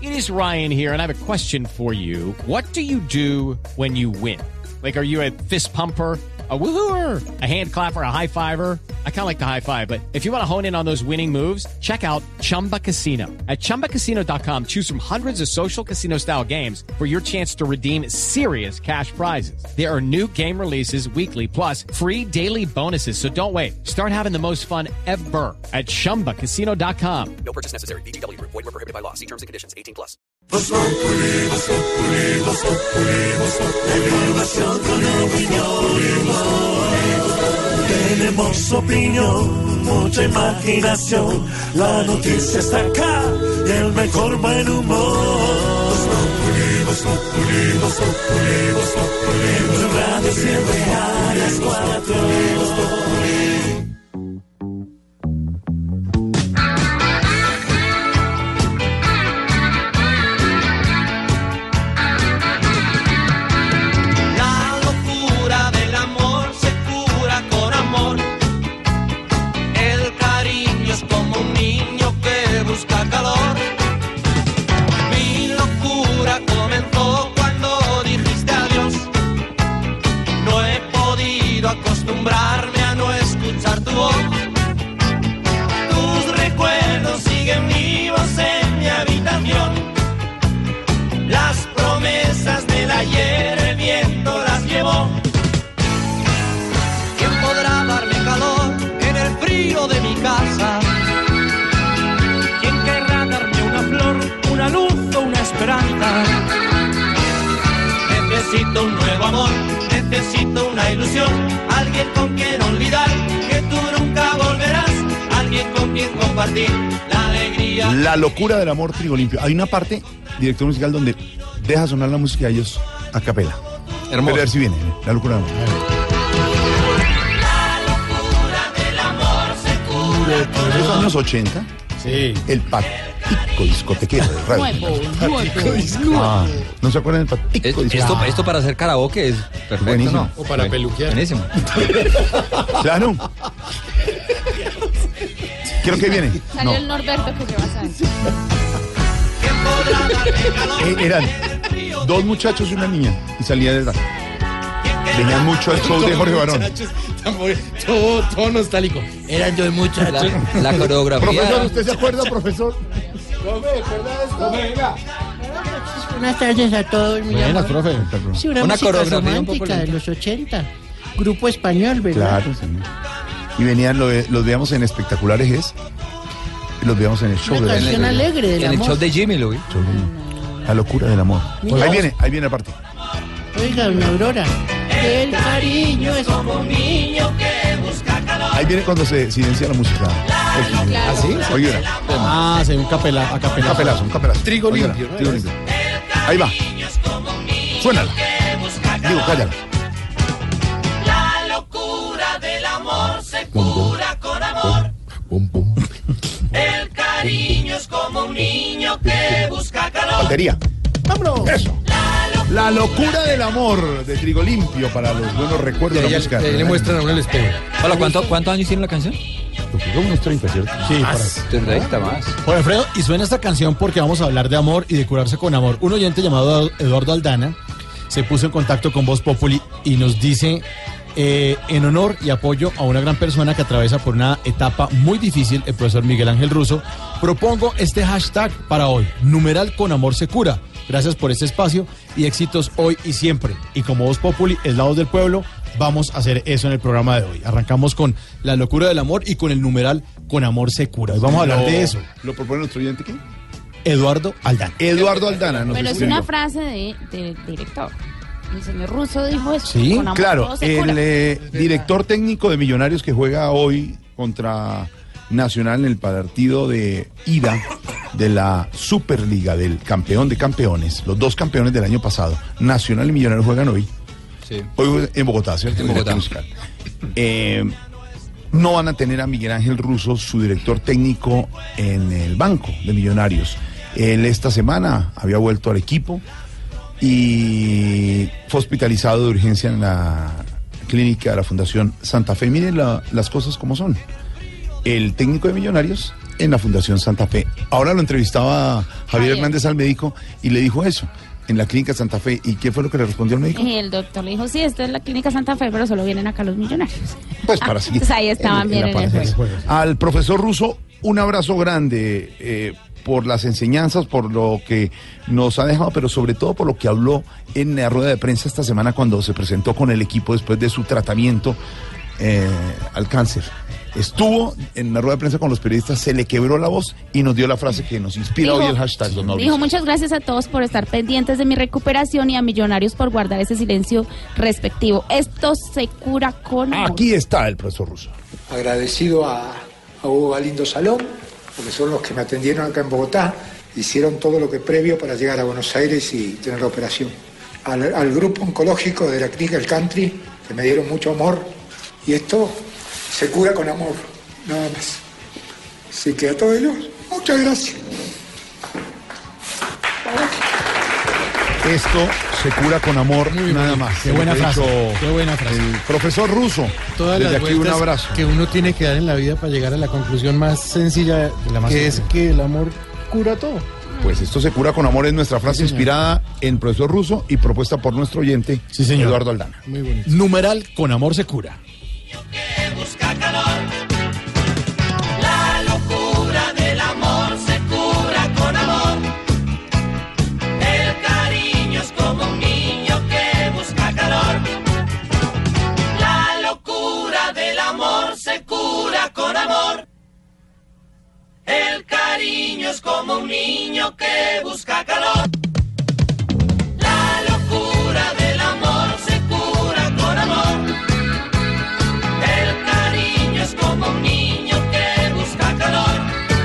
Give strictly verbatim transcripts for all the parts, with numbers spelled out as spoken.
It is Ryan here, and I have a question for you. What do you do when you win? Like, are you a fist pumper, a woo-hooer, a hand clapper, a high fiver? I kind of like the high five, but if you want to hone in on those winning moves, check out Chumba Casino. At chumba casino dot com, choose from hundreds of social casino-style games for your chance to redeem serious cash prizes. There are new game releases weekly, plus free daily bonuses. So don't wait. Start having the most fun ever at chumba casino dot com. No purchase necessary. V G W Group. Void where prohibited by law. See terms and conditions. eighteen plus. Tenemos opinión, mucha imaginación. La noticia está acá y el mejor buen humor. En tu radio siempre a las cuatro. Acostumbrarme a no escuchar tu voz. Tus recuerdos siguen vivos en mi habitación. Las promesas del ayer el viento las llevó. ¿Quién podrá darme calor en el frío de mi casa? ¿Quién querrá darme una flor, una luz o una esperanza? Necesito un nuevo amor, necesito una ilusión, alguien con quien olvidar que tú nunca volverás, alguien con quien compartir la alegría. La locura del amor, Trigo Limpio. Hay una parte, director musical, donde deja sonar la música y ellos a capela. Hermoso. Pero a ver si viene, la locura del amor. La locura del amor se cura. En los años ochenta, sí. El patico discotequero de radio. Nuevo, nuevo, nuevo. Ah, ¿no se acuerdan del patico es, discotequero? Esto, esto para hacer karaoke es perfecto, buenísimo. ¿no? O para peluquear. Buenísimo. Claro. Creo que viene. Salió No. el Norberto que lleva sangre. Eh, eran dos muchachos y una niña y salía de edad. Venían mucho al show de Jorge Barón. Todo, todo nostálgico. Eran dos muchachos. La, la coreografía. Profesor, ¿usted se acuerda, profesor? Buenas tardes a todos. Mi Buenas, amor. profe. Sí, una, Una música coreografía un poco romántica de lenta. los ochenta. Grupo español, ¿verdad? Claro, señor. Y venían, lo, los veíamos en Espectaculares Ejes y los veíamos en el show Una de canción alegre del En el amor. show de Jimmy lo vi. La locura del amor. Mira. Ahí viene, ahí viene la parte. Oiga, doña Aurora. El cariño es como un niño que busca calor. Ahí viene cuando se silencia la música. Claro. ¿Sí? Oye, Ah, sí, un capela, a un capela. capelazo, un capelazo. Trigo Oiga, limpio, ¿no? trigo limpio. Ahí va. Suénala. Digo, cállala. La locura del amor se cura con amor. El cariño es como un niño que busca calor. Batería. ¡Vámonos! Eso. La locura del amor de Trigo Limpio para los buenos recuerdos de la música. Le, le muestran a uno el espejo. Hola, ¿cuánto, ¿cuántos años tiene la canción? Como unos treinta, ¿cierto? Sí, treinta más. Jorge Alfredo, y suena esta canción porque vamos a hablar de amor y de curarse con amor. Un oyente llamado Eduardo Aldana se puso en contacto con Voz Populi y nos dice, eh, en honor y apoyo a una gran persona que atraviesa por una etapa muy difícil, el profesor Miguel Ángel Russo, propongo este hashtag para hoy, numeral con amor se cura. Gracias por este espacio y éxitos hoy y siempre. Y como Voz Populi es la voz del pueblo, vamos a hacer eso en el programa de hoy. Arrancamos con la locura del amor y con el numeral con amor se cura. Hoy vamos a hablar Lo- de eso. ¿Lo propone nuestro oyente quién? Eduardo Aldana. Eduardo Aldana. Nos Pero es escribió. una frase de, de director. El señor Russo dijo eso. Sí, con amor Claro, todo se cura. el eh, director técnico de Millonarios que juega hoy contra Nacional en el partido de ida de la Superliga del campeón de campeones, los dos campeones del año pasado, Nacional y Millonarios juegan hoy. Sí. Hoy en Bogotá, ¿cierto? En Bogotá. Musical. Eh, no van a tener a Miguel Ángel Russo, su director técnico, en el banco de Millonarios. Él esta semana había vuelto al equipo y fue hospitalizado de urgencia en la clínica de la Fundación Santa Fe. Miren la- las cosas como son. El técnico de Millonarios en la Fundación Santa Fe. Ahora lo entrevistaba Javier Javier. Hernández al médico y le dijo eso, en la Clínica Santa Fe. ¿Y qué fue lo que le respondió el médico? Y el doctor le dijo, sí, esto es la Clínica Santa Fe, pero solo vienen acá los millonarios. Pues para seguir. Entonces ahí estaban bien en el juego. Al profesor Russo, un abrazo grande eh, por las enseñanzas, por lo que nos ha dejado, pero sobre todo por lo que habló en la rueda de prensa esta semana cuando se presentó con el equipo después de su tratamiento eh, al cáncer. Estuvo en la rueda de prensa con los periodistas, se le quebró la voz y nos dio la frase que nos inspira Dijo- hoy el hashtag Los Nobles. Dijo, muchas gracias a todos por estar pendientes de mi recuperación y a Millonarios por guardar ese silencio respectivo. Esto se cura con amor. Aquí está el profesor Russo. Agradecido a, a Hugo Galindo Salón, porque son los que me atendieron acá en Bogotá, hicieron todo lo que previo para llegar a Buenos Aires y tener la operación. Al, al grupo oncológico de la clínica El Country, que me dieron mucho amor, y esto se cura con amor, nada más. Así que a todos ellos, muchas gracias. Esto se cura con amor, nada más. Qué buena Lo que ha frase, dicho qué buena frase. El profesor Russo. Todas Desde las aquí un vueltas abrazo. que uno tiene que dar en la vida para llegar a la conclusión más sencilla, La más que es sencilla. que el amor cura todo. Pues esto se cura con amor es nuestra frase Sí, señor. inspirada en profesor Russo y propuesta por nuestro oyente Sí, señor. Eduardo Aldana. Muy bonito. Numeral, con amor se cura. que busca calor. La locura del amor se cura con amor. El cariño es como un niño que busca calor. La locura del amor se cura con amor. El cariño es como un niño que busca calor. La locura del amor se cura con amor. El cariño es como un niño que busca calor.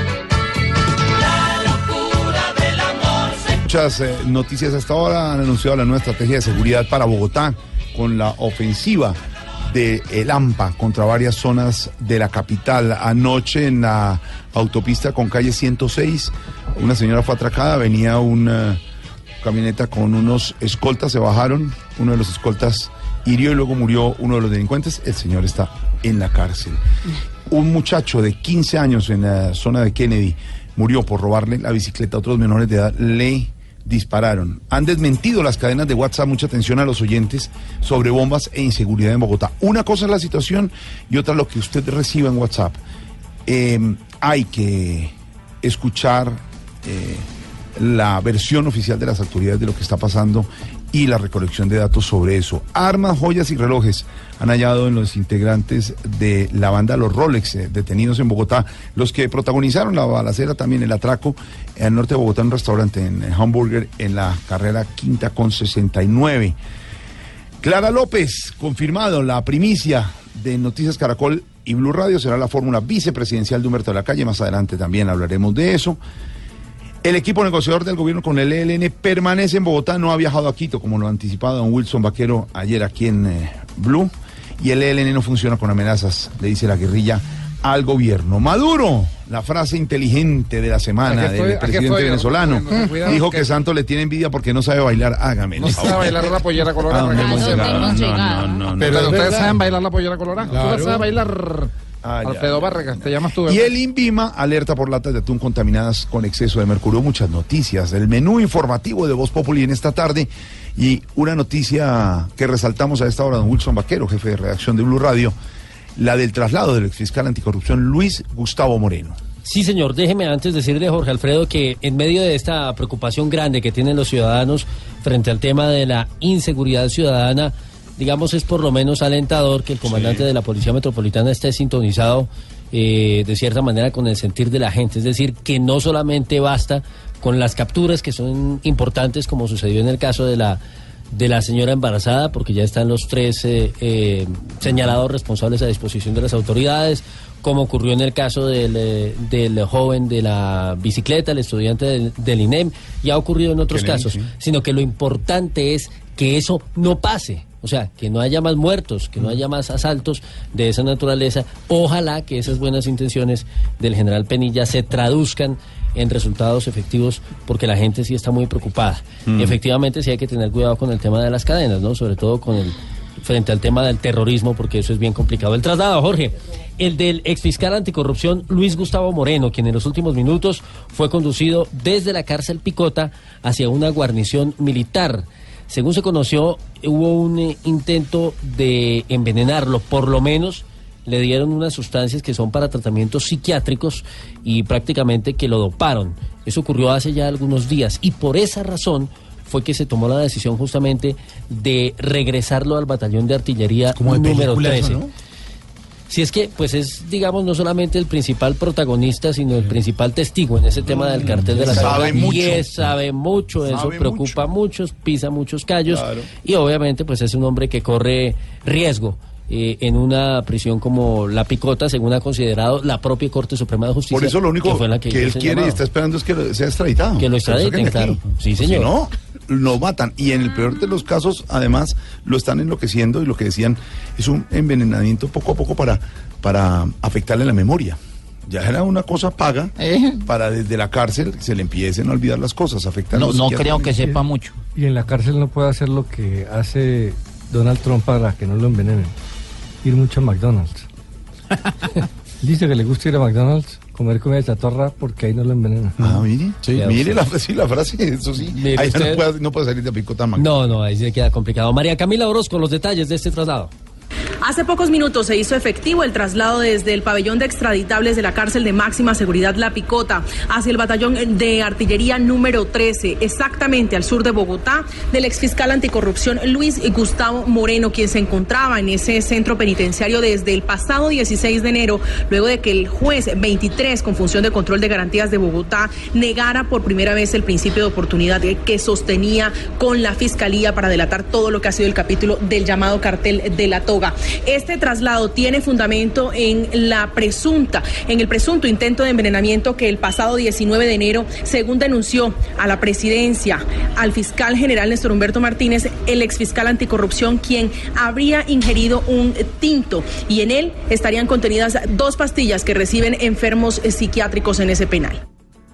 La locura del amor se Muchas eh, noticias hasta ahora han anunciado la nueva estrategia de seguridad para Bogotá con la ofensiva de el AMPA contra varias zonas de la capital. Anoche en la autopista con calle ciento seis, una señora fue atracada, venía una camioneta con unos escoltas, se bajaron, uno de los escoltas hirió y luego murió uno de los delincuentes, el señor está en la cárcel. Un muchacho de quince años en la zona de Kennedy murió por robarle la bicicleta a otros menores de edad, le dispararon. Han desmentido las cadenas de WhatsApp, mucha atención a los oyentes, sobre bombas e inseguridad en Bogotá. Una cosa es la situación y otra lo que usted reciba en WhatsApp. Eh, hay que escuchar eh, la versión oficial de las autoridades de lo que está pasando y la recolección de datos sobre eso. Armas, joyas y relojes han hallado en los integrantes de la banda Los Rolex, eh, detenidos en Bogotá, los que protagonizaron la balacera, también el atraco al norte de Bogotá en un restaurante en eh, Hamburger en la carrera quinta con sesenta y nueve. Clara López, confirmado, la primicia de Noticias Caracol y Blue Radio será la fórmula vicepresidencial de Humberto de la Calle. Más adelante también hablaremos de eso. El equipo negociador del gobierno con el E L N permanece en Bogotá, no ha viajado a Quito, como lo anticipaba don Wilson Vaquero ayer aquí en eh, Blue. Y el E L N no funciona con amenazas, le dice la guerrilla al gobierno. Maduro, la frase inteligente de la semana Aquí estoy, del aquí presidente estoy, venezolano, bueno, cuidado dijo que- que Santos le tiene envidia porque no sabe bailar. Hágame el No sabe favor. bailar la pollera ¿A colorada. dónde Raquel hemos Montero. llegado? hemos No, llegado. no, no, no. Pero es ustedes verdad. saben bailar la pollera colorada. Tú Claro. la sabes bailar. Ah, ya. Alfredo Barregas, te llamas tú. Y ¿verdad? el INVIMA alerta por latas de atún contaminadas con exceso de mercurio. Muchas noticias. El menú informativo de Voz Populi en esta tarde. Y una noticia que resaltamos a esta hora, don Wilson Vaquero, jefe de redacción de Blue Radio, la del traslado del exfiscal anticorrupción Luis Gustavo Moreno. Sí, señor, déjeme antes decirle, Jorge Alfredo, que en medio de esta preocupación grande que tienen los ciudadanos frente al tema de la inseguridad ciudadana, digamos, es por lo menos alentador que el comandante Sí. de la Policía Metropolitana esté sintonizado eh, de cierta manera con el sentir de la gente. Es decir, que no solamente basta con las capturas, que son importantes, como sucedió en el caso de la de la señora embarazada, porque ya están los tres eh, eh, señalados responsables a disposición de las autoridades, como ocurrió en el caso del, eh, del joven de la bicicleta, el estudiante del, del I N E M, y ha ocurrido en otros Kennedy, casos, sí. sino que lo importante es que eso no pase. O sea, que no haya más muertos, que no haya más asaltos de esa naturaleza. Ojalá que esas buenas intenciones del general Penilla se traduzcan en resultados efectivos, porque la gente sí está muy preocupada. Mm. Efectivamente, sí hay que tener cuidado con el tema de las cadenas, ¿no? Sobre todo con el frente al tema del terrorismo, porque eso es bien complicado. El traslado, Jorge. el del exfiscal anticorrupción Luis Gustavo Moreno, quien en los últimos minutos fue conducido desde la cárcel Picota hacia una guarnición militar. Según se conoció, hubo un eh, intento de envenenarlo, por lo menos le dieron unas sustancias que son para tratamientos psiquiátricos y prácticamente que lo doparon. Eso ocurrió hace ya algunos días y por esa razón fue que se tomó la decisión justamente de regresarlo al batallón de artillería Como de número película trece. eso, ¿no? Si es que, pues es, digamos, no solamente el principal protagonista, sino el principal testigo en ese tema del cartel de la Sabe droga. mucho. Y es, sabe mucho, eso Sabe preocupa a muchos, pisa muchos callos. Claro. Y obviamente, pues es un hombre que corre riesgo eh, en una prisión como La Picota, según ha considerado la propia Corte Suprema de Justicia. Por eso lo único que, fue la que, que él hizo el quiere y llamado. está esperando es que lo- sea extraditado. Que lo se extraditen, saquen de claro. aquí. Sí, señor. Si no, lo matan. Y en el peor de los casos, además, lo están enloqueciendo y lo que decían es un envenenamiento poco a poco para, para afectarle la memoria. Ya era una cosa paga Eh. para desde la cárcel se le empiecen a olvidar las cosas, afectando No, no creo que sepa mucho. Y en la cárcel no puede hacer lo que hace Donald Trump para que no lo envenenen. Ir mucho a McDonald's. Dice que le gusta ir a McDonald's, comer comida chatarra porque ahí no lo envenenan. Ah, mire, Sí, mire usted. la, sí, la frase, eso sí. Mire Ahí ya usted. no puede, no puede salir de Picota Magna. No, no, ahí se queda complicado. María Camila Orozco, los detalles de este traslado. Hace pocos minutos se hizo efectivo el traslado desde el pabellón de extraditables de la cárcel de máxima seguridad La Picota hacia el batallón de artillería número trece, exactamente al sur de Bogotá, del exfiscal anticorrupción Luis Gustavo Moreno, quien se encontraba en ese centro penitenciario desde el pasado dieciséis de enero, luego de que el juez veintitrés con función de control de garantías de Bogotá negara por primera vez el principio de oportunidad que sostenía con la fiscalía para delatar todo lo que ha sido el capítulo del llamado cartel de la toga. Este traslado tiene fundamento en la presunta, en el presunto intento de envenenamiento que el pasado diecinueve de enero, según denunció a la presidencia, al fiscal general Néstor Humberto Martínez, el exfiscal anticorrupción, quien habría ingerido un tinto y en él estarían contenidas dos pastillas que reciben enfermos psiquiátricos en ese penal.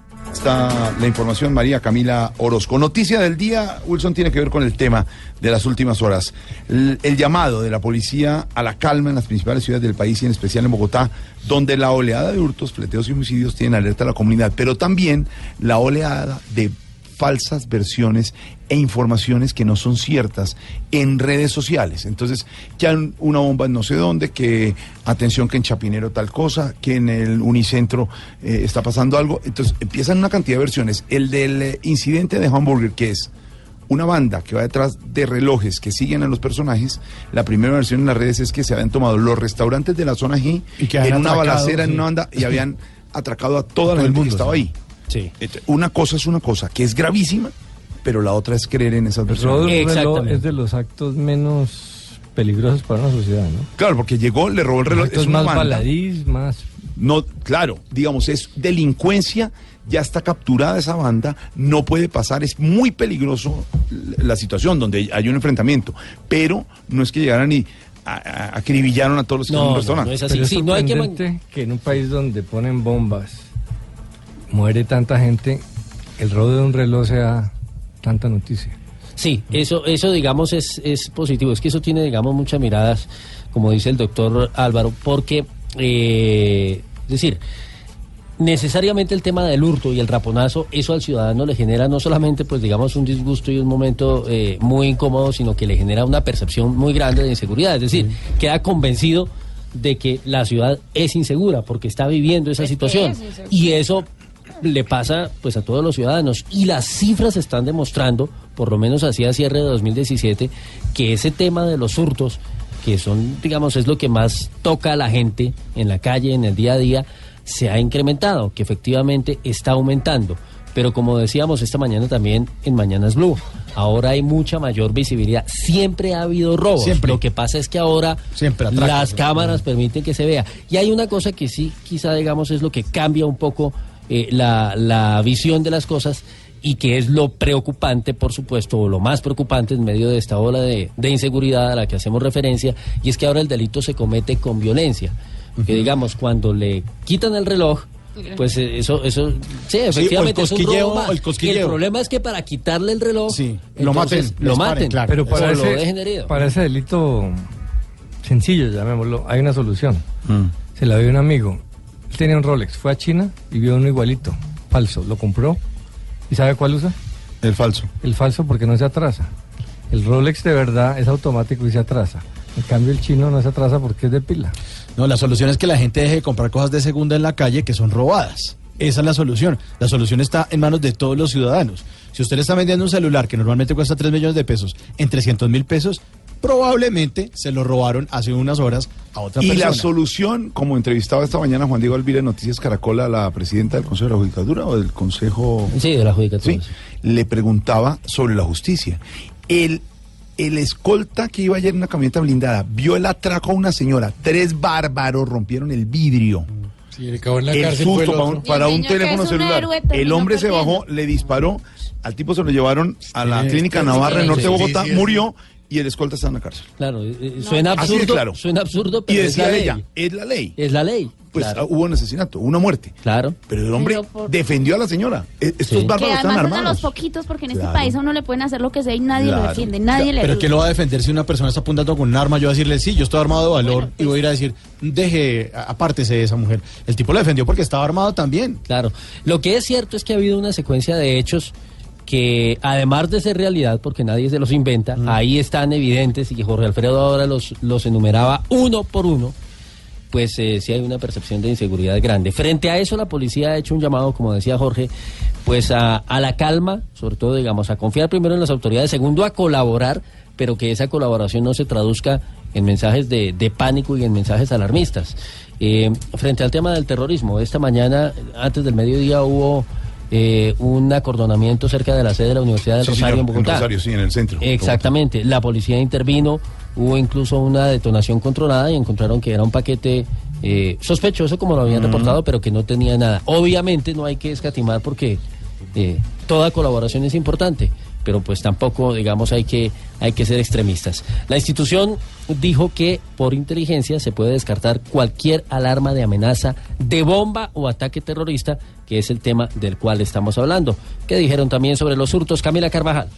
Está la información, María Camila Orozco. Noticia del día, Wilson, tiene que ver con el tema de las últimas horas. El, el llamado de la policía a la calma en las principales ciudades del país y en especial en Bogotá, donde la oleada de hurtos, fleteos y homicidios tienen alerta a la comunidad, pero también la oleada de falsas versiones e informaciones que no son ciertas en redes sociales. Entonces, que hay una bomba en no sé dónde, que atención que en Chapinero tal cosa, que en el Unicentro eh, está pasando algo. Entonces, empiezan una cantidad de versiones. El del eh, incidente de Hamburger, que es una banda que va detrás de relojes que siguen a los personajes. La primera versión en las redes es que se habían tomado los restaurantes de la zona G Y que en habían una atracado, balacera, sí. en una banda, y habían atracado a toda A la todo el gente mundo, que estaba sí. ahí. Sí. Entonces, una cosa es una cosa que es gravísima, pero la otra es creer en esas El robo versiones. de un reloj Exactamente. es de los actos menos peligrosos para una sociedad, ¿no? Claro, porque llegó, le robó el reloj. Actos Es una más banda. baladís, más... No, claro, digamos, es delincuencia, ya está capturada esa banda, no puede pasar, es muy peligroso la situación donde hay un enfrentamiento, pero no es que llegaran y a- a- acribillaron a todos los que No, estaban en un no, restaurante. no es así. Pero es Sí, no hay que man- sorprendente que en un país donde ponen bombas, muere tanta gente, el robo de un reloj sea tanta noticia. Sí, eso, eso digamos es, es positivo. Es que eso tiene, digamos, muchas miradas, como dice el doctor Álvaro, porque, eh, es decir, necesariamente el tema del hurto y el raponazo, eso al ciudadano le genera no solamente, pues digamos, un disgusto y un momento eh, muy incómodo, sino que le genera una percepción muy grande de inseguridad. Es decir, queda convencido de que la ciudad es insegura porque está viviendo esa situación. es insegura. Y eso le pasa pues a todos los ciudadanos y las cifras están demostrando, por lo menos así a cierre de dos mil diecisiete, que ese tema de los hurtos, que son, digamos, es lo que más toca a la gente en la calle, en el día a día, se ha incrementado, que efectivamente está aumentando. Pero como decíamos esta mañana también en Mañanas Blue, ahora hay mucha mayor visibilidad. Siempre ha habido robos. Siempre. Lo que pasa es que ahora Siempre atracos. las cámaras permiten que se vea. Y hay una cosa que sí, quizá digamos, es lo que cambia un poco eh, la, la visión de las cosas y que es lo preocupante, por supuesto, o lo más preocupante en medio de esta ola de, de inseguridad a la que hacemos referencia, y es que ahora el delito se comete con violencia. Que digamos, cuando le quitan el reloj, pues eh, eso, eso, sí, efectivamente o el es un cosquilleo, robo más. el cosquilleo. El problema es que para quitarle el reloj, Sí, lo entonces, maten, lo les maten, paren, claro. Pero o para lo ese, dejen herido. para ese delito sencillo, llamémoslo, hay una solución. Se la dio un amigo. Él tenía un Rolex, fue a China y vio uno igualito, falso, lo compró. ¿Y sabe cuál usa? El falso. El falso porque no se atrasa. El Rolex de verdad es automático y se atrasa. En cambio el chino no se atrasa porque es de pila. No, la solución es que la gente deje de comprar cosas de segunda en la calle que son robadas. Esa es la solución. La solución está en manos de todos los ciudadanos. Si usted le está vendiendo un celular que normalmente cuesta tres millones de pesos en trescientos mil pesos, probablemente se lo robaron hace unas horas a otra y persona. la solución, como entrevistaba esta mañana Juan Diego Alvira en Noticias Caracol a la presidenta del Consejo de la Judicatura o del Consejo... Sí, de la Judicatura. Sí, le preguntaba sobre la justicia. El, el escolta que iba ayer en una camioneta blindada vio el atraco a una señora. Tres bárbaros rompieron el vidrio. Sí, le acabó en la el cárcel susto fue el para otro. un, para Y el un niño que teléfono es un celular. héroe El terminó hombre se perdiendo. bajó, le disparó. Al tipo se lo llevaron a la Sí, clínica sí, Navarra sí, en norte de sí, Bogotá, sí, sí. murió y el escolta está en la cárcel. Claro, eh, eh, suena Así de absurdo, claro. suena absurdo, Y pero es la decía ley. ella, es la ley. Es la ley. Pues claro. ah, hubo un asesinato, una muerte. Claro. Pero el hombre Pero por- defendió a la señora. E- Estos Sí. Que bárbaros están además son a los armados. poquitos porque en este Claro. país a uno le pueden hacer lo que sea y nadie Claro. lo defiende, nadie le Pero ayuda. ¿qué lo va a defender si una persona está apuntando con un arma? Yo voy a decirle, sí, yo estoy armado de valor Bueno, y voy a ir a decir, deje, a- apártese de esa mujer. El tipo lo defendió porque estaba armado también. Claro. Lo que es cierto es que ha habido una secuencia de hechos que, además de ser realidad, porque nadie se los inventa, ahí están evidentes y que Jorge Alfredo ahora los, los enumeraba uno por uno, pues eh, sí hay una percepción de inseguridad grande. Frente a eso, la policía ha hecho un llamado, como decía Jorge, pues a, a la calma, sobre todo, digamos, a confiar primero en las autoridades, segundo, a colaborar, pero que esa colaboración no se traduzca en mensajes de, de pánico y en mensajes alarmistas. Eh, frente al tema del terrorismo, esta mañana, antes del mediodía, hubo eh, un acordonamiento cerca de la sede de la Universidad del Sí, Rosario señor, en Bogotá. Rosario, sí, en el centro. Exactamente, la policía intervino, hubo incluso una detonación controlada y encontraron que era un paquete eh, sospechoso, como lo habían reportado, pero que no tenía nada. Obviamente no hay que escatimar porque eh, toda colaboración es importante, pero pues tampoco, digamos, hay que, hay que ser extremistas. La institución dijo que por inteligencia se puede descartar cualquier alarma de amenaza de bomba o ataque terrorista, que es el tema del cual estamos hablando. ¿Qué dijeron también sobre los hurtos? Camila Carvajal.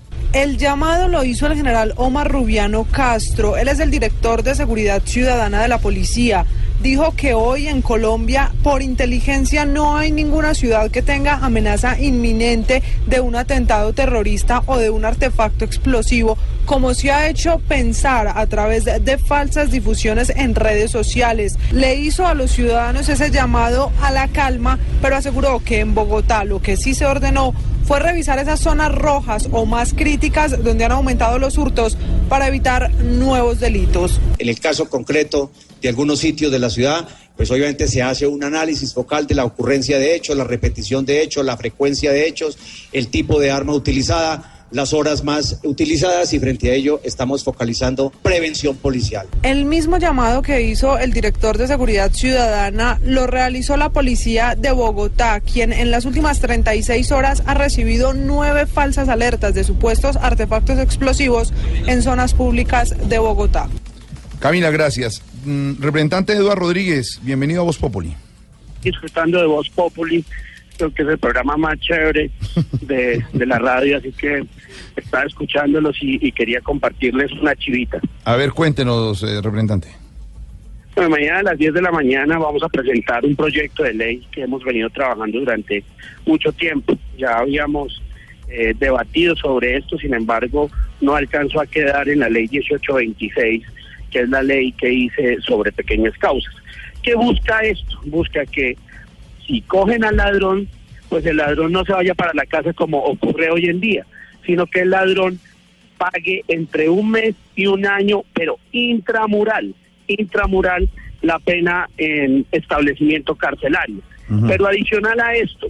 El llamado lo hizo el general Omar Rubiano Castro. Él es el director de Seguridad Ciudadana de la Policía. Dijo que hoy en Colombia, por inteligencia, no hay ninguna ciudad que tenga amenaza inminente de un atentado terrorista o de un artefacto explosivo, como se ha hecho pensar a través de, de falsas difusiones en redes sociales. Le hizo a los ciudadanos ese llamado a la calma, pero aseguró que en Bogotá lo que sí se ordenó fue revisar esas zonas rojas o más críticas donde han aumentado los hurtos para evitar nuevos delitos. En el caso concreto de algunos sitios de la ciudad, pues obviamente se hace un análisis focal de la ocurrencia de hechos, la repetición de hechos, la frecuencia de hechos, el tipo de arma utilizada, las horas más utilizadas, y frente a ello estamos focalizando prevención policial. El mismo llamado que hizo el director de Seguridad Ciudadana lo realizó la policía de Bogotá, quien en las últimas treinta y seis horas ha recibido nueve falsas alertas de supuestos artefactos explosivos en zonas públicas de Bogotá. Camila, gracias. Mm, representante Eduardo Rodríguez, bienvenido a Voz Populi. Disfrutando de Voz Populi, creo que es el programa más chévere de, de la radio, así que estaba escuchándolos y, y quería compartirles una chivita. A ver, cuéntenos, eh, representante. Bueno, mañana a las diez de la mañana vamos a presentar un proyecto de ley que hemos venido trabajando durante mucho tiempo. Ya habíamos eh, debatido sobre esto, sin embargo, no alcanzó a quedar en la ley dieciocho veintiséis, que es la ley que hice sobre pequeñas causas. ¿Qué busca esto? Busca que si cogen al ladrón, pues el ladrón no se vaya para la casa como ocurre hoy en día, sino que el ladrón pague entre un mes y un año, pero intramural, intramural la pena en establecimiento carcelario. Uh-huh. Pero adicional a esto,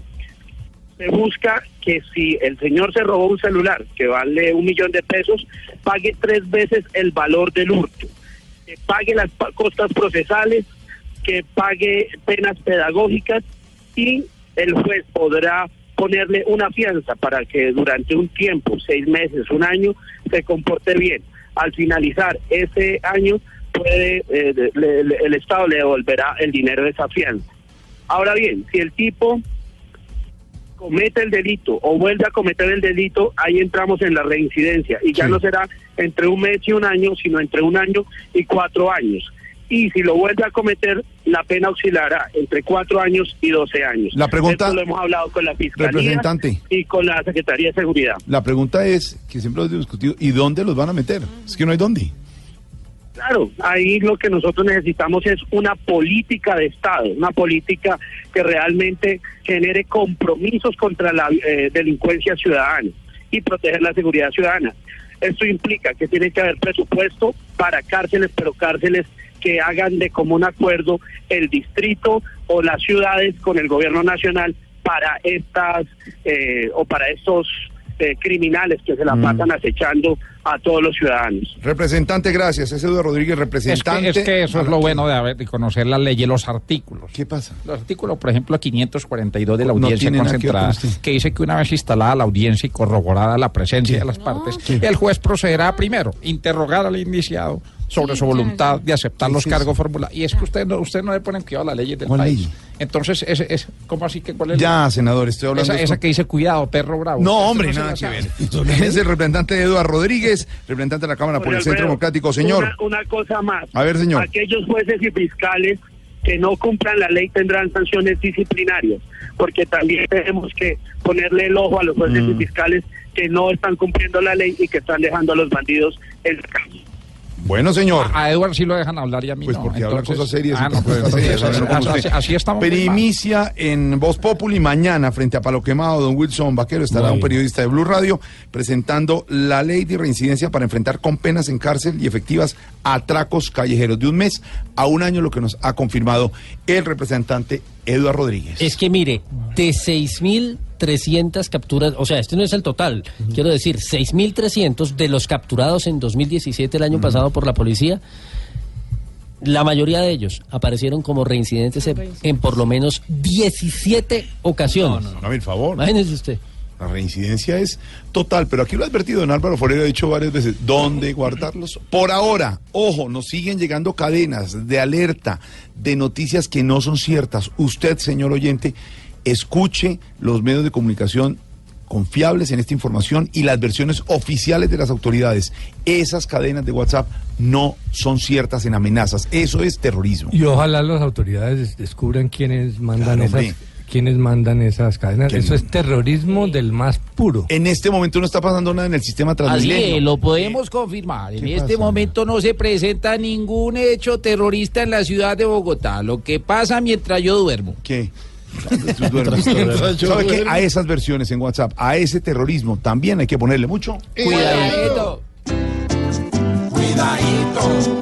se busca que si el señor se robó un celular que vale un millón de pesos, pague tres veces el valor del hurto, que pague las costas procesales, que pague penas pedagógicas, y el juez podrá ponerle una fianza para que durante un tiempo, seis meses, un año, se comporte bien. Al finalizar ese año, puede eh, le, le, el Estado le devolverá el dinero de esa fianza. Ahora bien, si el tipo comete el delito o vuelve a cometer el delito, ahí entramos en la reincidencia y ya sí. no será entre un mes y un año, sino entre un año y cuatro años. y si lo vuelve a cometer, la pena oscilará entre cuatro años y doce años. La pregunta, esto lo hemos hablado con la Fiscalía representante, y con la Secretaría de Seguridad. La pregunta es, que siempre lo hemos discutido, ¿y dónde los van a meter? Es que no hay dónde. Claro, ahí lo que nosotros necesitamos es una política de Estado, una política que realmente genere compromisos contra la eh, delincuencia ciudadana y proteger la seguridad ciudadana. Esto implica que tiene que haber presupuesto para cárceles, pero cárceles que hagan de común acuerdo el distrito o las ciudades con el gobierno nacional para estas eh, o para estos eh, criminales que se la pasan mm. acechando a todos los ciudadanos. Representante, gracias. Es Eduardo Rodríguez, representante. Es que, es que eso es lo bueno de, haber, de conocer la ley y los artículos. ¿Qué pasa? Los artículos, por ejemplo, quinientos cuarenta y dos de la no audiencia concentrada, que, que dice que una vez instalada la audiencia y corroborada la presencia sí. de las partes, sí. el juez procederá primero, interrogar al indiciado sobre sí, su voluntad de aceptar sí, los sí, cargos sí. formulados. Y es que usted no, usted no le ponen cuidado a las leyes del país. Ley? Entonces, ese es, ¿cómo así que cuál es? Ya, senador, estoy hablando... Esa, esa que dice, cuidado, perro bravo. No, hombre, no nada que ver. Es el representante Eduardo Rodríguez, representante de la Cámara por el Centro Democrático. Señor. Una, una cosa más. A ver, señor. Aquellos jueces y fiscales que no cumplan la ley tendrán sanciones disciplinarias, porque también tenemos que ponerle el ojo a los jueces mm. y fiscales que no están cumpliendo la ley y que están dejando a los bandidos en la calle. Bueno, señor. A, a Edward sí lo dejan hablar y a mí pues no. porque Entonces, habla cosas serias. Ah, no, pues, sí, eso, así, así, así estamos. Primicia en Voz Populi mañana frente a Palo Quemado, don Wilson Vaquero estará Muy un periodista de Blue Radio presentando la ley de reincidencia para enfrentar con penas en cárcel y efectivas atracos callejeros de un mes a un año, lo que nos ha confirmado el representante Eduardo Rodríguez. Es que mire, de seis mil trescientas capturas, o sea, este no es el total, uh-huh. quiero decir, seis mil trescientos de los capturados en dos mil diecisiete, el año uh-huh. pasado por la policía, la mayoría de ellos aparecieron como reincidentes en, en por lo menos diecisiete ocasiones. No, no, no, a mi favor. Imagínese usted. La reincidencia es total, pero aquí lo ha advertido don Álvaro Forero, ha dicho varias veces, ¿dónde guardarlos? Por ahora, ojo, nos siguen llegando cadenas de alerta, de noticias que no son ciertas. Usted, señor oyente, escuche los medios de comunicación confiables en esta información y las versiones oficiales de las autoridades. Esas cadenas de WhatsApp no son ciertas en amenazas. Eso es terrorismo. Y ojalá las autoridades descubran quiénes mandan claro, esas... ¿Quiénes mandan esas cadenas? Eso es terrorismo del más puro. En este momento no está pasando nada en el sistema Transmilenio. Así es, lo podemos confirmar. En este pasa? momento no se presenta ningún hecho terrorista en la ciudad de Bogotá. Lo que pasa mientras yo duermo. ¿Qué? ¿Sabe qué? A esas versiones en WhatsApp, a ese terrorismo también hay que ponerle mucho cuidadito. Cuidadito.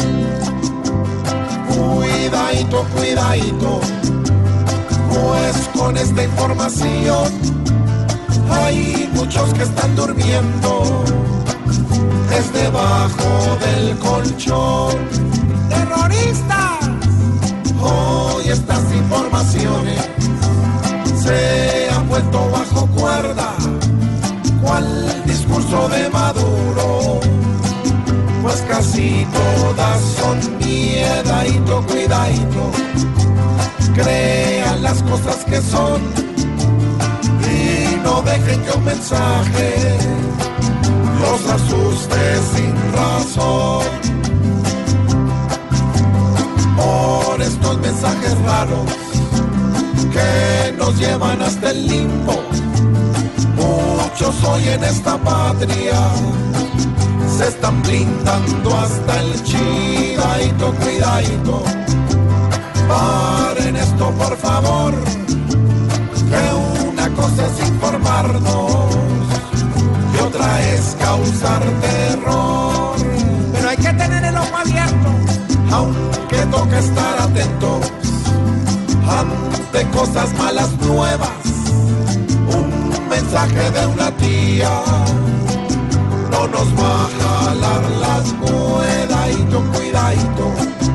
Cuidadito, cuidadito. Pues con esta información hay muchos que están durmiendo es debajo del colchón. ¡Terroristas! Hoy estas informaciones se han puesto bajo cuerda. ¿Cuál discurso de Maduro? Pues casi todas son miedadito, cuidadito. Crean las cosas que son y no dejen que un mensaje los asuste sin razón. Por estos mensajes raros que nos llevan hasta el limbo, muchos hoy en esta patria se están blindando hasta el chidadito, cuidadito. Paren esto, por favor, que una cosa es informarnos y otra es causar terror. Pero hay que tener el ojo abierto, aunque toca estar atentos ante cosas malas nuevas. Un mensaje de una tía no nos va a jalar las cuidadito, cuidadito.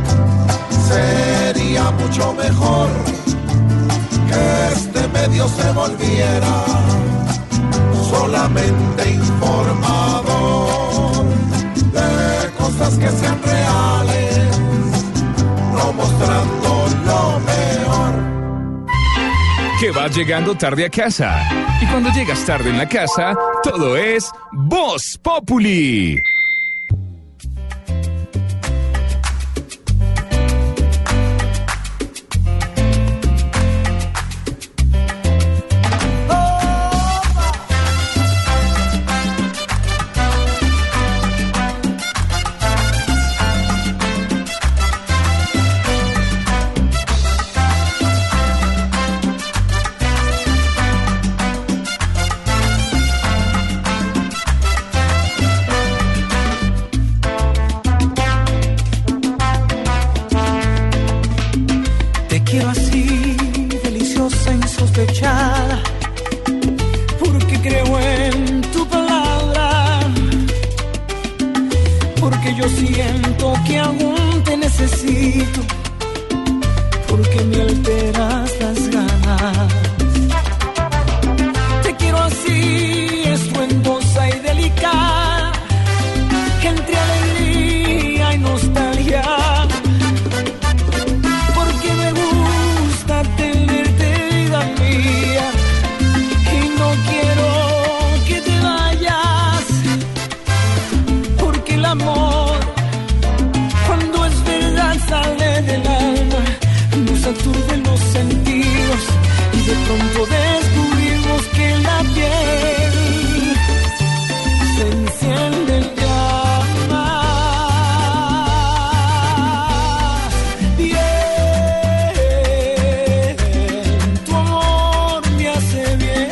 Sería mucho mejor que este medio se volviera solamente informador de cosas que sean reales, no mostrando lo mejor. Que vas llegando tarde a casa. Y cuando llegas tarde en la casa, todo es Voz Populi. siento que aún te necesito, porque me alteras las ganas. Te quiero así, estruendosa y delicada, entre alegría y nostalgia, porque me gusta tenerte, vida mía, y no quiero que te vayas, porque el amor, cuando es verdad, sale del alma, nos aturde los sentidos y de pronto descubrimos que la piel se enciende en llamas. Bien, tu amor me hace bien,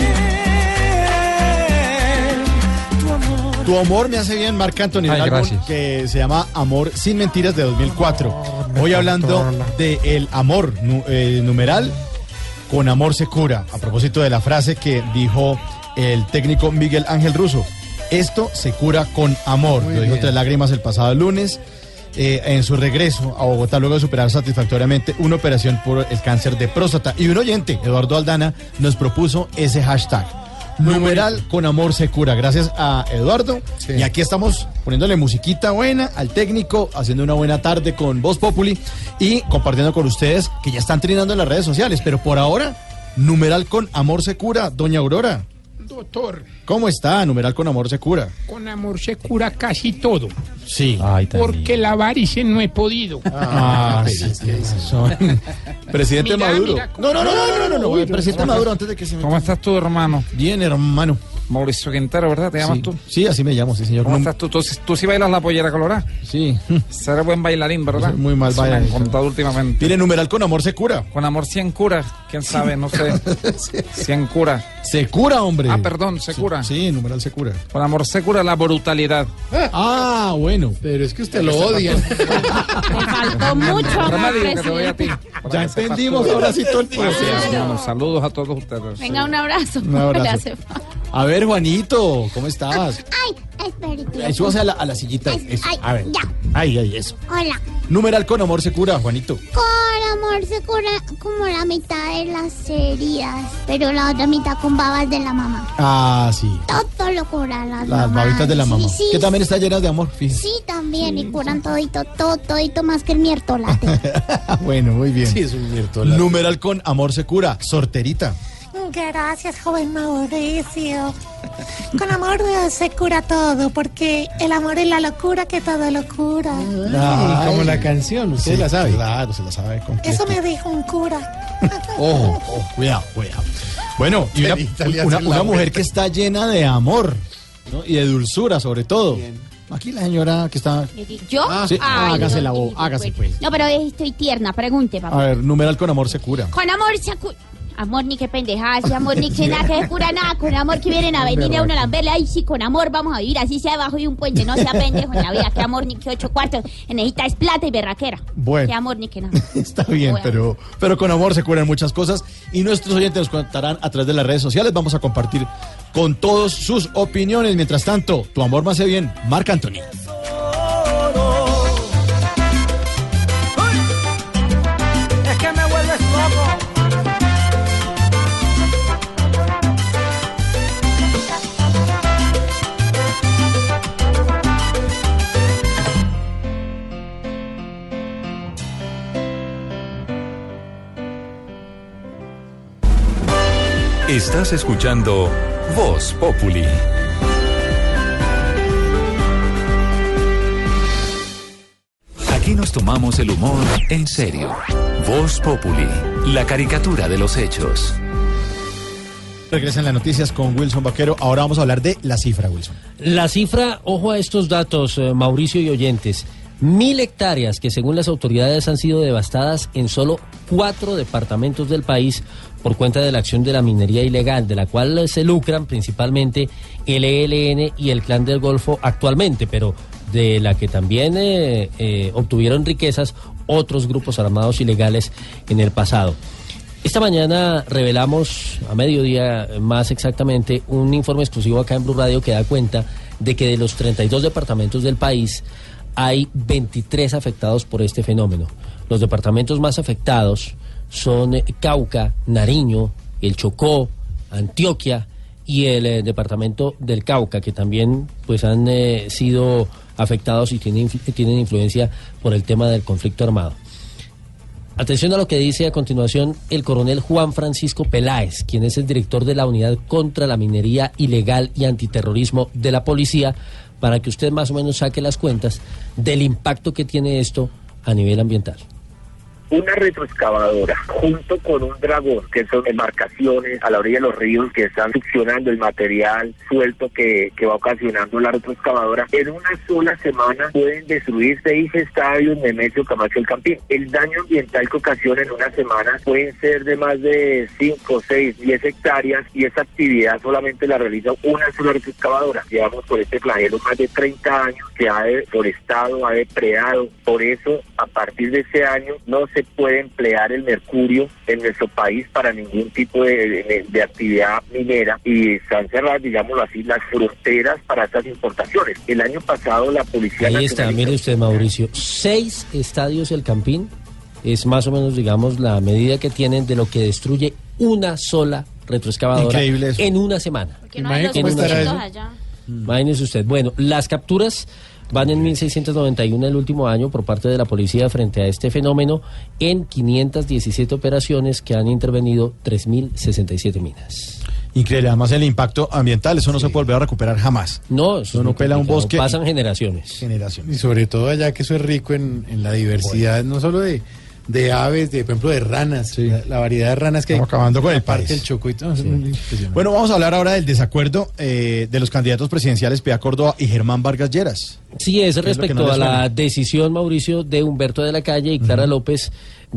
tu amor. Tu amor me hace bien, Marc Anthony, un Ay, álbum gracias. que se llama Amor sin mentiras de dos mil cuatro. Hoy hablando de el amor, nu- eh, numeral, con amor se cura. A propósito de la frase que dijo el técnico Miguel Ángel Russo, esto se cura con amor. Muy Lo dijo bien. Tres Lágrimas el pasado lunes, eh, en su regreso a Bogotá luego de superar satisfactoriamente una operación por el cáncer de próstata. Y un oyente, Eduardo Aldana, nos propuso ese hashtag. Numeral con amor se cura. Gracias a Eduardo. Y aquí estamos poniéndole musiquita buena al técnico, haciendo una buena tarde con Voz Populi y compartiendo con ustedes que ya están trinando en las redes sociales. Pero por ahora, numeral con amor se cura. Doña Aurora, Doctor, ¿cómo está? Numeral con amor se cura. con amor se cura casi todo. Sí. Porque la varice no he podido. Ah, sí, tiene razón. Presidente Mira, Maduro. mira cómo- No, no, no, no, no, no, no. Uy, El presidente ¿cómo Maduro, estás? antes de que se me... ¿Cómo estás tú, hermano? Bien, hermano. Mauricio Quintero, ¿verdad? ¿Te llamas Sí. tú? Sí, así me llamo, sí, señor. ¿Cómo No- estás tú? ¿Tú, tú sí bailas la pollera colorada? Sí. Serás buen bailarín, ¿verdad? Soy muy mal Eso me bailarín. han contado últimamente. Mire, numeral con amor se cura. Con amor cien cura, quién sabe, no sé. cien cura. Se cura, hombre. Ah, perdón, se cura. Sí, numeral se cura. Con amor se cura la brutalidad. Ah, bueno. Pero es que usted lo odia. Me faltó mucho Ahora más, me digo que te voy a ti. presidente. Ya entendimos ahora sí todo el Gracias, proceso. hermano. Saludos a todos ustedes. Venga, un abrazo. Un abrazo. Le hace falta. A ver, Juanito, ¿cómo estás? Ay, espérate. Ahí súbase a la, a la sillita. Eso. Ay, A ver. ya. Ay, ay, eso. Hola. Numeral con amor se cura, Juanito. Con amor se cura como la mitad de las heridas, pero la otra mitad con babas de la mamá. Ah, sí. Todo lo cura las, Las mamás. babitas de la mamá. Sí, sí, Que también está llenas de amor, fíjese. sí, también. Y curan todito, todo, todito más que el miertolate. Bueno, muy bien. Sí, es un miertola. Numeral con amor se cura, sorterita. Gracias, joven Mauricio. Con amor se cura todo, porque el amor es la locura que todo lo cura. Ay, como la canción, usted Sí, la sabe. Claro, se la sabe. completo. Eso me dijo un cura. Ojo, ojo, cuidado, cuidado. Bueno, y una, Italiano una, en la una mujer vuelta. que está llena de amor, ¿no? Y de dulzura, sobre todo. Aquí la señora que está... ¿Yo? Sí, Ay, hágase no, la voz, querido, hágase pues. No, pero estoy tierna, pregunte, A papá. ver, numeral con amor se cura. Con amor se cura. Amor ni qué pendejada, sí, amor ni que nada, que se cura nada, con amor que vienen a venir a uno a verle, ay sí, con amor vamos a vivir, así sea debajo de un puente, no sea pendejo en la vida, que amor ni que ocho cuartos, necesitas plata y berraquera. Bueno. Que amor ni que nada. Está bien, Bueno. pero, pero con amor se curan muchas cosas y nuestros oyentes nos contarán a través de las redes sociales. Vamos a compartir con todos sus opiniones. Mientras tanto, tu amor me hace bien, Marc Anthony. Es que me vuelves loco. Estás escuchando Voz Populi. Aquí nos tomamos el humor en serio. Voz Populi, la caricatura de los hechos. Regresan las noticias con Wilson Vaquero. Ahora vamos a hablar de la cifra, Wilson. La cifra, ojo a estos datos, eh, Mauricio y oyentes. Mil hectáreas que según las autoridades han sido devastadas en solo cuatro departamentos del país por cuenta de la acción de la minería ilegal, de la cual eh, se lucran principalmente el E L N y el Clan del Golfo actualmente, pero de la que también eh, eh, obtuvieron riquezas otros grupos armados ilegales en el pasado. Esta mañana revelamos, a mediodía más exactamente, un informe exclusivo acá en Blue Radio que da cuenta de que de los treinta y dos departamentos del país hay veintitrés afectados por este fenómeno. Los departamentos más afectados son eh, Cauca, Nariño, el Chocó, Antioquia y el eh, departamento del Cauca, que también pues han eh, sido afectados y tienen, tienen influencia por el tema del conflicto armado. Atención a lo que dice a continuación el coronel Juan Francisco Peláez, quien es el director de la Unidad contra la Minería Ilegal y Antiterrorismo de la Policía, para que usted más o menos saque las cuentas del impacto que tiene esto a nivel ambiental. Una retroexcavadora junto con un dragón, que son embarcaciones a la orilla de los ríos que están succionando el material suelto que, que va ocasionando la retroexcavadora, en una sola semana pueden destruir seis estadios Nemesio Camacho El Campín. El daño ambiental que ocasiona en una semana pueden ser de más de cinco, seis, diez hectáreas, y esa actividad solamente la realiza una sola retroexcavadora. Llevamos por este flagelo más de treinta años que ha deforestado, ha depredado. Por eso, a partir de ese año, no se puede emplear el mercurio en nuestro país para ningún tipo de, de, de actividad minera, y están cerradas, digámoslo así, las fronteras para estas importaciones. El año pasado la Policía Ahí está, mire usted, Mauricio, seis estadios El Campín es más o menos, digamos, la medida que tienen de lo que destruye una sola retroexcavadora en una semana. Porque no hay los mosquitos allá. Imagínese usted. Bueno, las capturas van en mil seiscientos noventa y uno el último año por parte de la policía frente a este fenómeno, en quinientas diecisiete operaciones que han intervenido tres mil sesenta y siete minas. Increíble, además el impacto ambiental, eso no sí. se puede volver a recuperar jamás. No, eso no pela un bosque. Pasan generaciones. Generaciones. Y sobre todo allá que eso es rico en, en la diversidad, bueno. no solo de, de aves, de por ejemplo de ranas, sí. la, la variedad de ranas que estamos hay. acabando con el parte país. del Chocó y todo, sí. Bueno, vamos a hablar ahora del desacuerdo eh, de los candidatos presidenciales Piedad Córdoba y Germán Vargas Lleras. Sí, es respecto es no a la decisión, Mauricio, de Humberto de la Calle y Clara uh-huh. López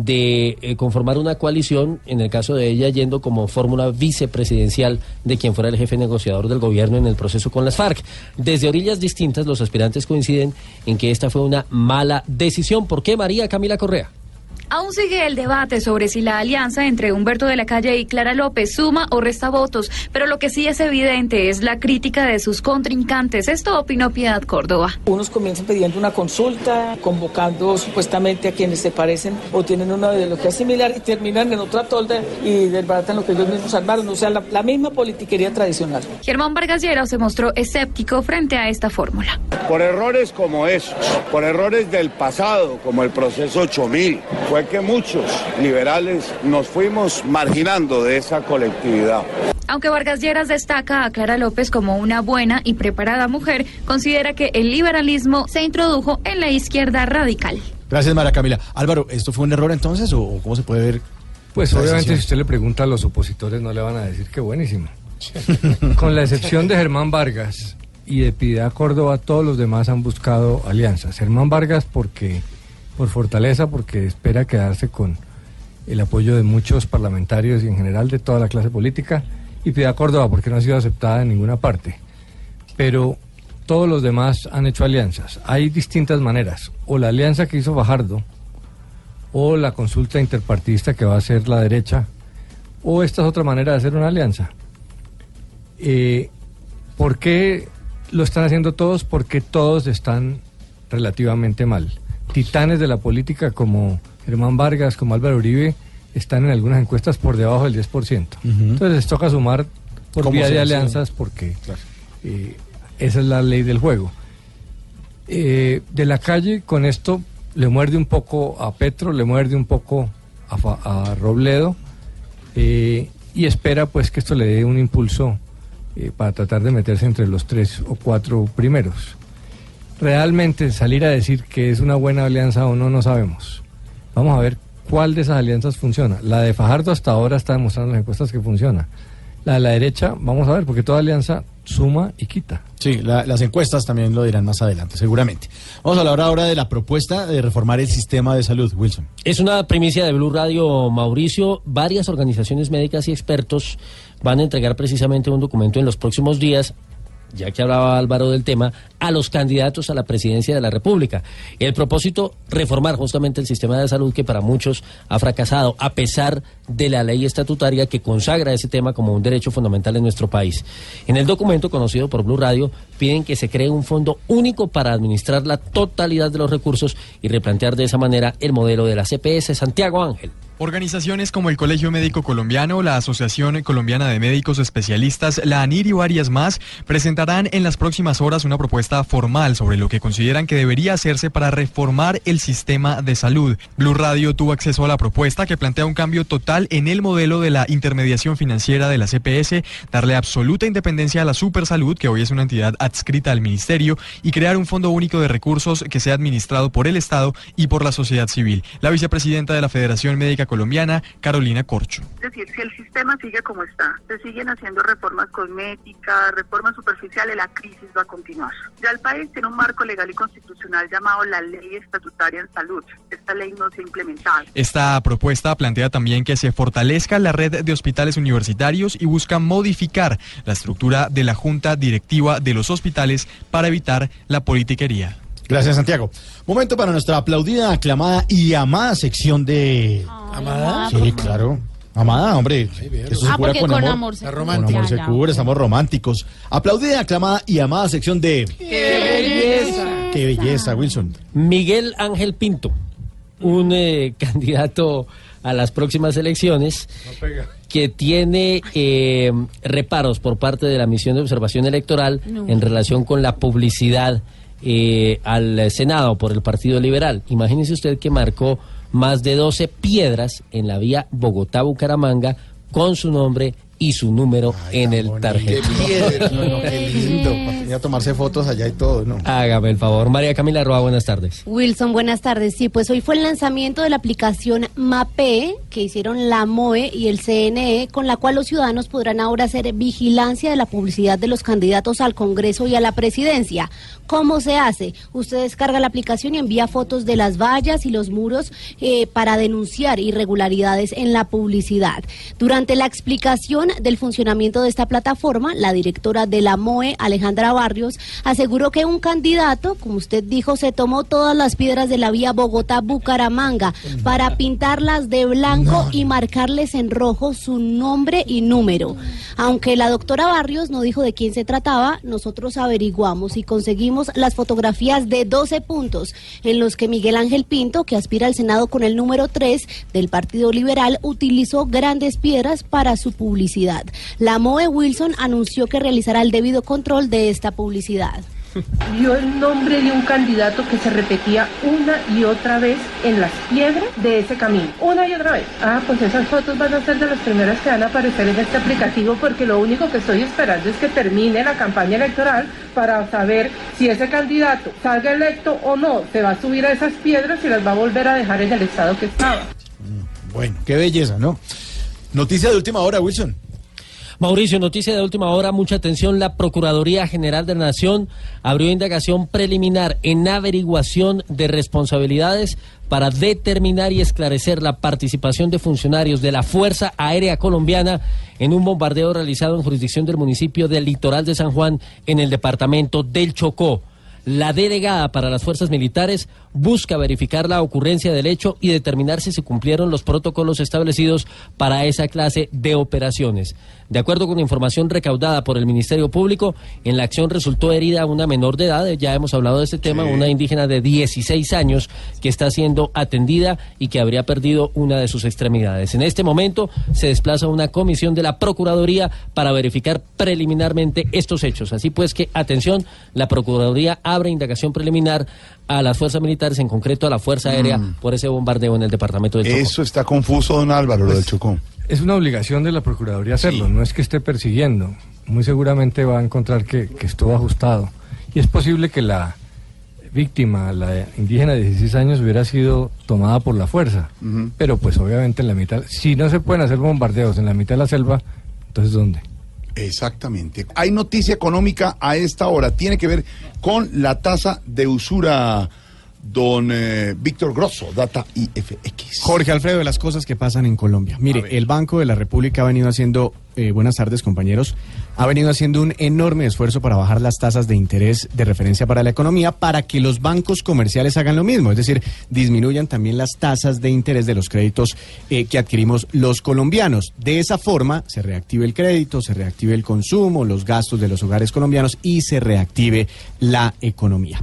de eh, conformar una coalición, en el caso de ella yendo como fórmula vicepresidencial de quien fuera el jefe negociador del gobierno en el proceso con las FARC. Desde orillas distintas, los aspirantes coinciden en que esta fue una mala decisión. ¿Por qué, María Camila Correa? Aún sigue el debate sobre si la alianza entre Humberto de la Calle y Clara López suma o resta votos, pero lo que sí es evidente es la crítica de sus contrincantes. Esto opinó Piedad Córdoba. Unos comienzan pidiendo una consulta, convocando supuestamente a quienes se parecen o tienen una ideología similar y terminan en otra tolda y desbaratan lo que ellos mismos armaron, o sea, la, la misma politiquería tradicional. Germán Vargas Lleras se mostró escéptico frente a esta fórmula. Por errores como esos, por errores del pasado, como el proceso ocho mil, fue que muchos liberales nos fuimos marginando de esa colectividad. Aunque Vargas Lleras destaca a Clara López como una buena y preparada mujer, considera que el liberalismo se introdujo en la izquierda radical. Gracias, María Camila. Álvaro, ¿esto fue un error entonces o cómo se puede ver? Pues obviamente si usted le pregunta a los opositores no le van a decir que buenísimo. Con la excepción de Germán Vargas y de Piedad Córdoba, todos los demás han buscado alianzas. Germán Vargas porque por fortaleza, porque espera quedarse con el apoyo de muchos parlamentarios y en general de toda la clase política, y Piedad Córdoba porque no ha sido aceptada en ninguna parte. Pero todos los demás han hecho alianzas. Hay distintas maneras, o la alianza que hizo Fajardo, o la consulta interpartidista que va a hacer la derecha, o esta es otra manera de hacer una alianza. Eh, ¿Por qué lo están haciendo todos? Porque todos están relativamente mal. Titanes de la política como Germán Vargas, como Álvaro Uribe, están en algunas encuestas por debajo del diez por ciento. Uh-huh. Entonces les toca sumar por vía de alianzas porque claro. eh, esa es la ley del juego. Eh, de la Calle con esto le muerde un poco a Petro, le muerde un poco a, Fa- a Robledo eh, y espera pues que esto le dé un impulso eh, para tratar de meterse entre los tres o cuatro primeros. Realmente salir a decir que es una buena alianza o no, no sabemos. Vamos a ver cuál de esas alianzas funciona. La de Fajardo hasta ahora está demostrando en las encuestas que funciona. La de la derecha, vamos a ver, porque toda alianza suma y quita. Sí, la, las encuestas también lo dirán más adelante, seguramente. Vamos a hablar ahora de la propuesta de reformar el sistema de salud, Wilson. Es una primicia de Blue Radio, Mauricio. Varias organizaciones médicas y expertos van a entregar precisamente un documento en los próximos días ya que hablaba Álvaro del tema, a los candidatos a la presidencia de la República. El propósito, reformar justamente el sistema de salud que para muchos ha fracasado, a pesar de la ley estatutaria que consagra ese tema como un derecho fundamental en nuestro país. En el documento conocido por Blue Radio, piden que se cree un fondo único para administrar la totalidad de los recursos y replantear de esa manera el modelo de la C P S. Santiago Ángel. Organizaciones como el Colegio Médico Colombiano, la Asociación Colombiana de Médicos Especialistas, la ANIR y varias más presentarán en las próximas horas una propuesta formal sobre lo que consideran que debería hacerse para reformar el sistema de salud. Blue Radio tuvo acceso a la propuesta que plantea un cambio total en el modelo de la intermediación financiera de la C P S, darle absoluta independencia a la Supersalud, que hoy es una entidad adscrita al Ministerio, y crear un fondo único de recursos que sea administrado por el Estado y por la sociedad civil. La vicepresidenta de la Federación Médica Colombiana, Carolina Corcho. Es decir, si el sistema sigue como está, se siguen haciendo reformas cosméticas, reformas superficiales, la crisis va a continuar. Ya el país tiene un marco legal y constitucional llamado la Ley Estatutaria en Salud. Esta ley no se ha implementado. Esta propuesta plantea también que se fortalezca la red de hospitales universitarios y busca modificar la estructura de la junta directiva de los hospitales para evitar la politiquería. Gracias, Santiago. Momento para nuestra aplaudida, aclamada y amada sección de... ¿Amada? Sí, claro. Amada, hombre. Eso se Ah, cura porque con con amor. amor se Está cura. romántico. Con amor se Ya, ya. cura, estamos románticos. Aplaudida, aclamada y amada sección de... ¡Qué belleza! ¡Qué belleza, Wilson! Miguel Ángel Pinto, un eh, candidato a las próximas elecciones que tiene eh, reparos por parte de la misión de observación electoral No. en relación con la publicidad eh, al Senado por el Partido Liberal. Imagínese usted que marcó más de doce piedras en la vía Bogotá-Bucaramanga con su nombre y su número en el tarjetón. No, no, qué lindo. Venía a tomarse fotos allá y todo, ¿no? Hágame el favor. María Camila Roa, buenas tardes. Wilson, buenas tardes. Sí, pues hoy fue el lanzamiento de la aplicación MAPE que hicieron la M O E y el C N E, con la cual los ciudadanos podrán ahora hacer vigilancia de la publicidad de los candidatos al Congreso y a la presidencia. ¿Cómo se hace? Usted descarga la aplicación y envía fotos de las vallas y los muros eh, para denunciar irregularidades en la publicidad. Durante la explicación del funcionamiento de esta plataforma, la directora de la M O E, Alejandra Barrios, aseguró que un candidato, como usted dijo, se tomó todas las piedras de la vía Bogotá-Bucaramanga para pintarlas de blanco y marcarles en rojo su nombre y número. Aunque la doctora Barrios no dijo de quién se trataba, nosotros averiguamos y conseguimos las fotografías de doce puntos en los que Miguel Ángel Pinto, que aspira al Senado con el número tres del Partido Liberal, utilizó grandes piedras para su publicidad. La M O E, Wilson, anunció que realizará el debido control de esta publicidad. Vio el nombre de un candidato que se repetía una y otra vez en las piedras de ese camino, una y otra vez. Ah, pues esas fotos van a ser de las primeras que van a aparecer en este aplicativo, porque lo único que estoy esperando es que termine la campaña electoral para saber si ese candidato salga electo o no, se va a subir a esas piedras y las va a volver a dejar en el estado que estaba. Bueno, qué belleza, ¿no? Noticia de última hora, Wilson. Mauricio, noticia de última hora, mucha atención. La Procuraduría General de la Nación abrió indagación preliminar en averiguación de responsabilidades para determinar y esclarecer la participación de funcionarios de la Fuerza Aérea Colombiana en un bombardeo realizado en jurisdicción del municipio del Litoral de San Juan, en el departamento del Chocó. La delegada para las fuerzas militares busca verificar la ocurrencia del hecho y determinar si se cumplieron los protocolos establecidos para esa clase de operaciones. De acuerdo con información recaudada por el Ministerio Público, en la acción resultó herida una menor de edad, ya hemos hablado de este tema, sí. Una indígena de dieciséis años que está siendo atendida y que habría perdido una de sus extremidades. En este momento se desplaza una comisión de la Procuraduría para verificar preliminarmente estos hechos. Así pues que, atención, la Procuraduría abre indagación preliminar a las fuerzas militares, en concreto a la Fuerza Aérea, mm. por ese bombardeo en el departamento del Chocó. Eso está confuso, don Álvaro, pues, lo del Chocó. Es una obligación de la Procuraduría hacerlo, sí. No es que esté persiguiendo. Muy seguramente va a encontrar que, que estuvo ajustado. Y es posible que la víctima, la indígena de dieciséis años, hubiera sido tomada por la fuerza. Uh-huh. Pero pues obviamente en la mitad, si no se pueden hacer bombardeos en la mitad de la selva, entonces ¿dónde? Exactamente. Hay noticia económica a esta hora. Tiene que ver con la tasa de usura, don eh, Víctor Grosso, Data I F X. Jorge Alfredo, de las cosas que pasan en Colombia. Mire, el Banco de la República ha venido haciendo, eh, buenas tardes compañeros, ha venido haciendo un enorme esfuerzo para bajar las tasas de interés de referencia para la economía, para que los bancos comerciales hagan lo mismo, es decir, disminuyan también las tasas de interés de los créditos eh, que adquirimos los colombianos. De esa forma se reactive el crédito, se reactive el consumo, los gastos de los hogares colombianos y se reactive la economía.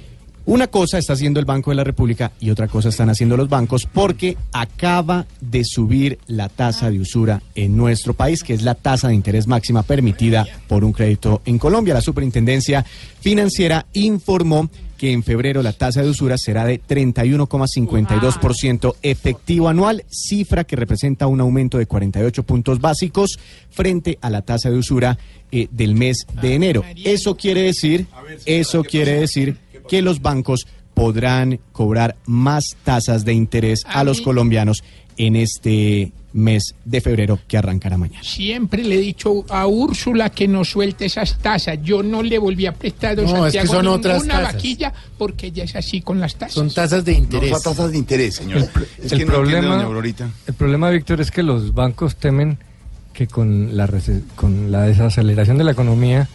Una cosa está haciendo el Banco de la República y otra cosa están haciendo los bancos, porque acaba de subir la tasa de usura en nuestro país, que es la tasa de interés máxima permitida por un crédito en Colombia. La Superintendencia Financiera informó que en febrero la tasa de usura será de treinta y uno coma cincuenta y dos por ciento efectivo anual, cifra que representa un aumento de cuarenta y ocho puntos básicos frente a la tasa de usura eh, del mes de enero. Eso quiere decir, eso quiere decir que los bancos podrán cobrar más tasas de interés a los colombianos en este mes de febrero que arrancará mañana. Siempre le he dicho a Úrsula que no suelte esas tasas. Yo no le volví a prestar a No, Santiago es que son otras ninguna tasas. vaquilla porque ella es así con las tasas. Son tasas de interés. No son tasas de interés, señor. Es el que no entiende, problema, doña Aurorita. el problema, Víctor, es que los bancos temen que con la, rece- con la desaceleración de la economía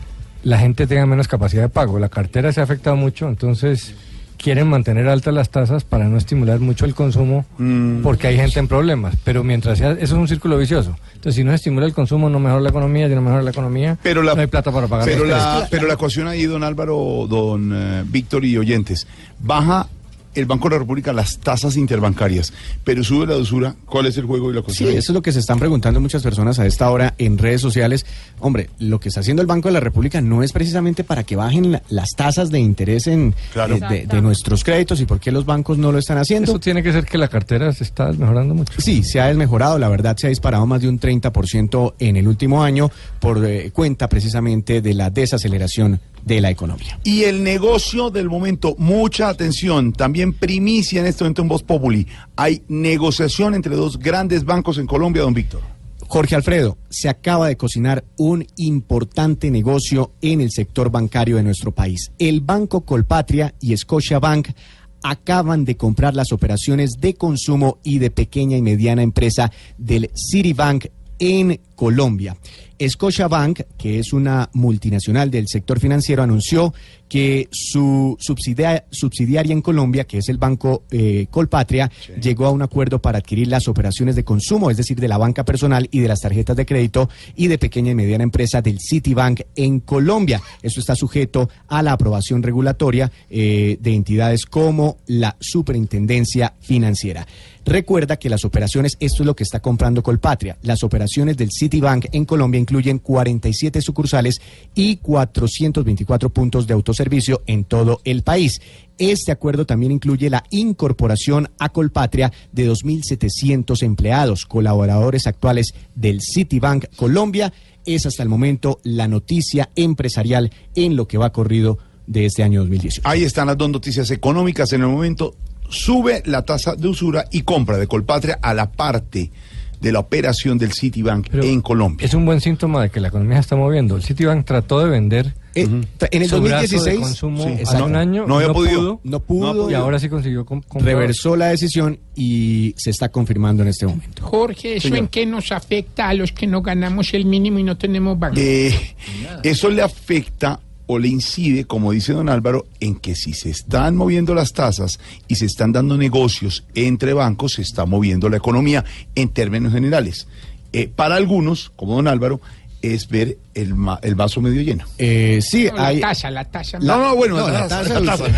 la gente tenga menos capacidad de pago. La cartera se ha afectado mucho, entonces quieren mantener altas las tasas para no estimular mucho el consumo, Mm. porque hay gente en problemas. Pero mientras sea, eso es un círculo vicioso. Entonces, si no se estimula el consumo, no mejora la economía. Si no mejora la economía, Pero la, no hay plata para pagar pero los la, créditos. pero la ecuación ahí, don Álvaro, don eh, Víctor y oyentes, baja el Banco de la República las tasas interbancarias, pero sube la usura. ¿Cuál es el juego y la Sí, ecuación? eso es lo que se están preguntando muchas personas a esta hora en redes sociales. Hombre, lo que está haciendo el Banco de la República no es precisamente para que bajen la- las tasas de interés en, Claro. eh, de, de nuestros créditos, y por qué los bancos no lo están haciendo. Eso tiene que ser que la cartera se está mejorando mucho. Sí, se ha desmejorado, la verdad se ha disparado más de un treinta por ciento en el último año por eh, cuenta precisamente de la desaceleración de la economía. Y el negocio del momento, mucha atención, también primicia en este momento en Voz Populi. Hay negociación entre dos grandes bancos en Colombia, don Víctor. Jorge Alfredo, se acaba de cocinar un importante negocio en el sector bancario de nuestro país. El Banco Colpatria y Scotiabank acaban de comprar las operaciones de consumo y de pequeña y mediana empresa del Citibank en Colombia. Scotiabank, que es una multinacional del sector financiero, anunció que su subsidia- subsidiaria en Colombia, que es el Banco eh, Colpatria, sí, llegó a un acuerdo para adquirir las operaciones de consumo, es decir, de la banca personal y de las tarjetas de crédito y de pequeña y mediana empresa del Citibank en Colombia. Esto está sujeto a la aprobación regulatoria eh, de entidades como la Superintendencia Financiera. Recuerda que las operaciones, esto es lo que está comprando Colpatria, las operaciones del Citibank en Colombia incluyen cuarenta y siete sucursales y cuatrocientos veinticuatro puntos de autoservicio en todo el país. Este acuerdo también incluye la incorporación a Colpatria de dos mil setecientos empleados, colaboradores actuales del Citibank Colombia. Es hasta el momento la noticia empresarial en lo que va corrido de este año dos mil dieciocho. Ahí están las dos noticias económicas en el momento. Sube la tasa de usura y compra de Colpatria a la parte de la operación del Citibank Pero en Colombia. Es un buen síntoma de que la economía se está moviendo. El Citibank trató de vender Eh, en el su dos mil brazo dieciséis, de consumo sí, hace exacto. un año, No había no podido. pudo, No pudo. y ahora sí consiguió com- comprar. Reversó la decisión y se está confirmando en este momento. Jorge, ¿eso Señor. en qué nos afecta a los que no ganamos el mínimo y no tenemos banco? Eh, eso le afecta o le incide, como dice don Álvaro, en que si se están moviendo las tasas y se están dando negocios entre bancos, se está moviendo la economía en términos generales. Eh, para algunos, como don Álvaro, es ver el, ma- el vaso medio lleno. Eh, sí, No, la hay... tasa, la tasa. La- No, no, bueno, no, la la tasa, tasa la de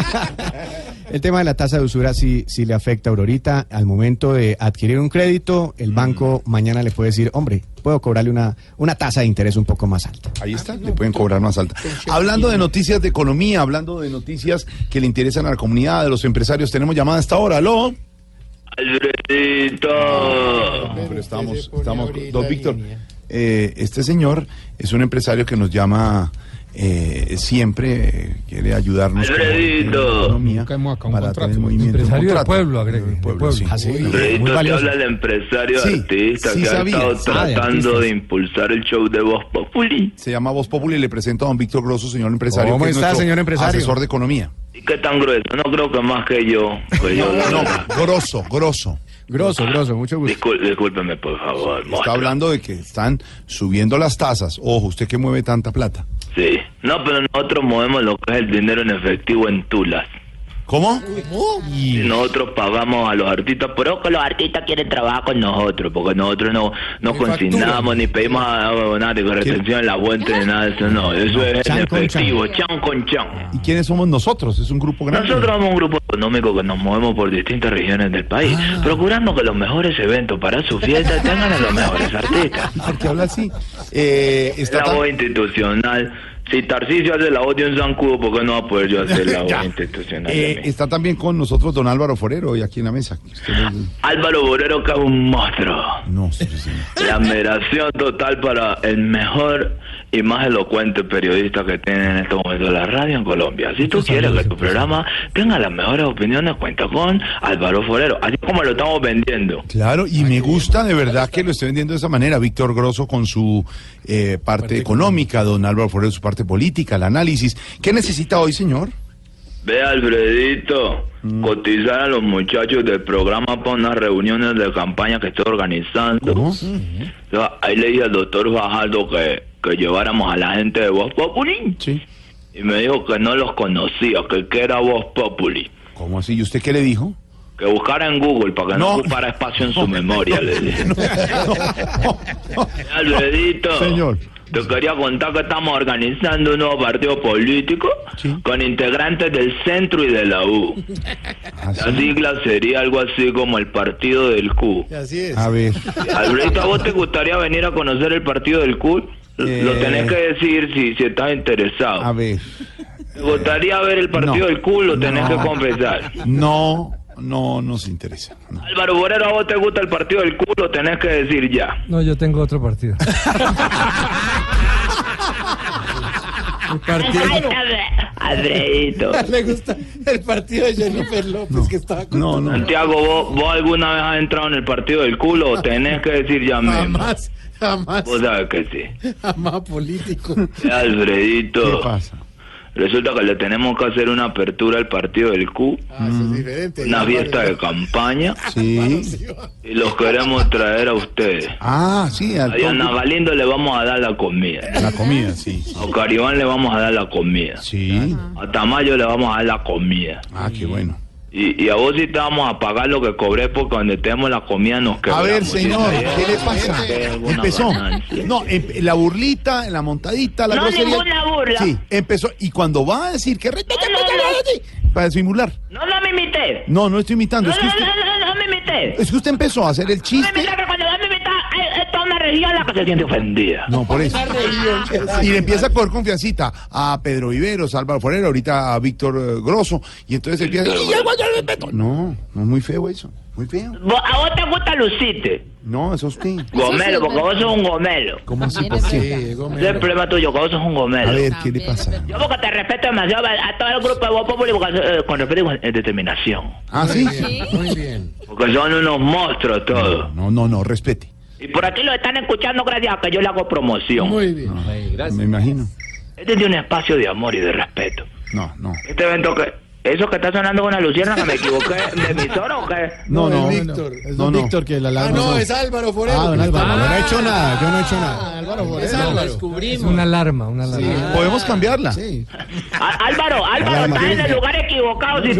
El tema de la tasa de usura sí, sí le afecta a Aurorita. Al momento de adquirir un crédito, el banco mañana le puede decir, hombre, puedo cobrarle una, una tasa de interés un poco más alta. Ahí está, le pueden cobrar más alta. Hablando de noticias de economía, hablando de noticias que le interesan a la comunidad, de los empresarios, tenemos llamada hasta ahora. ¿Aló? Alfredito. No, pero estamos, estamos, don Víctor, eh, este señor es un empresario que nos llama eh, siempre, eh, quiere ayudarnos con Alfredito. la economía para tener movimiento. Empresario del Un contrato. pueblo, agregue. Del pueblo, sí. Ah, sí. Alfredito, Muy te valioso. habla el empresario Sí, artista sí que sabía. ha estado Ah, de tratando artistas. de impulsar el show de Voz Populi. Se llama Voz Populi y le presento a don Víctor Grosso, señor empresario. ¿Cómo que es está, nuestro señor empresario? Asesor de economía. ¿Y qué tan grueso? No creo que más que yo. Que yo la No, verdad. grosso, grosso. Grosso, grosso, mucho gusto. Discul- discúlpeme, por favor. Está monstruo. hablando de que están subiendo las tasas. Ojo, usted que mueve tanta plata. Sí. No, pero nosotros movemos lo que es el dinero en efectivo en tulas. ¿Cómo? Y nosotros pagamos a los artistas, pero que los artistas quieren trabajar con nosotros, porque nosotros no, no consignamos ni pedimos a, a nada de retención en la fuente ni nada de eso, no, eso es Chan en con efectivo, chan con chan. ¿Y quiénes somos nosotros? Es un grupo grande. Nosotros somos un grupo económico que nos movemos por distintas regiones del país, Ah. procurando que los mejores eventos para su fiesta tengan a los mejores artistas. ¿Por qué habla así? Eh, está la tan- voz institucional. Si Tarcisio hace la voz de un zancudo, ¿por qué no va a poder yo hacer la Ya. voz institucional? Eh, de mí? está también con nosotros don Álvaro Forero hoy aquí en la mesa. Usted lo- Álvaro Borero, que es un monstruo. No, sí, sí. La admiración total para el mejor y más elocuente periodista que tiene en este momento la radio en Colombia. Si tú quieres que tu programa tenga las mejores opiniones, cuenta con Álvaro Forero, así como lo estamos vendiendo. Claro, y me gusta de verdad que lo esté vendiendo de esa manera. Víctor Grosso con su eh, parte económica, don Álvaro Forero su parte política, el análisis. ¿Qué necesita hoy, señor? Ve, Alfredito, Mm. cotizar a los muchachos del programa para unas reuniones de campaña que estoy organizando. Entonces, ahí le dije al doctor Fajardo que, que lleváramos a la gente de Voz Populi. Sí. Y me dijo que no los conocía, que qué era Voz Populi. ¿Cómo así? ¿Y usted qué le dijo? Que buscara en Google para que no, No. ocupara espacio en su memoria, le dije. Alfredito, Señor. te quería contar que estamos organizando un nuevo partido político con integrantes del centro y de la U. ¿Ah, La sigla sería algo así como el partido del Q. Así es. A ver. Alfredito, ¿a vos te gustaría venir a conocer el partido del Q? Eh. Lo tenés que decir si, si estás interesado. A ver. ¿Te gustaría ver el partido No. del Q? Lo tenés No. que confesar. No, no nos interesa. No. Álvaro Borero, ¿a vos te gusta el partido del Q? Lo tenés que decir ya. No, yo tengo otro partido. El partido. Alfredito. Le gusta el partido de Jennifer López que estaba con No, no. Santiago, ¿vos, ¿vos alguna vez has entrado en el partido del culo o tenés que decir ya mismo? Jamás, jamás, Vos sabés que sí. jamás político. Alfredito. ¿Qué pasa? Resulta que le tenemos que hacer una apertura al partido del Q, Ah, eso es diferente. una fiesta de campaña, Sí. y los queremos traer a ustedes. Ah, sí, al A Diana toque. Galindo le vamos a dar la comida. La comida, sí. A Caribán le vamos a dar la comida. Sí. A Tamayo le vamos a dar la comida. Ah, qué bueno. Y, y a vos sí te vamos a pagar lo que cobré porque donde tenemos la comida nos A quebramos. ver, ¿Sí señor, sabías? ¿qué le pasa? ¿Hay alguna Empezó. ganancia? No, em- la burlita, la montadita, la No, grosería. ninguna burla. Sí, empezó. Y cuando va a decir que respeta, para simular. No, no me imité. No, no estoy imitando. No, Es que no, usted, no, no, no me imité. es que usted empezó a hacer el No me chiste. imité, que cuando me imita, hay hay toda una región la que se siente ofendida. No, por eso. Y le empieza a coger confiancita a Pedro Viveros, a Álvaro Forero, ahorita a Víctor eh, Grosso. Y entonces empieza. "Y ya, ya, respeto". No, no es muy feo eso. Muy feo. Vos- ¿A vos te gusta lucirte? No, eso es usted. Gomelo, porque vos sos un gomelo. ¿Cómo así? ¿Por Sí, qué? Ese es Gómez. el problema tuyo, que vos sos un gomelo. A ver, ¿qué le pasa? Yo porque te respeto demasiado a a todo el grupo de Voz Populi porque, eh, con respeto y con eh, determinación. Ah, sí. Muy bien. Porque son unos monstruos todos. No, no, no, respete. Y por aquí lo están escuchando gracias a que yo le hago promoción. Muy bien. Me imagino. Este es de un espacio de amor y de respeto. No, no. Este evento que... ¿Eso que está sonando con una lucierna que me equivoqué de emisora o qué? No, no. es Víctor. Es No, don no. Víctor que la Ah, alarma. no, es Álvaro Forero. Ah, don Álvaro. Ah, Yo no he hecho nada, yo no he hecho nada. Álvaro Forero. Es Es Álvaro. descubrimos. Es una alarma, una alarma. Sí. Podemos cambiarla. Sí. Á- Álvaro, Álvaro, estás en el lugar equivocado. Si te...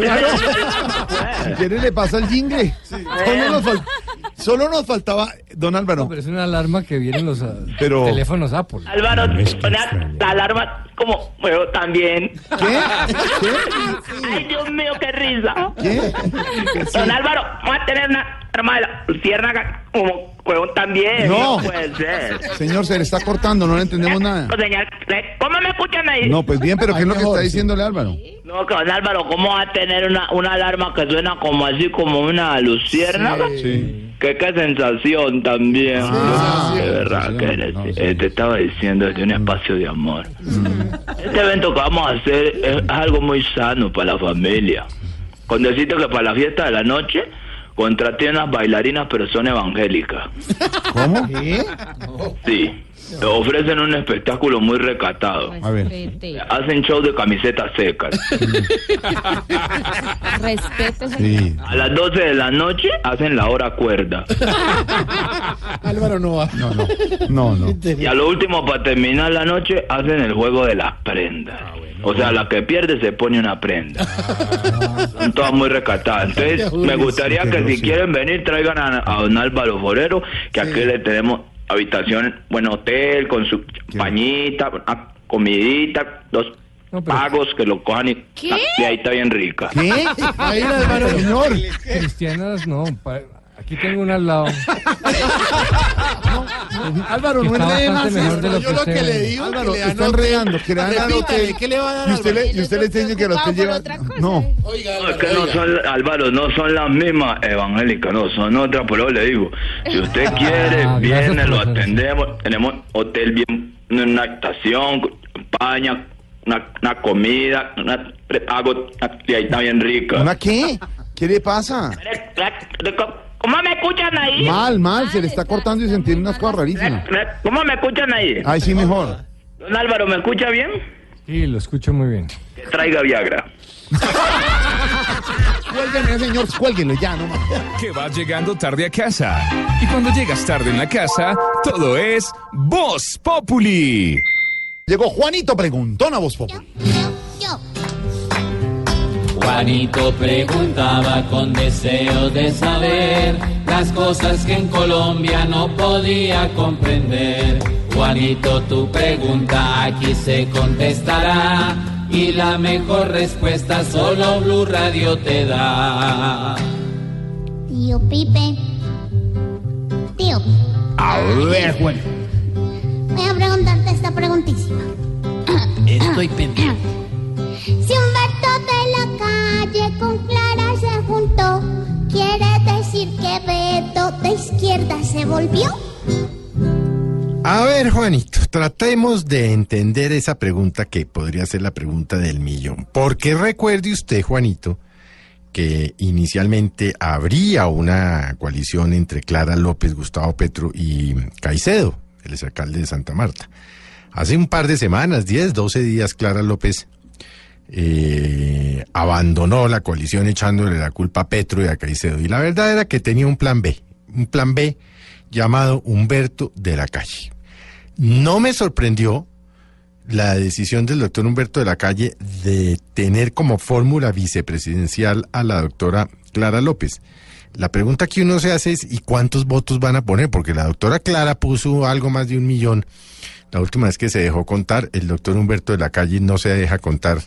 Si quiere le pasa el jingle. Solo nos, fal- solo nos faltaba, don Álvaro. Pero es una alarma que vienen los ah, Pero- teléfonos Apple. Álvaro, pone la alarma como juego también. ¿Qué? ¿Qué? Ay, Dios mío, qué risa. ¿Qué? Don Álvaro, vamos a tener una arma de la luciérnaga como juego también. No. puede ser. Señor, se le está cortando, no le entendemos nada. Señal, ¿cómo me escuchan ahí? No, pues bien, pero ¿qué es lo que mejor, está sí. diciéndole Álvaro? No, que don Álvaro, ¿cómo va a tener una, una alarma que suena como así, como una luciérnaga? Sí. Que qué sensación también. Ah, de verdad sensación, que eres- no, sí. eh, te estaba diciendo desde un espacio de amor. Este evento que vamos a hacer es algo muy sano para la familia. Con decirte que para la fiesta de la noche contraté unas bailarinas pero son evangélicas. ¿Cómo? ¿Qué? Sí. Ofrecen un espectáculo muy recatado. A ver. Hacen show de camisetas secas. Respeto. Sí. A las doce de la noche hacen la hora cuerda. Álvaro no va. No, no. No, no. Y a lo último, para terminar la noche, hacen el juego de las prendas. O sea, la que pierde se pone una prenda. Son todas muy recatadas. Entonces, me gustaría que si quieren venir, traigan a, a don Álvaro Forero, que aquí le tenemos habitación, buen hotel, con su pañita, una comidita, dos no, pero... pagos que lo cojan y, y ahí está bien rica. ¿Qué? Ahí Álvaro, señor. Cristianas, no. Pa... Aquí tengo una al lado. No, no, Álvaro, no enrede más. Lo yo lo que le digo, Álvaro, que le está enredando, que le dan al hotel. ¿Qué le va a dar? Y usted le, y usted le está diciendo que el hotel lleva... No. Oiga, no, es que no son, Álvaro, no son las mismas evangélicas, no, son otras, pero le digo, si usted quiere, ah, viene, lo atendemos, tenemos hotel bien, una estación, campaña, una, una comida, una prepago, y ahí está bien rica. ¿Una qué? ¿Qué le pasa? ¿Cómo me escuchan ahí? Mal, mal, se le está cortando y se entiende unas cosas rarísimas. ¿Cómo me escuchan ahí? Ay, sí, mejor. Don Álvaro, ¿me escucha bien? Sí, lo escucho muy bien. Que traiga Viagra. Cuélguenme, señor, cuélguenlo ya, no más. Que vas llegando tarde a casa. Y cuando llegas tarde en la casa, todo es Voz Populi. Llegó Juanito Preguntón a Voz Populi. Yo, yo, yo. Juanito preguntaba con deseo de saber las cosas que en Colombia no podía comprender. Juanito, tu pregunta aquí se contestará y la mejor respuesta solo Blue Radio te da. Tío Pipe. Tío. A ver, Juan. Voy a preguntarte esta preguntísima. Estoy pendiente. Si Humberto de la Calle con Clara se juntó, ¿quiere decir que Beto de izquierda se volvió? A ver, Juanito, tratemos de entender esa pregunta que podría ser la pregunta del millón. Porque recuerde usted, Juanito, que inicialmente habría una coalición entre Clara López, Gustavo Petro y Caicedo, el exalcalde de Santa Marta. Hace un par de semanas, diez, doce días, Clara López Eh, abandonó la coalición echándole la culpa a Petro y a Caicedo. Y la verdad era que tenía un plan B, un plan B llamado Humberto de la Calle. No me sorprendió la decisión del doctor Humberto de la Calle de tener como fórmula vicepresidencial a la doctora Clara López. La pregunta que uno se hace es, ¿y cuántos votos van a poner? Porque la doctora Clara puso algo más de un millón. La última vez que se dejó contar, el doctor Humberto de la Calle no se deja contar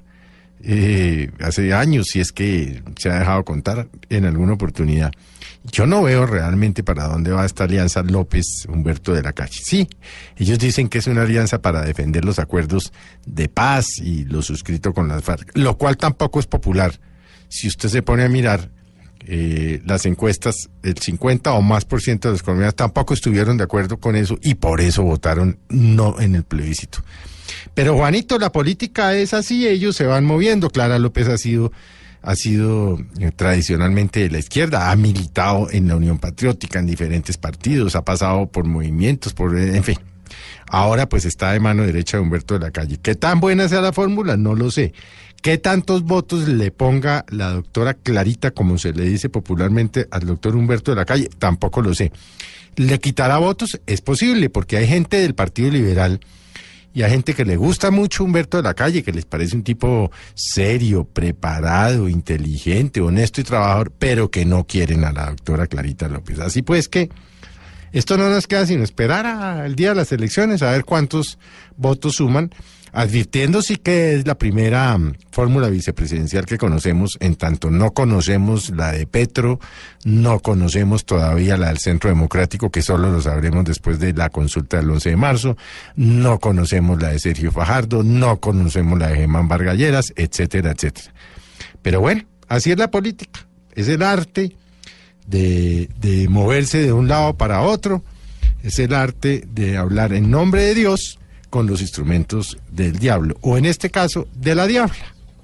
Eh, hace años, si es que se ha dejado contar en alguna oportunidad. Yo no veo realmente para dónde va esta alianza López-Humberto de la Calle. Sí, ellos dicen que es una alianza para defender los acuerdos de paz y lo suscrito con las FARC, lo cual tampoco es popular. Si usted se pone a mirar eh, las encuestas, el cincuenta o más por ciento de los colombianos tampoco estuvieron de acuerdo con eso y por eso votaron no en el plebiscito. Pero Juanito, la política es así, ellos se van moviendo. Clara López ha sido, ha sido eh, tradicionalmente de la izquierda, ha militado en la Unión Patriótica, en diferentes partidos, ha pasado por movimientos, por, en fin. Ahora pues está de mano derecha de Humberto de la Calle. ¿Qué tan buena sea la fórmula? No lo sé. ¿Qué tantos votos le ponga la doctora Clarita, como se le dice popularmente, al doctor Humberto de la Calle? Tampoco lo sé. ¿Le quitará votos? Es posible, porque hay gente del Partido Liberal y hay gente que le gusta mucho Humberto de la Calle, que les parece un tipo serio, preparado, inteligente, honesto y trabajador, pero que no quieren a la doctora Clarita López. Así pues que esto no nos queda sino esperar al día de las elecciones, a ver cuántos votos suman, advirtiendo sí que es la primera um, fórmula vicepresidencial que conocemos, en tanto no conocemos la de Petro, no conocemos todavía la del Centro Democrático, que solo lo sabremos después de la consulta del once de marzo, no conocemos la de Sergio Fajardo, no conocemos la de Germán Vargas Lleras, etcétera, etcétera. Pero bueno, así es la política, es el arte de, de moverse de un lado para otro, es el arte de hablar en nombre de Dios con los instrumentos del diablo, o en este caso, de la diabla.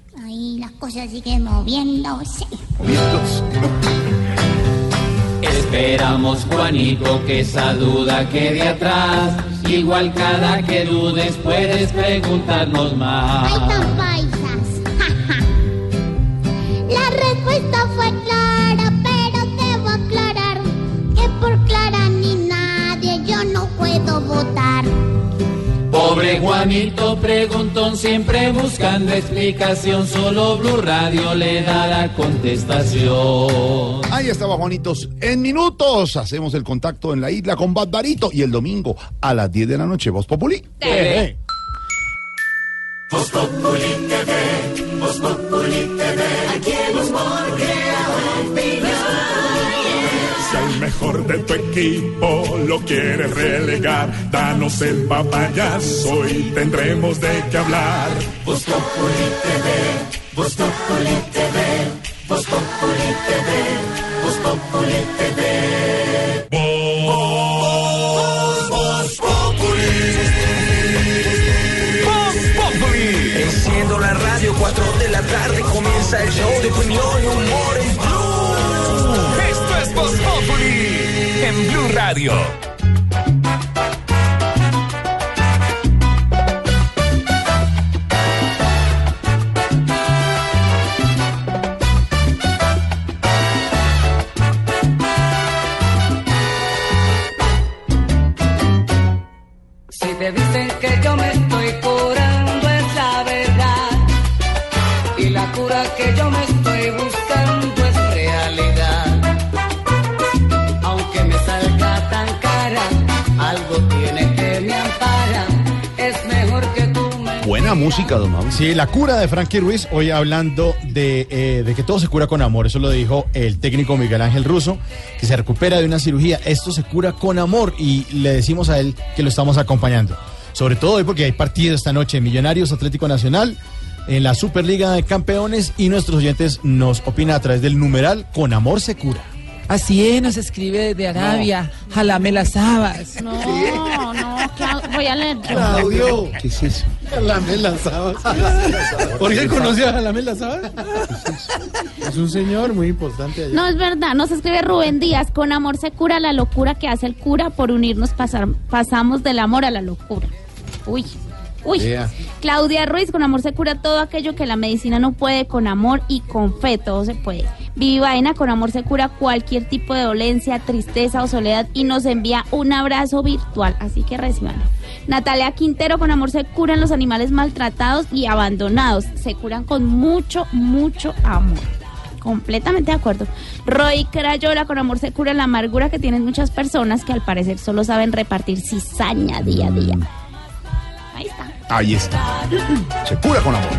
Ahí las cosas siguen moviéndose. Moviéndose. Esperamos, Juanito, que esa duda quede atrás. Igual cada que dudes puedes preguntarnos más. ¡Ay, tan paisas! La respuesta fue clara, pero debo aclarar que por Clara ni nadie yo no puedo votar. Pobre Juanito preguntón, siempre buscando explicación, solo Blue Radio le da la contestación. Ahí estaba Juanitos. En minutos hacemos el contacto en la isla con Barbarito y el domingo a las diez de la noche, Voz Populi T V. Voz Populi T V, Voz Populi T V, aquí el humor crea opinión. Si al mejor de tu equipo lo quieres relegar, danos el papayazo y tendremos de qué hablar. Voz Populi T V, Voz Populi T V, Voz Populi T V, Voz Populi T V. Voz, Voz Populi. Voz Populi. Enciendo la radio, cuatro de la tarde comienza el show de opinión y humor en Blue. Esto es Voz Populi en Blue Radio. Si te dicen que yo me estoy curando es la verdad, y la cura que yo me estoy buscando es realidad. Aunque me salga tan cara, algo tiene que me ampara. Es mejor que tú me... Buena música, don Mauro. Sí, la cura de Frankie Ruiz, hoy hablando de, eh, de que todo se cura con amor. Eso lo dijo el técnico Miguel Ángel Russo, que se recupera de una cirugía. Esto se cura con amor y le decimos a él que lo estamos acompañando. Sobre todo hoy porque hay partido esta noche, Millonarios Atlético Nacional, en la Superliga de Campeones, y nuestros oyentes nos opinan a través del numeral Con Amor se cura. Así es, nos escribe desde Arabia, no. Jalame las habas. No, no, voy a leer. Claudio, ¿qué es eso? Jalame las habas. ¿Por qué conoció a Jalame las habas? Es un señor muy importante allá. No, es verdad, nos escribe Rubén Díaz, con amor se cura la locura que hace el cura, por unirnos pasar, pasamos del amor a la locura. Uy. Uy, yeah. Claudia Ruiz, con amor se cura todo aquello que la medicina no puede, con amor y con fe todo se puede. Vivi Baena, con amor se cura cualquier tipo de dolencia, tristeza o soledad, y nos envía un abrazo virtual, así que recíbanlo. Natalia Quintero, con amor se curan los animales maltratados y abandonados, se curan con mucho, mucho amor. Completamente de acuerdo. Roy Crayola, con amor se cura la amargura que tienen muchas personas que al parecer solo saben repartir cizaña día a día. Ahí está. Ahí está. Se cura con amor.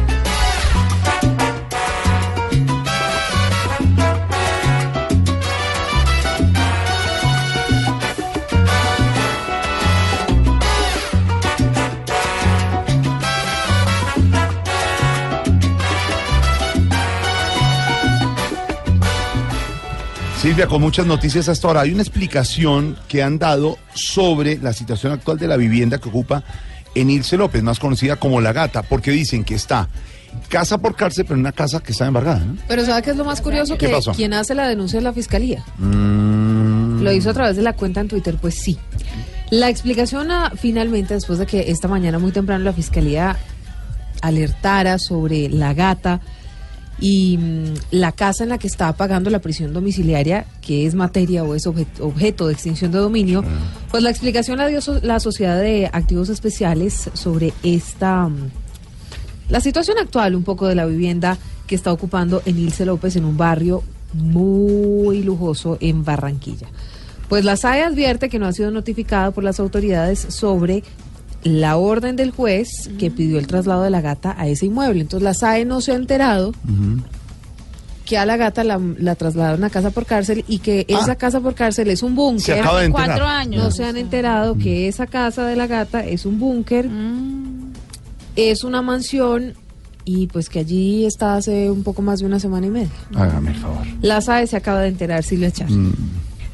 Silvia, con muchas noticias hasta ahora. Hay una explicación que han dado sobre la situación actual de la vivienda que ocupa Enilce López, más conocida como La Gata, porque dicen que está casa por cárcel, pero una casa que está embargada, ¿no? Pero ¿sabe qué es lo más curioso? Que pasó? Quien hace la denuncia es la fiscalía. Mm. Lo hizo a través de la cuenta en Twitter, pues sí. La explicación a, finalmente, después de que esta mañana muy temprano la fiscalía alertara sobre La Gata y mmm, la casa en la que está pagando la prisión domiciliaria, que es materia o es objeto, objeto de extinción de dominio, mm. pues la explicación la dio so, la Sociedad de Activos Especiales sobre esta um, la situación actual un poco de la vivienda que está ocupando Enilce López en un barrio muy lujoso en Barranquilla. Pues la S A E advierte que no ha sido notificada por las autoridades sobre la orden del juez que pidió el traslado de La Gata a ese inmueble. Entonces la S A E no se ha enterado uh-huh. que a La Gata la, la trasladaron a casa por cárcel y que ah. esa casa por cárcel es un búnker. Se acaba de enterar. Cuatro años. No se han enterado uh-huh. que esa casa de La Gata es un búnker, uh-huh. es una mansión y pues que allí está hace un poco más de una semana y media. Hágame el favor. La S A E se acaba de enterar, Silvia Char. Mm.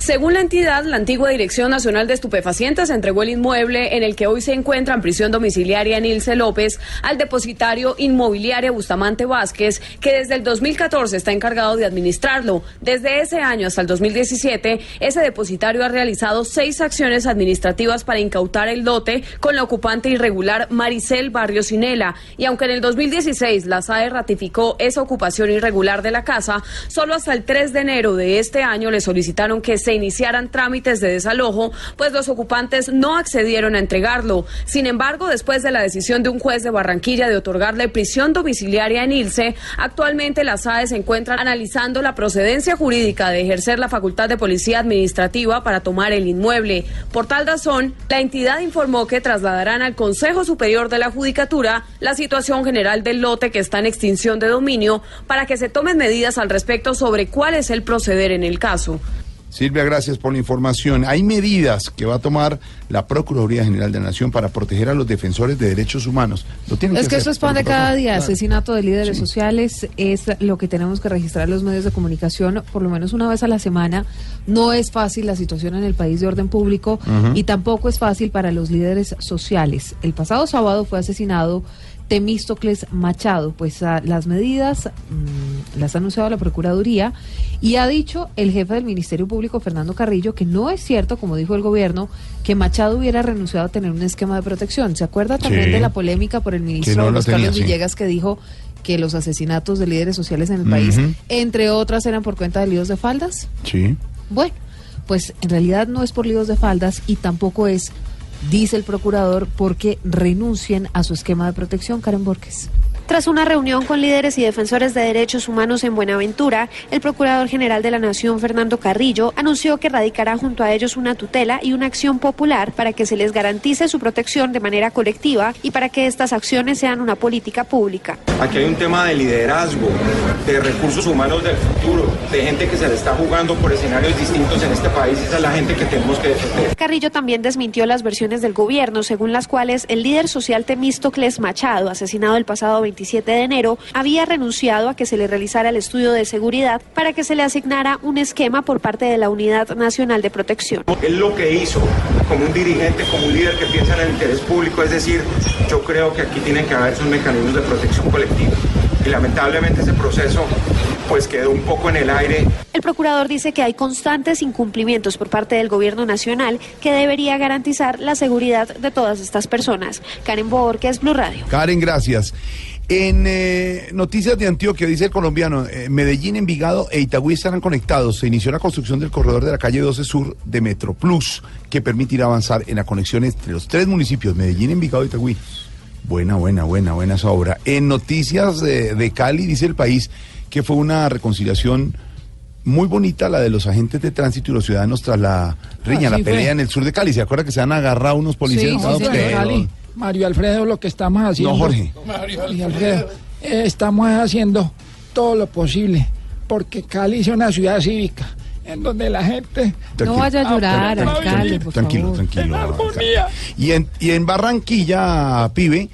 Según la entidad, la antigua Dirección Nacional de Estupefacientes entregó el inmueble en el que hoy se encuentra en prisión domiciliaria Nilce López al depositario Inmobiliaria Bustamante Vázquez, que desde el dos mil catorce está encargado de administrarlo. Desde ese año hasta el dos mil diecisiete, ese depositario ha realizado seis acciones administrativas para incautar el lote con la ocupante irregular Maricel Barrios Cinela. Y aunque en el dos mil dieciséis la S A E ratificó esa ocupación irregular de la casa, solo hasta el tres de enero de este año le solicitaron que se iniciaran trámites de desalojo, pues los ocupantes no accedieron a entregarlo. Sin embargo, después de la decisión de un juez de Barranquilla de otorgarle prisión domiciliaria en Ilse, actualmente la S A E se encuentra analizando la procedencia jurídica de ejercer la facultad de policía administrativa para tomar el inmueble. Por tal razón, la entidad informó que trasladarán al Consejo Superior de la Judicatura la situación general del lote que está en extinción de dominio para que se tomen medidas al respecto sobre cuál es el proceder en el caso. Silvia, gracias por la información. Hay medidas que va a tomar la Procuraduría General de la Nación para proteger a los defensores de derechos humanos. Lo tienen es que que hacer, eso es pan de cada día. Claro. Asesinato de líderes Sí. sociales es lo que tenemos que registrar los medios de comunicación por lo menos una vez a la semana. No es fácil la situación en el país de orden público Ujú. y tampoco es fácil para los líderes sociales. El pasado sábado fue asesinado Temístocles Machado, pues a las medidas mmm, las ha anunciado la Procuraduría y ha dicho el jefe del Ministerio Público, Fernando Carrillo, que no es cierto, como dijo el gobierno, que Machado hubiera renunciado a tener un esquema de protección. ¿Se acuerda también Sí. de la polémica por el ministro Que no lo Carlos tenía, sí. Villegas, que dijo que los asesinatos de líderes sociales en el país, Ujú. entre otras, eran por cuenta de líos de faldas? Sí. Bueno, pues en realidad no es por líos de faldas y tampoco es, dice el procurador, porque renuncien a su esquema de protección. Karen Borges. Tras una reunión con líderes y defensores de derechos humanos en Buenaventura, el Procurador General de la Nación, Fernando Carrillo, anunció que radicará junto a ellos una tutela y una acción popular para que se les garantice su protección de manera colectiva y para que estas acciones sean una política pública. Aquí hay un tema de liderazgo, de recursos humanos del futuro, de gente que se le está jugando por escenarios distintos en este país. Esa es la gente que tenemos que defender. Carrillo también desmintió las versiones del gobierno, según las cuales el líder social Temístocles Machado, asesinado el pasado veintisiete de enero, había renunciado a que se le realizara el estudio de seguridad para que se le asignara un esquema por parte de la Unidad Nacional de Protección. Él lo que hizo como un dirigente, como un líder que piensa en el interés público, es decir, yo creo que aquí tienen que haber esos mecanismos de protección colectiva. Y lamentablemente ese proceso pues quedó un poco en el aire. El procurador dice que hay constantes incumplimientos por parte del gobierno nacional que debería garantizar la seguridad de todas estas personas. Karen Borges, Blue Radio. Karen, gracias. En eh, noticias de Antioquia, dice el colombiano, eh, Medellín, Envigado e Itagüí estarán conectados. Se inició la construcción del corredor de la calle doce Sur de Metro Plus, que permitirá avanzar en la conexión entre los tres municipios, Medellín, Envigado e Itagüí. Buena, buena, buena, buena esa obra. En noticias de, de Cali, dice el país, que fue una reconciliación muy bonita la de los agentes de tránsito y los ciudadanos tras la riña, Así la pelea fue. en el sur de Cali. ¿Se acuerda que se han agarrado unos policías? Sí, No, sí, señor, pero- Cali. Mario Alfredo, lo que estamos haciendo. No, Jorge. Mario Alfredo. eh, estamos haciendo todo lo posible porque Cali es una ciudad cívica en donde la gente. No vaya a llorar, Tranquilo, alcalde, por tranquilo, favor. tranquilo. alcalde. Y en, y en Barranquilla, pibe,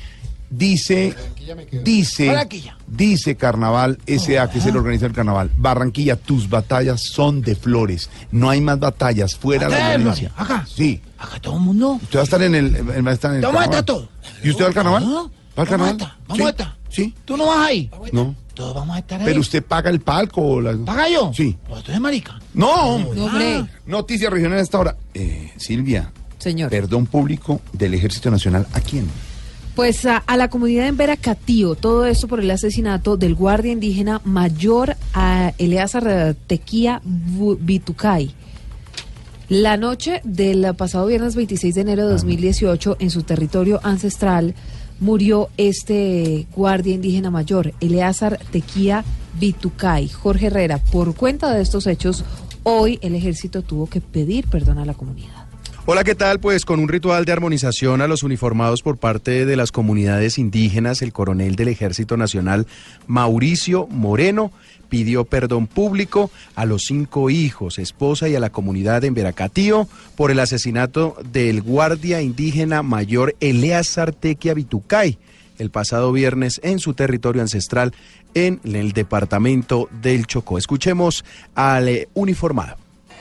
dice, dice, Barranquilla. dice Carnaval S A, que es el organizador del Carnaval, Barranquilla, tus batallas son de flores, no hay más batallas, fuera la ¿De violencia. flores? Acá. Sí. Acá todo el mundo. ¿Usted va a estar en el, en- va a estar en el Vamos a carnaval? estar todo. ¿Y usted va al carnaval? No, ¿Va al vamos carnaval? a estar, vamos Sí. a estar. Sí. ¿Tú no vas ahí? No. Todos vamos a estar ahí. Pero usted paga el palco o la... ¿Paga yo? Sí. Pues tú eres marica. No, No, hombre. Noticias regionales a esta hora. Eh, Silvia. Señor. Perdón público del Ejército Nacional. ¿A quién? Pues a, a la comunidad en Veracatío, todo esto por el asesinato del guardia indígena mayor a Eleazar Tequía Bu- Bitucay. La noche del pasado viernes veintiséis de enero de dos mil dieciocho, en su territorio ancestral, murió este guardia indígena mayor, Eleazar Tequía Bitucay. Jorge Herrera, por cuenta de estos hechos, hoy el ejército tuvo que pedir perdón a la comunidad. Hola, ¿qué tal? Pues con un ritual de armonización a los uniformados por parte de las comunidades indígenas, el coronel del Ejército Nacional, Mauricio Moreno, pidió perdón público a los cinco hijos, esposa y a la comunidad en Veracatío por el asesinato del guardia indígena mayor Eleazar Tequía Bitucay el pasado viernes en su territorio ancestral en el departamento del Chocó. Escuchemos al eh, uniformado.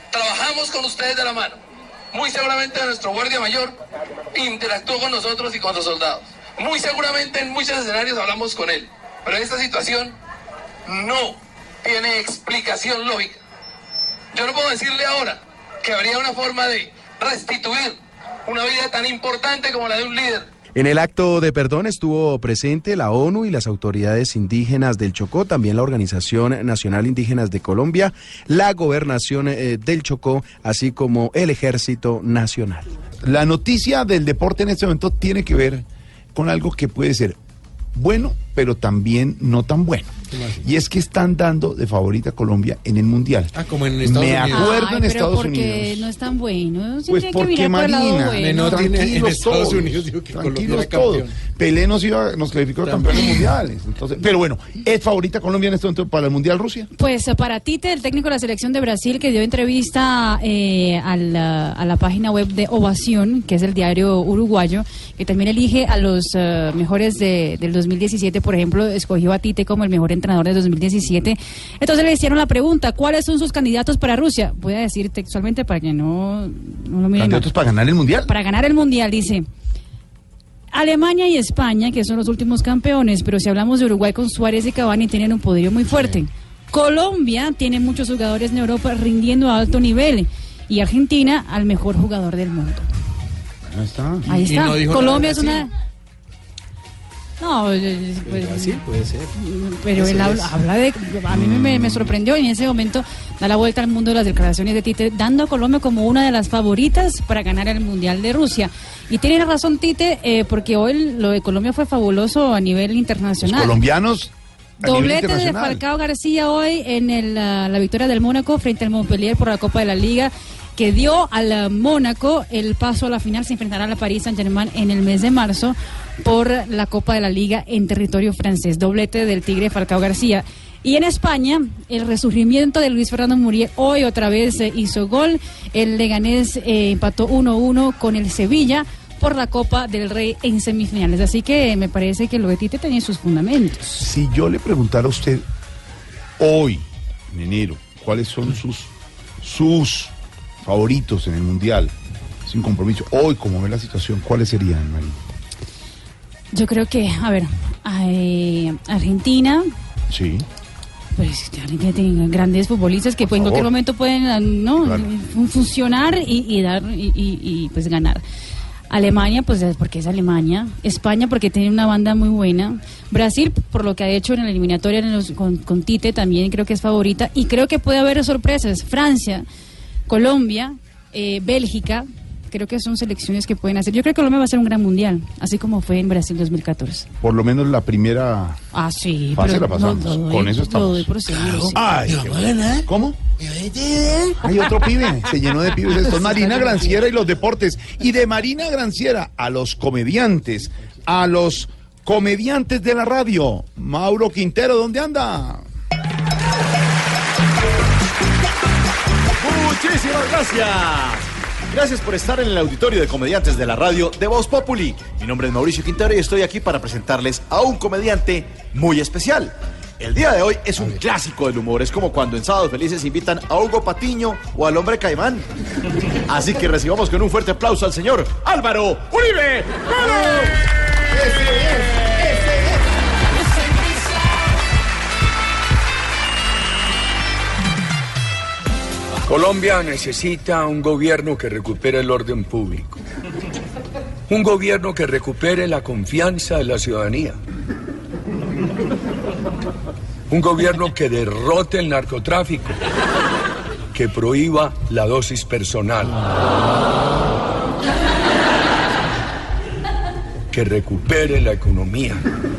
trabajamos con ustedes de la mano. Muy seguramente nuestro guardia mayor interactuó con nosotros y con los soldados. Muy seguramente en muchos escenarios hablamos con él. Pero esta situación no tiene explicación lógica. Yo no puedo decirle ahora que habría una forma de restituir una vida tan importante como la de un líder. En el acto de perdón estuvo presente la ONU y las autoridades indígenas del Chocó, también la Organización Nacional Indígenas de Colombia, la Gobernación eh, del Chocó, así como el Ejército Nacional. La noticia del deporte en este momento tiene que ver con algo que puede ser bueno, pero también no tan bueno. Y es que están dando de favorita a Colombia en el Mundial. Ah, como en Estados Me Unidos. acuerdo Ay, en pero Estados porque Unidos. no es tan bueno. Pues Siempre hay que porque mirar por el lado Marina, bueno. no tiene- en tranquilos Estados todos, Unidos dijo que Colombia tranquilos era todos. campeón. Pelé nos iba, nos calificó de campeones mundiales. Entonces, pero bueno, ¿es favorita Colombia en este momento para el Mundial Rusia? Pues eh, para Tite, el técnico de la selección de Brasil, que dio entrevista eh, a, la, a la página web de Ovación, que es el diario uruguayo, que también elige a los eh, mejores de, del dos mil diecisiete, por ejemplo, escogió a Tite como el mejor entrenador del dos mil diecisiete. Entonces le hicieron la pregunta, ¿cuáles son sus candidatos para Rusia? Voy a decir textualmente para que no, no lo miren mal. ¿Candidatos para ganar el Mundial? Para ganar el Mundial, dice... Alemania y España, que son los últimos campeones, pero si hablamos de Uruguay con Suárez y Cavani, tienen un poderío muy fuerte. Colombia tiene muchos jugadores en Europa rindiendo a alto nivel. Y Argentina al mejor jugador del mundo. Ahí está. Ahí está. no dijo Colombia nada es de una... No, eh, pues, Brasil puede ser. pero Ese él habla, es. habla de... A mí me, me sorprendió y en ese momento da la vuelta al mundo de las declaraciones de Tite, dando a Colombia como una de las favoritas para ganar el Mundial de Rusia. Y tiene razón Tite, eh, porque hoy lo de Colombia fue fabuloso a nivel internacional. Los colombianos. a nivel Doblete de internacional. Falcao García hoy en el, la, la victoria del Mónaco frente al Montpellier por la Copa de la Liga, que dio al Mónaco el paso a la final. Se enfrentará a la Paris Saint-Germain en el mes de marzo por la Copa de la Liga en territorio francés. Doblete del Tigre Falcao García. Y en España, el resurgimiento de Luis Fernando Muriel hoy otra vez eh, hizo gol. El Leganés eh, empató uno uno con el Sevilla por la Copa del Rey en semifinales. Así que me parece que lo de Tite tenía sus fundamentos. Si yo le preguntara a usted hoy, en enero, cuáles son sus sus favoritos en el Mundial, sin compromiso, hoy, como ve la situación, ¿cuáles serían, María? Yo creo que, a ver, eh, Argentina, Sí. pues Argentina tiene grandes futbolistas que pues, en favor. cualquier momento pueden no Claro. fun- funcionar y, y dar y, y- y, pues ganar. Alemania, pues porque es Alemania. España, porque tiene una banda muy buena. Brasil, por lo que ha hecho en la eliminatoria en los- con, con Tite, también creo que es favorita. Y creo que puede haber sorpresas. Francia, Colombia, eh, Bélgica, creo que son selecciones que pueden hacer. Yo creo que Colombia va a ser un gran mundial, así como fue en Brasil dos mil catorce. Por lo menos la primera Ah, sí. fase pero la pasamos. no, no, Con no, eso no, estamos. doy por seguro. Sí. Ay, qué bueno. ¿Cómo? Hay otro pibe, se llenó de pibes. Esto es Marina Granciera y los deportes. Y de Marina Granciera a los comediantes, a los comediantes de la radio. Mauro Quintero, ¿dónde anda? Muchísimas gracias. Gracias por estar en el auditorio de comediantes de la radio de Voz Populi. Mi nombre es Mauricio Quintero y estoy aquí para presentarles a un comediante muy especial. El día de hoy es un clásico del humor. Es como cuando en Sábados Felices invitan a Hugo Patiño o al Hombre Caimán. Así que recibamos con un fuerte aplauso al señor Álvaro Uribe. Colombia necesita un gobierno que recupere el orden público. Un gobierno que recupere la confianza de la ciudadanía. Un gobierno que derrote el narcotráfico. Que prohíba la dosis personal. Que recupere la economía.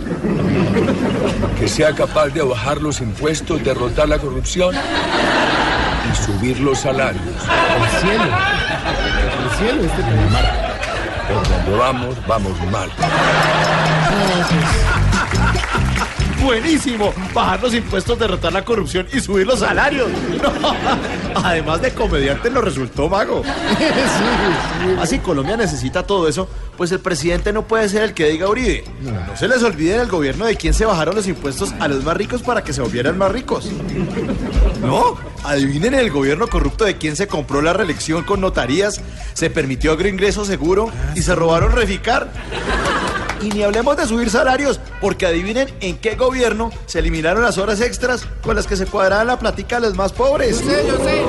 Que sea capaz de bajar los impuestos, derrotar la corrupción y subir los salarios. El cielo. El cielo este programa. Por donde vamos, vamos mal. Buenísimo. Bajar los impuestos, derrotar la corrupción y subir los salarios. No. Además de comediante nos resultó mago. Sí, sí. Así Colombia necesita todo eso, pues el presidente no puede ser el que diga Uribe. No, no se les olvide en el gobierno de quién se bajaron los impuestos a los más ricos para que se volvieran más ricos. No, adivinen en el gobierno corrupto de quién se compró la reelección con notarías, se permitió agroingreso seguro y se robaron Reficar. Y ni hablemos de subir salarios, porque adivinen en qué gobierno se eliminaron las horas extras con las que se cuadraban la platica a los más pobres. Yo sé, yo sé.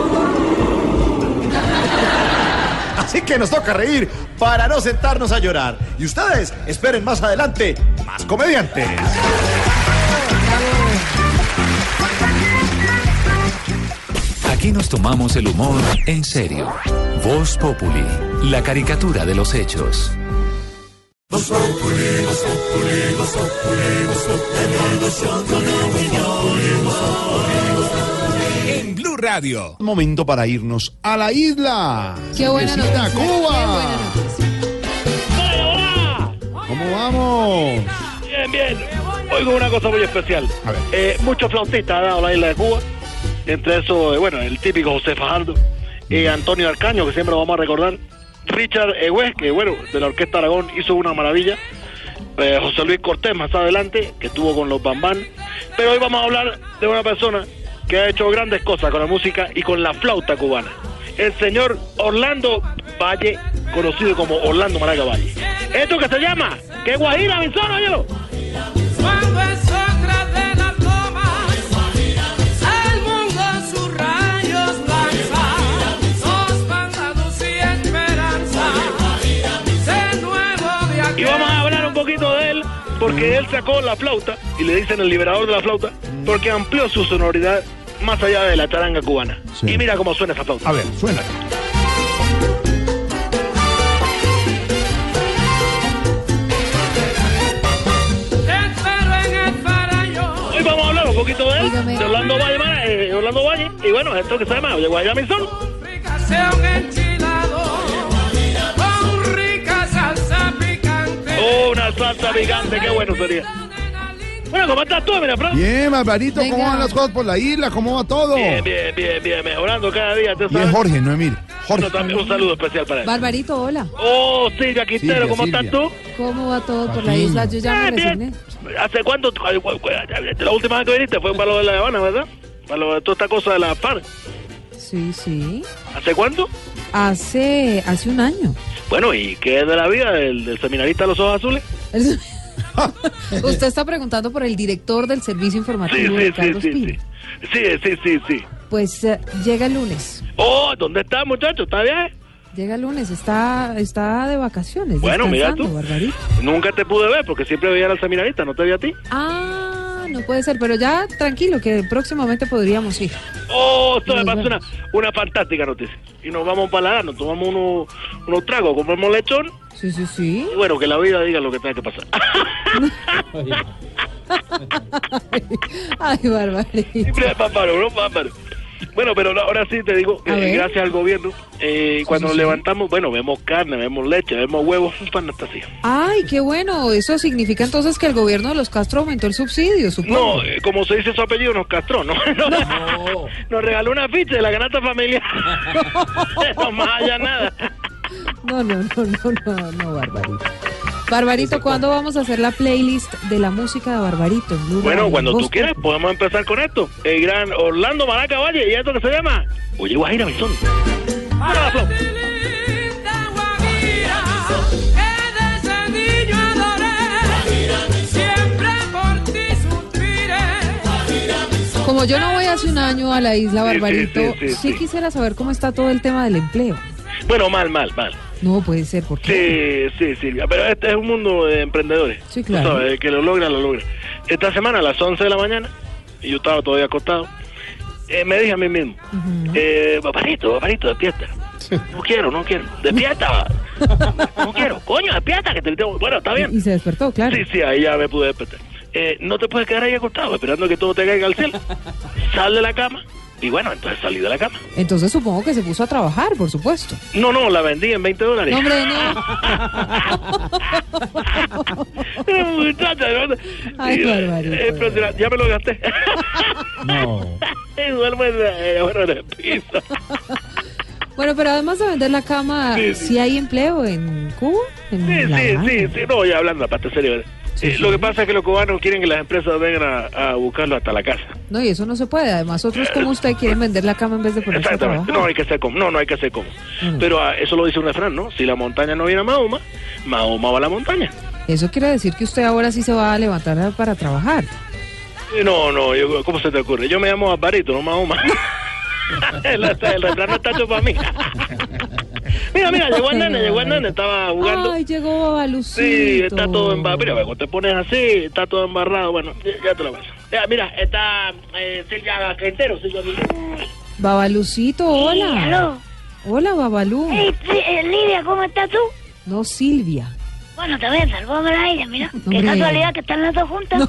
Así que nos toca reír para no sentarnos a llorar. Y ustedes esperen más adelante más comediantes. Aquí nos tomamos el humor en serio. Voz Populi, la caricatura de los hechos. Voz Populi, Voz Populi, Voz Populi, Voz Populi, Voz Populi, Voz Populi. En Blue Radio. Momento para irnos a la isla. Qué buena Vecina noticia. Cuba. Qué buena noticia. ¿Cómo vamos? Bien, bien. Oigo una cosa muy especial. Eh, muchos flautistas han dado la isla de Cuba. Entre eso, eh, bueno, el típico José Fajardo. Y Antonio Arcaño, que siempre lo vamos a recordar. Richard Egués, que bueno, de la Orquesta Aragón hizo una maravilla. Eh, José Luis Cortés más adelante, que estuvo con los Bambán. Pero hoy vamos a hablar de una persona que ha hecho grandes cosas con la música y con la flauta cubana. El señor Orlando Valle, conocido como Orlando Maraca Valle. Esto que se llama, que Guajira, mi sono yo. Cuando es otra de las tomas, el mundo sus rayos lanza, dos bandados y esperanza, de nuevo de aquí. Y vamos a hablar un poquito de él, porque él sacó la flauta, y le dicen el liberador de la flauta, porque amplió su sonoridad más allá de la charanga cubana. Sí. Y mira cómo suena esa flauta. A ver, suena. Hoy vamos a hablar un poquito de él, Dígame. de Orlando Valle, eh, Orlando Valle, y bueno, esto que se llama Oye Guajira mi son. Con rica salsa picante. Oh, una salsa picante, qué bueno sería. Bueno, ¿cómo estás tú, mira, Fran? Bien, Barbarito, ¿cómo Venga. van las cosas por la isla? ¿Cómo va todo? Bien, bien, bien, bien, mejorando cada día, ¿te Y es sabes? Jorge, no Emir. Jorge. Bueno, también un saludo especial para él. Barbarito, hola. Oh, Silvia Quintero, Silvia, ¿cómo Silvia. estás tú? ¿Cómo va todo por la Aquí. isla? Yo ya me Ah, bien. resigné. ¿Hace cuánto? La última vez que viniste fue para lo de La Habana, ¿verdad? Para lo de toda esta cosa de la FARC. Sí, sí. ¿Hace cuánto? Hace, hace un año. Bueno, ¿y qué es de la vida del, del seminarista de los ojos azules? Usted está preguntando por el director del servicio Sí, informativo sí, de sí, Carlos sí, Pino. sí. Sí, sí, sí, sí. Pues eh, llega el lunes. Oh, ¿dónde está, muchacho? ¿Está bien? Llega el lunes, está, está de vacaciones. Bueno, mira descansando, tú. Barbarito. Nunca te pude ver porque siempre veía al seminarista, ¿no te vi a ti? Ah, no puede ser, pero ya tranquilo, que próximamente podríamos ir. Oh, esto me Nos parece una, una fantástica noticia. Y nos vamos para la nos tomamos unos, unos tragos, comemos lechón. Sí, sí, sí. Y bueno, que la vida diga lo que tenga que pasar. Ay, Barbarito. Siempre es bárbaro, ¿no? Bárbaro. Bueno, pero ahora sí te digo que A ver. gracias al gobierno, eh, cuando sí, nos sí. levantamos, bueno, vemos carne, vemos leche, vemos huevos, es fantasía. Ay, qué bueno. Eso significa entonces que el gobierno de los Castro aumentó el subsidio, supongo. No, eh, como se dice su apellido, nos castró, ¿no? No. Nos regaló una ficha de la canasta familiar. No más allá nada. No, no, no, no, no, no, Barbarito. Barbarito, ¿cuándo vamos a hacer la playlist de la música de Barbarito? en Blue Bueno, Radio, cuando Voz tú quieras, podemos empezar con esto. El gran Orlando Maraca Valle, y esto que se llama Oye Guajira mi son. Para la flauta. Como yo no voy hace un año a la isla, Sí, sí, Barbarito, sí, sí, sí sí. quisiera saber cómo está todo el tema del empleo. Bueno, mal, mal, mal. No puede ser, ¿por qué? Sí, sí, Silvia, pero este es un mundo de emprendedores. Sí, Tú claro. sabes, el que lo logra, lo logra. Esta semana a las once de la mañana, y yo estaba todavía acostado, eh, me dije a mí mismo, eh, Barbarito, Barbarito, despierta. No quiero, no quiero. Despierta. No quiero. Coño, despierta, que te tengo. Bueno, está bien. Y se despertó, claro. Sí, sí, ahí ya me pude despertar. Eh, no te puedes quedar ahí acostado esperando que todo te caiga al cielo. Sal de la cama, Y bueno, entonces salí de la cama. Entonces supongo que se puso a trabajar, por supuesto. No, no, la vendí en veinte dólares. No, hombre, no. Muchacha, ¿no? Ay, barbarito. Eh, pero ya me lo gasté. No. Y duermo en, eh, bueno, en el piso. Bueno, pero además de vender la cama, ¿sí, Sí, sí. sí. hay empleo en Cuba? ¿En Sí, La sí, Habana? sí, sí, no, ya hablando, aparte serio. Sí, eh, sí. Lo que pasa es que los cubanos quieren que las empresas vengan a, a buscarlo hasta la casa. No, y eso no se puede. Además, otros como usted quieren vender la cama en vez de ponerse a Exactamente, trabajar. no hay que ser como, no, no hay que ser como. Mm. Pero ah, eso lo dice un refrán, ¿no? Si la montaña no viene a Mahoma, Mahoma va a la montaña. Eso quiere decir que usted ahora sí se va a levantar para trabajar. Eh, No, no, yo- ¿cómo se te ocurre? Yo me llamo Alvarito, no Mahoma. el, el refrán no está hecho para mí. Mira, mira, llegó el nene, llegó el nene, estaba jugando. Ay, llegó Babalucito. Sí, está todo embarrado. Mira, cuando te pones así, está todo embarrado. Bueno, ya, ya te lo ves. Ya, mira, está eh, Silvia Quintero, Silvia Quintero. Babalucito, hola. Sí, aló. Hola, Babalú. Hey, sí, eh, Lidia, ¿cómo estás tú? No, Silvia. Bueno, también, salvóme a ella, mira. Qué Hombre. casualidad que están las dos juntas.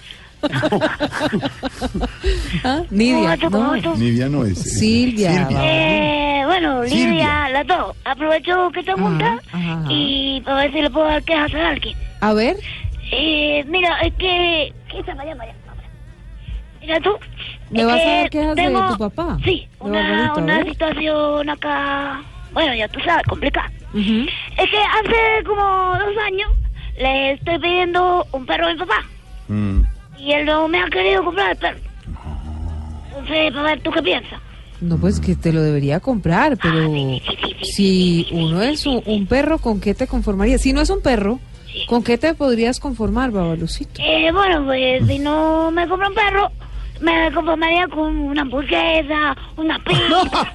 ¿Ah? Nidia, ¿Cómo vas tú, cómo no. vas tú? Nidia no es. es- Silvia. Eh, bueno, Lidia, Silvia. las dos. Aprovecho que están juntas ajá, ajá. y para ver si le puedo dar quejas a alguien. A ver. Eh, mira, es que... ¿Qué está para allá, para allá? Mira tú. ¿Me es vas a que dar quejas de tengo- tu papá? Sí, De una, Barbarito, a una ver. situación acá... Bueno, ya tú sabes, complicada. Ujú. Es que hace como dos años le estoy pidiendo un perro a mi papá. Mm. Y él no me ha querido comprar el perro. Entonces, para ver, ¿tú qué piensas? No, pues que te lo debería comprar, pero si uno es un, un perro, ¿con qué te conformarías? Si no es un perro, ¿con qué te podrías conformar, Babalucito? Eh, bueno, pues si no me compro un perro, me conformaría con una hamburguesa, una pizza.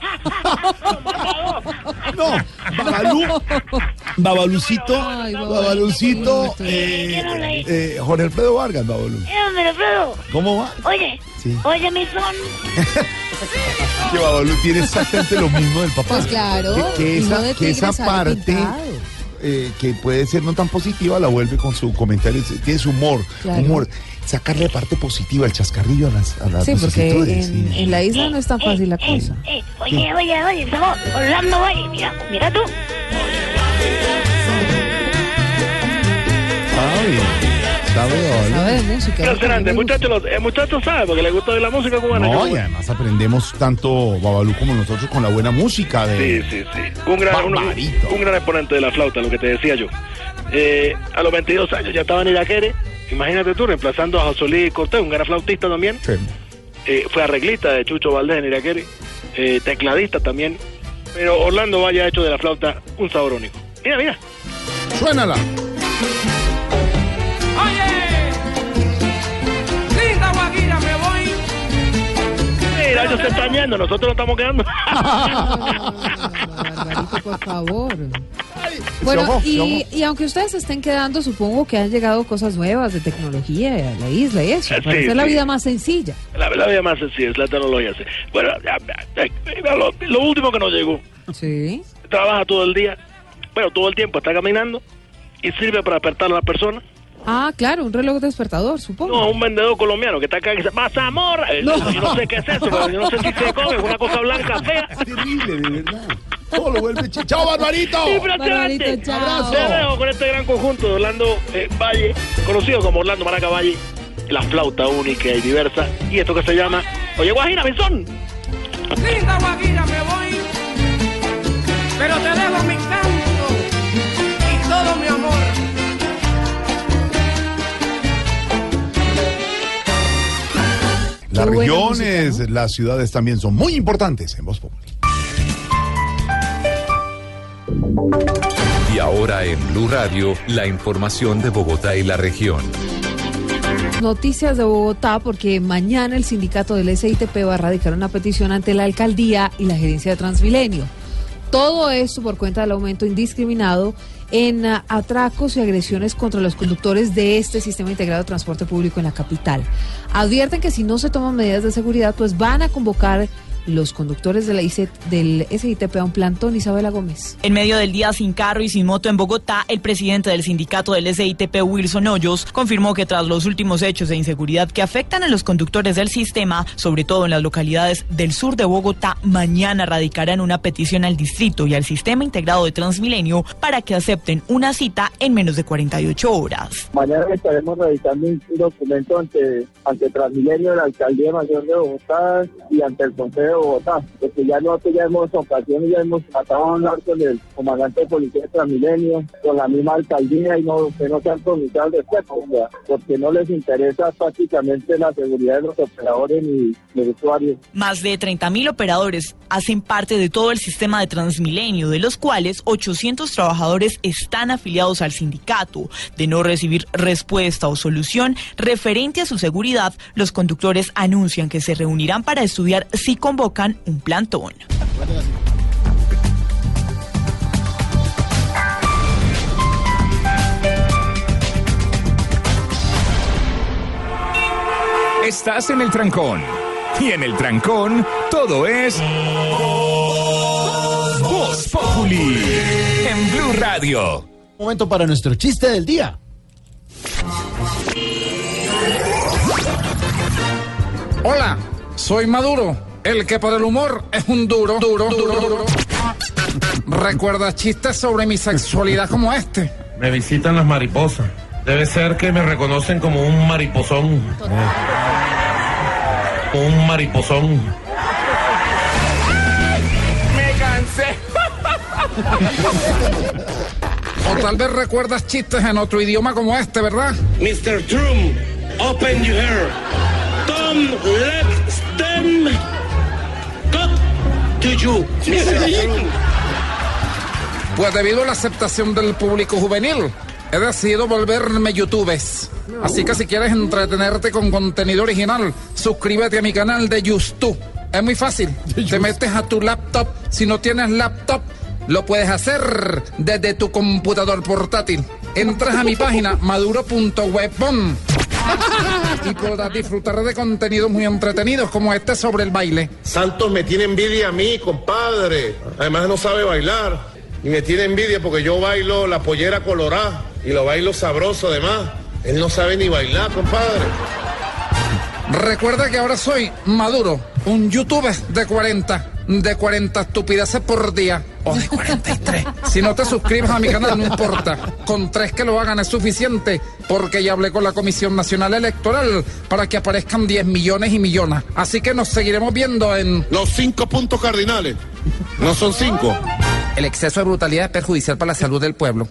No, Babalú, Babalucito, Ay, Babalucito, ¿Qué eh, no leí? eh, Jorge Alfredo Vargas, Babalú. Eh, hombre, Alfredo. ¿Cómo va? Oye, Sí. oye, mi son. Que Babalú tiene exactamente lo mismo del papá. Pues claro, Que, que hijo esa, de que tigre esa sale parte pintado. eh, que puede ser no tan positiva la vuelve con su comentario. Tiene su humor, Claro. humor. Sacarle parte positiva, el chascarrillo a las, a las Sí, porque en, vicisitudes, sí. en la isla no es tan fácil la Eh, cosa. eh, oye, oye, oye, estamos Orlando Valle, mira, mira tú. Ay, sabe, Babalú. Sabe de música. Pero ¿no? Que a mí grande, me gusta. muchachos, el muchacho sabe porque le gusta oír la música cubana. No, qué y bueno. además aprendemos tanto Babalú como nosotros con la buena música de... Sí, sí, sí. Un gran, un, Barbarito. un gran exponente de la flauta, lo que te decía yo. Eh, a los veintidós años ya estaba en Iraquere, imagínate tú, reemplazando a Josolí Cortés, un gran flautista también. Sí. Eh, fue arreglista de Chucho Valdés en Iraquere, eh, tecladista también. Pero Orlando Valle ha hecho de la flauta un sabor único. Mira, mira. Suénala. Linda Guajira, me voy. Mira, ellos se están yendo, nosotros nos estamos quedando. Barbarito, por favor. Bueno, ahogó, se y, ahogó. y aunque ustedes se estén quedando, supongo que han llegado cosas nuevas de tecnología a la isla y eso, Sí, para hacer la sí. vida más sencilla. La, la vida más sencilla es la tecnología. Sí. Bueno, ya, ya, ya, lo, lo último que nos llegó. Sí. Trabaja todo el día, bueno, todo el tiempo está caminando y sirve para despertar a la persona. Ah, claro, un reloj despertador, supongo. No, un vendedor colombiano que está acá y dice, ¡Mazamorra! No. Yo no sé qué es eso, pero yo no sé si se come, es una cosa blanca fea. Es terrible, de verdad. Todo lo vuelve... ch- ¡Chao, Barbarito! Sí, pero Barbarito, espérate. chao. Te dejo con este gran conjunto de Orlando eh, Valle, conocido como Orlando Maraca Valle, la flauta única y diversa, y esto que se llama Oye Guajira, mi son. Linda Guajira, me voy. Pero te dejo mi canto y todo mi amor. Las Qué buena regiones, música, ¿no? las ciudades también son muy importantes en Voz Populi. Y ahora en Blue Radio, la información de Bogotá y la región. Noticias de Bogotá, porque mañana el sindicato del S I T P va a radicar una petición ante la alcaldía y la gerencia de Transmilenio. Todo esto por cuenta del aumento indiscriminado en uh, atracos y agresiones contra los conductores de este sistema integrado de transporte público en la capital. Advierten que si no se toman medidas de seguridad, pues van a convocar los conductores de la I C, del S I T P a un plantón. Isabela Gómez. En medio del día sin carro y sin moto en Bogotá, el presidente del sindicato del S I T P, Wilson Hoyos, confirmó que tras los últimos hechos de inseguridad que afectan a los conductores del sistema, sobre todo en las localidades del sur de Bogotá, mañana radicarán una petición al distrito y al sistema integrado de Transmilenio para que acepten una cita en menos de cuarenta y ocho horas. Mañana estaremos radicando un documento ante, ante Transmilenio, la Alcaldía Mayor de Bogotá y ante el Consejo de Bogotá, porque ya nosotros ya hemos ocasiones, ya hemos tratado de hablar con el comandante de policía de Transmilenio, con la misma alcaldía y no, que no se han pronunciado al respecto, o sea, porque no les interesa prácticamente la seguridad de los operadores ni los usuarios. Más de treinta mil operadores hacen parte de todo el sistema de Transmilenio, de los cuales ochocientos trabajadores están afiliados al sindicato. De no recibir respuesta o solución referente a su seguridad, los conductores anuncian que se reunirán para estudiar si convocan un plantón. Estás en el trancón. Y en el trancón, todo es Voz Populi en Blue Radio. Momento para nuestro chiste del día. Hola, soy Maduro, el que por el humor es un duro, duro, duro, duro. ¿Recuerdas chistes sobre mi sexualidad como este? Me visitan las mariposas. Debe ser que me reconocen como un mariposón. Como un mariposón. Me cansé. O tal vez recuerdas chistes en otro idioma como este, ¿verdad? mister Trump, open your hair. Tom, let them cut to you. mister Trump. Pues debido a la aceptación del público juvenil, he decidido volverme youtubers. Así que si quieres entretenerte con contenido original, suscríbete a mi canal de YouTube. Es muy fácil. Te metes a tu laptop. Si no tienes laptop, lo puedes hacer desde tu computador portátil. Entras a mi página maduro punto webpon y podrás disfrutar de contenidos muy entretenidos como este sobre el baile. Santos me tiene envidia a mí, compadre. Además no sabe bailar. Y me tiene envidia porque yo bailo la pollera colorada y lo bailo sabroso además. Él no sabe ni bailar, compadre. Recuerda que ahora soy Maduro, un youtuber de cuarenta, de cuarenta estupideces por día, o de cuarenta y tres. Si no te suscribes a mi canal, no importa. Con tres que lo hagan es suficiente, porque ya hablé con la Comisión Nacional Electoral para que aparezcan diez millones y millones. Así que nos seguiremos viendo en... Los cinco puntos cardinales. No son cinco. El exceso de brutalidad es perjudicial para la salud del pueblo.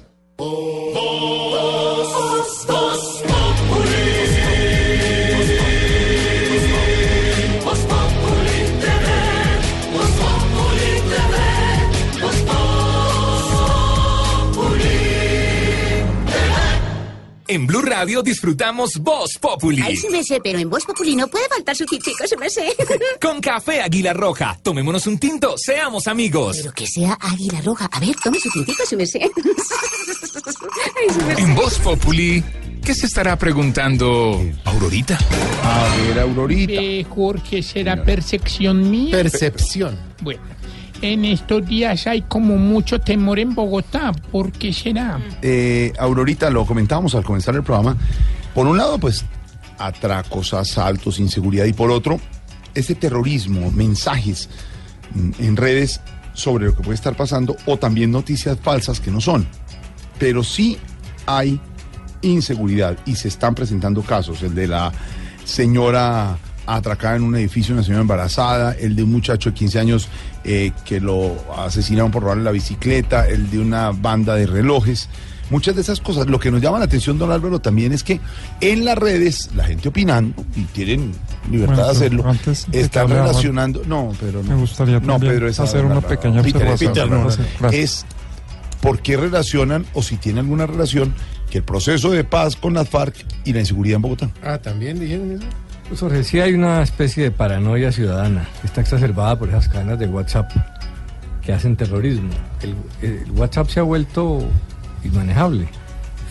En Blue Radio disfrutamos Voz Populi. Ay, sí me sé, pero en Voz Populi no puede faltar su tintico, sí me sé. Con café Águila Roja. Tomémonos un tinto, seamos amigos. Pero que sea Águila Roja. A ver, tome su tintico, sí me sé. Ay, sí me sé. En Voz Populi, ¿qué se estará preguntando Aurorita? A ver, Aurorita. Mejor que será percepción mía. Percepción. Bueno, en estos días hay como mucho temor en Bogotá. ¿Por qué será? Eh, Aurorita, lo comentábamos al comenzar el programa. Por un lado, pues, atracos, asaltos, inseguridad. Y por otro, ese terrorismo, mensajes en redes sobre lo que puede estar pasando o también noticias falsas que no son. Pero sí hay inseguridad y se están presentando casos. El de la señora atracada en un edificio, una señora embarazada, el de un muchacho de quince años eh, que lo asesinaron por robarle la bicicleta, el de una banda de relojes, muchas de esas cosas. Lo que nos llama la atención, don Álvaro, también es que en las redes, la gente opinando, y tienen libertad bueno, de hacerlo, antes de están relacionando, no, pero no, me gustaría no, Pedro, es hacer una Álvaro, pequeña Peter, observación. Peter, no, no, es por qué relacionan, o si tiene alguna relación, que el proceso de paz con las FARC y la inseguridad en Bogotá. Ah, ¿también dijeron eso? Pues Jorge, sí hay una especie de paranoia ciudadana que está exacerbada por esas cadenas de WhatsApp que hacen terrorismo. El, el WhatsApp se ha vuelto inmanejable.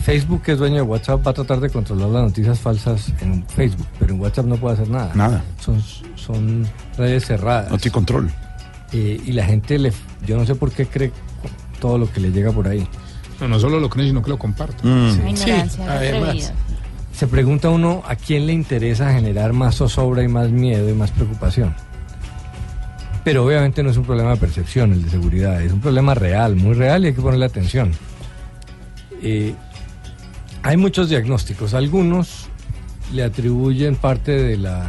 Facebook, que es dueño de WhatsApp, va a tratar de controlar las noticias falsas en Facebook, pero en WhatsApp no puede hacer nada. Nada. Son, son redes cerradas. No tiene control. Eh, y la gente, le, yo no sé por qué cree todo lo que le llega por ahí. No, no solo lo cree, sino que lo comparte. Mm. Sí, además. Se pregunta uno a quién le interesa generar más zozobra y más miedo y más preocupación. Pero obviamente no es un problema de percepción el de seguridad, es un problema real, muy real, y hay que ponerle atención. Eh, hay muchos diagnósticos, algunos le atribuyen parte de la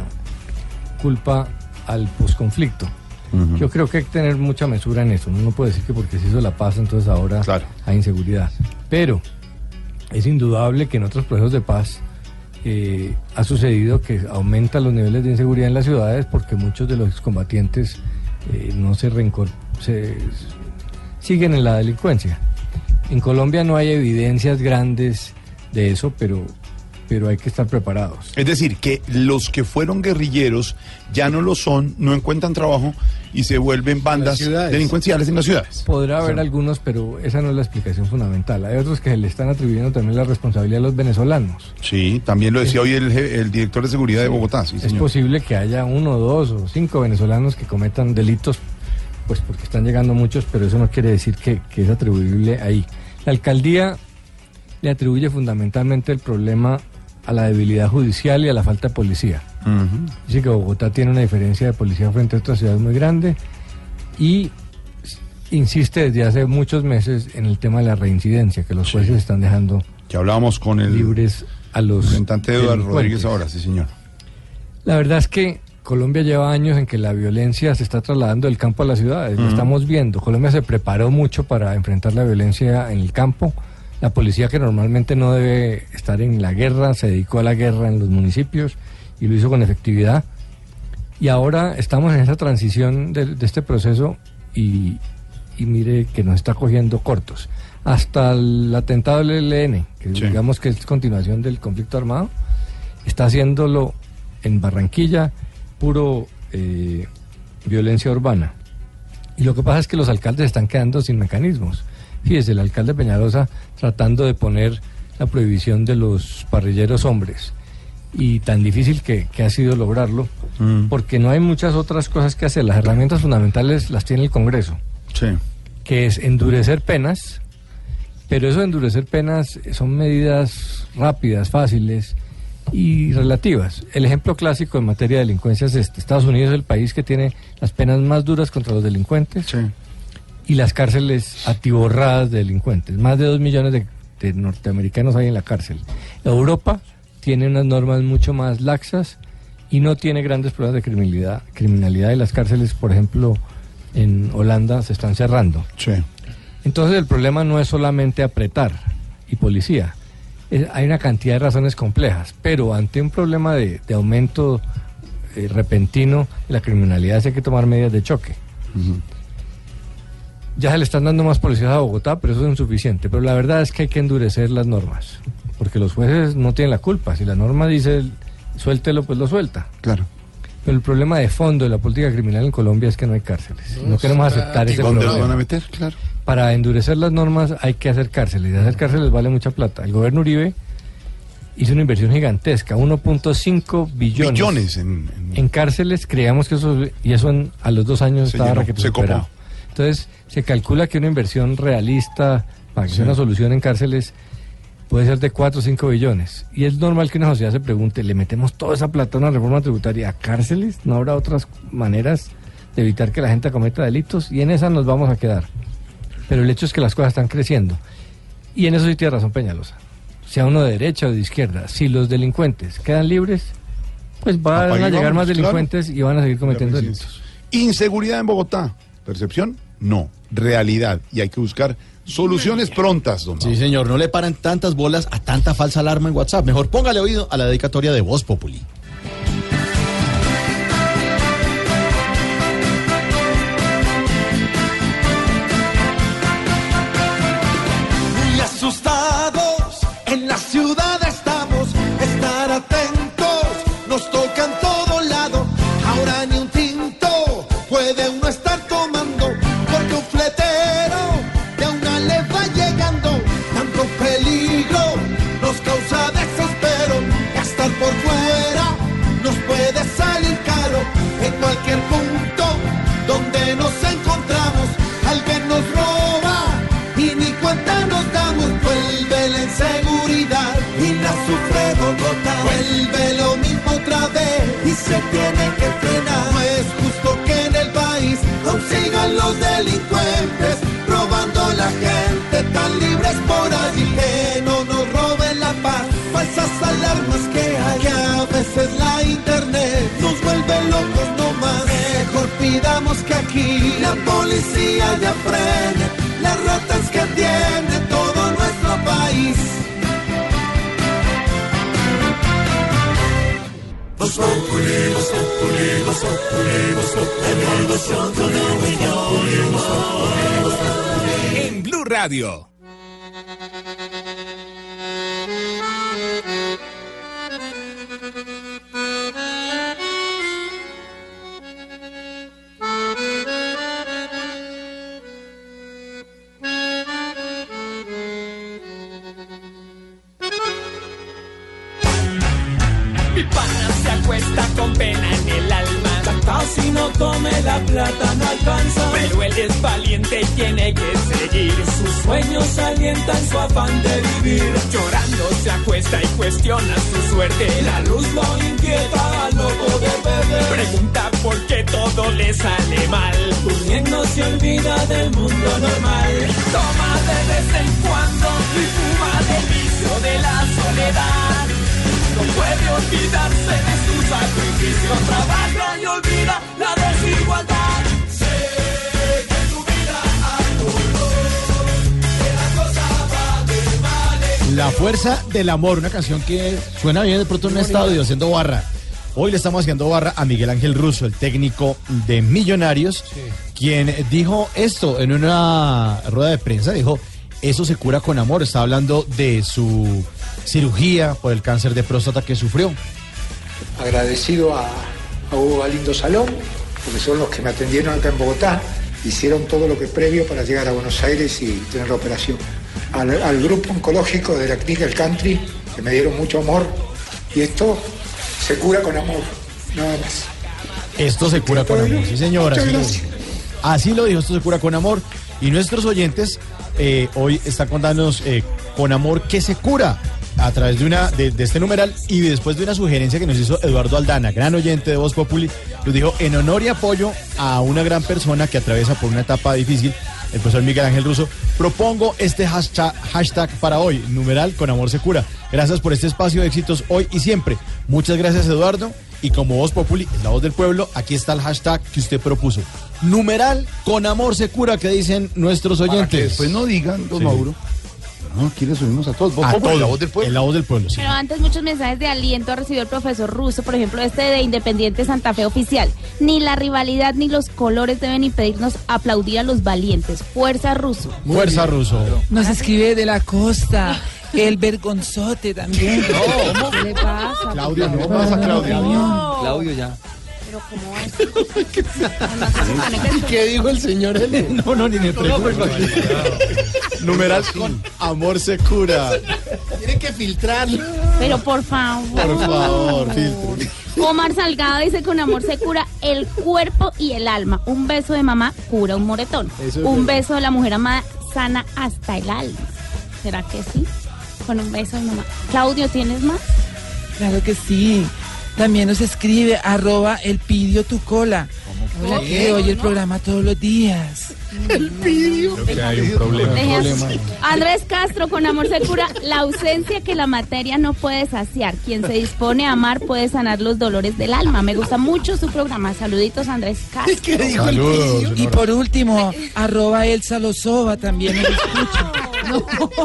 culpa al posconflicto. Uh-huh. Yo creo que hay que tener mucha mesura en eso. Uno no puede decir que porque se hizo la paz, entonces ahora claro. hay inseguridad. Pero es indudable que en otros procesos de paz eh, ha sucedido que aumentan los niveles de inseguridad en las ciudades porque muchos de los combatientes eh, no se, reincor- se siguen en la delincuencia. En Colombia no hay evidencias grandes de eso, pero, pero hay que estar preparados. Es decir, que los que fueron guerrilleros ya no lo son, no encuentran trabajo y se vuelven bandas delincuenciales en las ciudades. Podrá haber algunos, pero esa no es la explicación fundamental. Hay otros que le están atribuyendo también la responsabilidad a los venezolanos. Sí, también lo decía es, hoy el, el director de seguridad sí, de Bogotá. Sí, es señor. posible que haya uno, dos o cinco venezolanos que cometan delitos, pues porque están llegando muchos, pero eso no quiere decir que, que es atribuible ahí. La alcaldía le atribuye fundamentalmente el problema a la debilidad judicial y a la falta de policía. Uh-huh. Dice que Bogotá tiene una diferencia de policía frente a otras ciudades muy grande y insiste desde hace muchos meses en el tema de la reincidencia, que los jueces sí. están dejando que hablábamos con el libres a los representante Eduardo Rodríguez ahora, sí señor. La verdad es que Colombia lleva años en que la violencia se está trasladando del campo a las ciudades, uh-huh. lo estamos viendo. Colombia se preparó mucho para enfrentar la violencia en el campo. La policía, que normalmente no debe estar en la guerra, se dedicó a la guerra en los municipios y lo hizo con efectividad. Y ahora estamos en esa transición de, de este proceso y, y mire que nos está cogiendo cortos. Hasta el atentado del E L N, que sí. digamos que es continuación del conflicto armado, está haciéndolo en Barranquilla, puro eh, violencia urbana. Y lo que pasa es que los alcaldes están quedando sin mecanismos. Fíjese, el alcalde Peñalosa tratando de poner la prohibición de los parrilleros hombres. Y tan difícil que, que ha sido lograrlo, mm. porque no hay muchas otras cosas que hacer. Las herramientas fundamentales las tiene el Congreso, sí. que es endurecer penas, pero eso de endurecer penas son medidas rápidas, fáciles y relativas. El ejemplo clásico en materia de delincuencia es este. Estados Unidos es el país que tiene las penas más duras contra los delincuentes. Sí. Y las cárceles atiborradas de delincuentes. Más de dos millones de, de norteamericanos hay en la cárcel. Europa tiene unas normas mucho más laxas y no tiene grandes pruebas de criminalidad. Criminalidad y las cárceles, por ejemplo, en Holanda se están cerrando. Sí. Entonces el problema no es solamente apretar y policía. Es, hay una cantidad de razones complejas, pero ante un problema de, de aumento eh, repentino de la criminalidad hay que tomar medidas de choque. Uh-huh. Ya se le están dando más policías a Bogotá, pero eso es insuficiente. Pero la verdad es que hay que endurecer las normas, porque los jueces no tienen la culpa. Si la norma dice suéltelo, pues lo suelta. Claro. Pero el problema de fondo de la política criminal en Colombia es que no hay cárceles. No, no queremos aceptar ese ¿Dónde problema. los van a meter? Claro. Para endurecer las normas hay que hacer cárceles. Y hacer cárceles vale mucha plata. El gobierno Uribe hizo una inversión gigantesca, uno punto cinco billones. Billones en, en... en cárceles. Creíamos que eso, y eso en, a los dos años se estaba llenó, se copó. Entonces, se calcula que una inversión realista para que sea sí. una solución en cárceles puede ser de cuatro o cinco billones. Y es normal que una sociedad se pregunte, ¿le metemos toda esa plata a una reforma tributaria a cárceles? ¿No habrá otras maneras de evitar que la gente cometa delitos? Y en esas nos vamos a quedar. Pero el hecho es que las cosas están creciendo. Y en eso sí tiene razón Peñalosa. Sea uno de derecha o de izquierda, si los delincuentes quedan libres, pues van a llegar vamos, más delincuentes claro. y van a seguir cometiendo delitos. Inseguridad en Bogotá. ¿Percepción? No. Realidad. Y hay que buscar soluciones prontas, don Mauro. Sí, señor. No le paran tantas bolas a tanta falsa alarma en WhatsApp. Mejor póngale oído a la dedicatoria de Voz Populi. Muy asustados, en la ciudad estamos. Estar atentos, nos toca en todo lado. Ahora ni un tinto puede uno estar tomando, porque un fletero de una le va llegando. Tanto peligro cualquier punto donde nos encontramos, alguien nos roba y ni cuenta nos damos. Vuelve la inseguridad y la sufre Bogotá. Vuelve lo mismo otra vez y se tiene que frenar. No es justo que en el país aún sigan los delincuentes robando a la gente tan libres por allí. Que no nos roben la paz, falsas alarmas que hay. A veces la internet nos vuelve locos no más. Mejor pidamos que aquí la policía ya frene las ratas que tiene todo nuestro país. Voz Populi, Voz Populi, Voz Populi, Voz Populi, Voz Populi, Voz Populi, Voz Populi. En Blue Radio. Mi pana se acuesta con pena en el alma. Casi no come la plata, no alcanza. Pero él es valiente y tiene que seguir. Sus sueños alientan su afán de vivir. Llorando se acuesta y cuestiona su suerte. La luz lo inquieta al no poder beber. Pregunta por qué todo le sale mal. Durmiendo se olvida del mundo normal. Toma de vez en cuando y fuma del vicio de la soledad. No puede olvidarse de su sacrificio. Trabaja y olvida la desigualdad. Sé que tu vida acordó que la cosa va de mal en La fuerza del amor, una canción que suena bien de pronto en un estadio haciendo barra. Hoy le estamos haciendo barra a Miguel Ángel Russo, el técnico de Millonarios, sí, quien dijo esto en una rueda de prensa, dijo, eso se cura con amor. Está hablando de su cirugía por el cáncer de próstata que sufrió. Agradecido a, a Hugo Galindo Salón, porque son los que me atendieron acá en Bogotá, hicieron todo lo que previo para llegar a Buenos Aires y tener la operación. Al, al grupo oncológico de la clínica El Country, que me dieron mucho amor, y esto se cura con amor, nada más. Esto se cura con amor, sí señora. Así lo, así lo dijo, esto se cura con amor. Y nuestros oyentes eh, hoy están contándonos eh, con amor que se cura a través de una de, de este numeral y después de una sugerencia que nos hizo Eduardo Aldana, gran oyente de Voz Populi. Nos dijo, en honor y apoyo a una gran persona que atraviesa por una etapa difícil, el profesor Miguel Ángel Russo, propongo este hashtag, hashtag para hoy, numeral con amor se cura. Gracias por este espacio de éxitos hoy y siempre. Muchas gracias, Eduardo. Y como Voz Populi, la voz del pueblo, aquí está el hashtag que usted propuso. Numeral con amor se cura, que dicen nuestros oyentes. Para que después no digan, don sí. Mauro. No, aquí le subimos a todos. Voz a Populi, todos. La voz del pueblo. En la voz del pueblo, sí. Pero antes muchos mensajes de aliento ha recibido el profesor Russo, por ejemplo este de Independiente Santa Fe Oficial. Ni la rivalidad ni los colores deben impedirnos aplaudir a los valientes. Fuerza Russo. Fuerza Russo. Nos escribe de la costa. El vergonzote también. No, ¿qué le pasa? Claudio, no pasa, Claudio. No. Claudio ya. Pero ¿cómo es? ¿Qué dijo el señor L? No, no, ni me preocupo. Numeral con amor se cura. Tiene que filtrarlo. Pero por favor. Por favor, filtre. Omar Salgado dice, con amor se cura el cuerpo y el alma. Un beso de mamá cura un moretón. Un beso de la mujer amada sana hasta el alma. ¿Será que sí? Con un beso de mamá. Claudio, ¿tienes más? Claro que sí. También nos escribe arroba el pidio tu cola. Hola, que oye el programa todos los días. El pidio. Creo que hay un problema. Un problema. Andrés Castro, con amor se cura la ausencia que la materia no puede saciar. Quien se dispone a amar puede sanar los dolores del alma. Me gusta mucho su programa. Saluditos, Andrés Castro. ¿Qué dijo el Saludos, y por último, arroba Elsa Lozova también me escucha. No.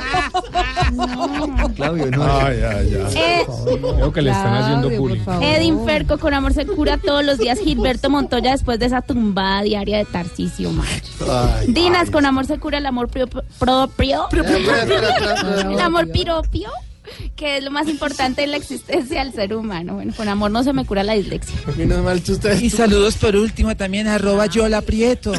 No. Claudio, no. Ay, ay, ay. Eh, Creo que le están haciendo bullying. Edin Ferco, con amor se cura todos los días. Gilberto Montoya, después de esa tumbada diaria de Tarcisio Mayo. Ay, Dinas, ay. con amor se cura el amor propio. propio el amor piropio, que es lo más importante en la existencia del ser humano. Bueno, con amor no se me cura la dislexia. Menos mal, tú estás... Y saludos por último también arroba yo la Prieto.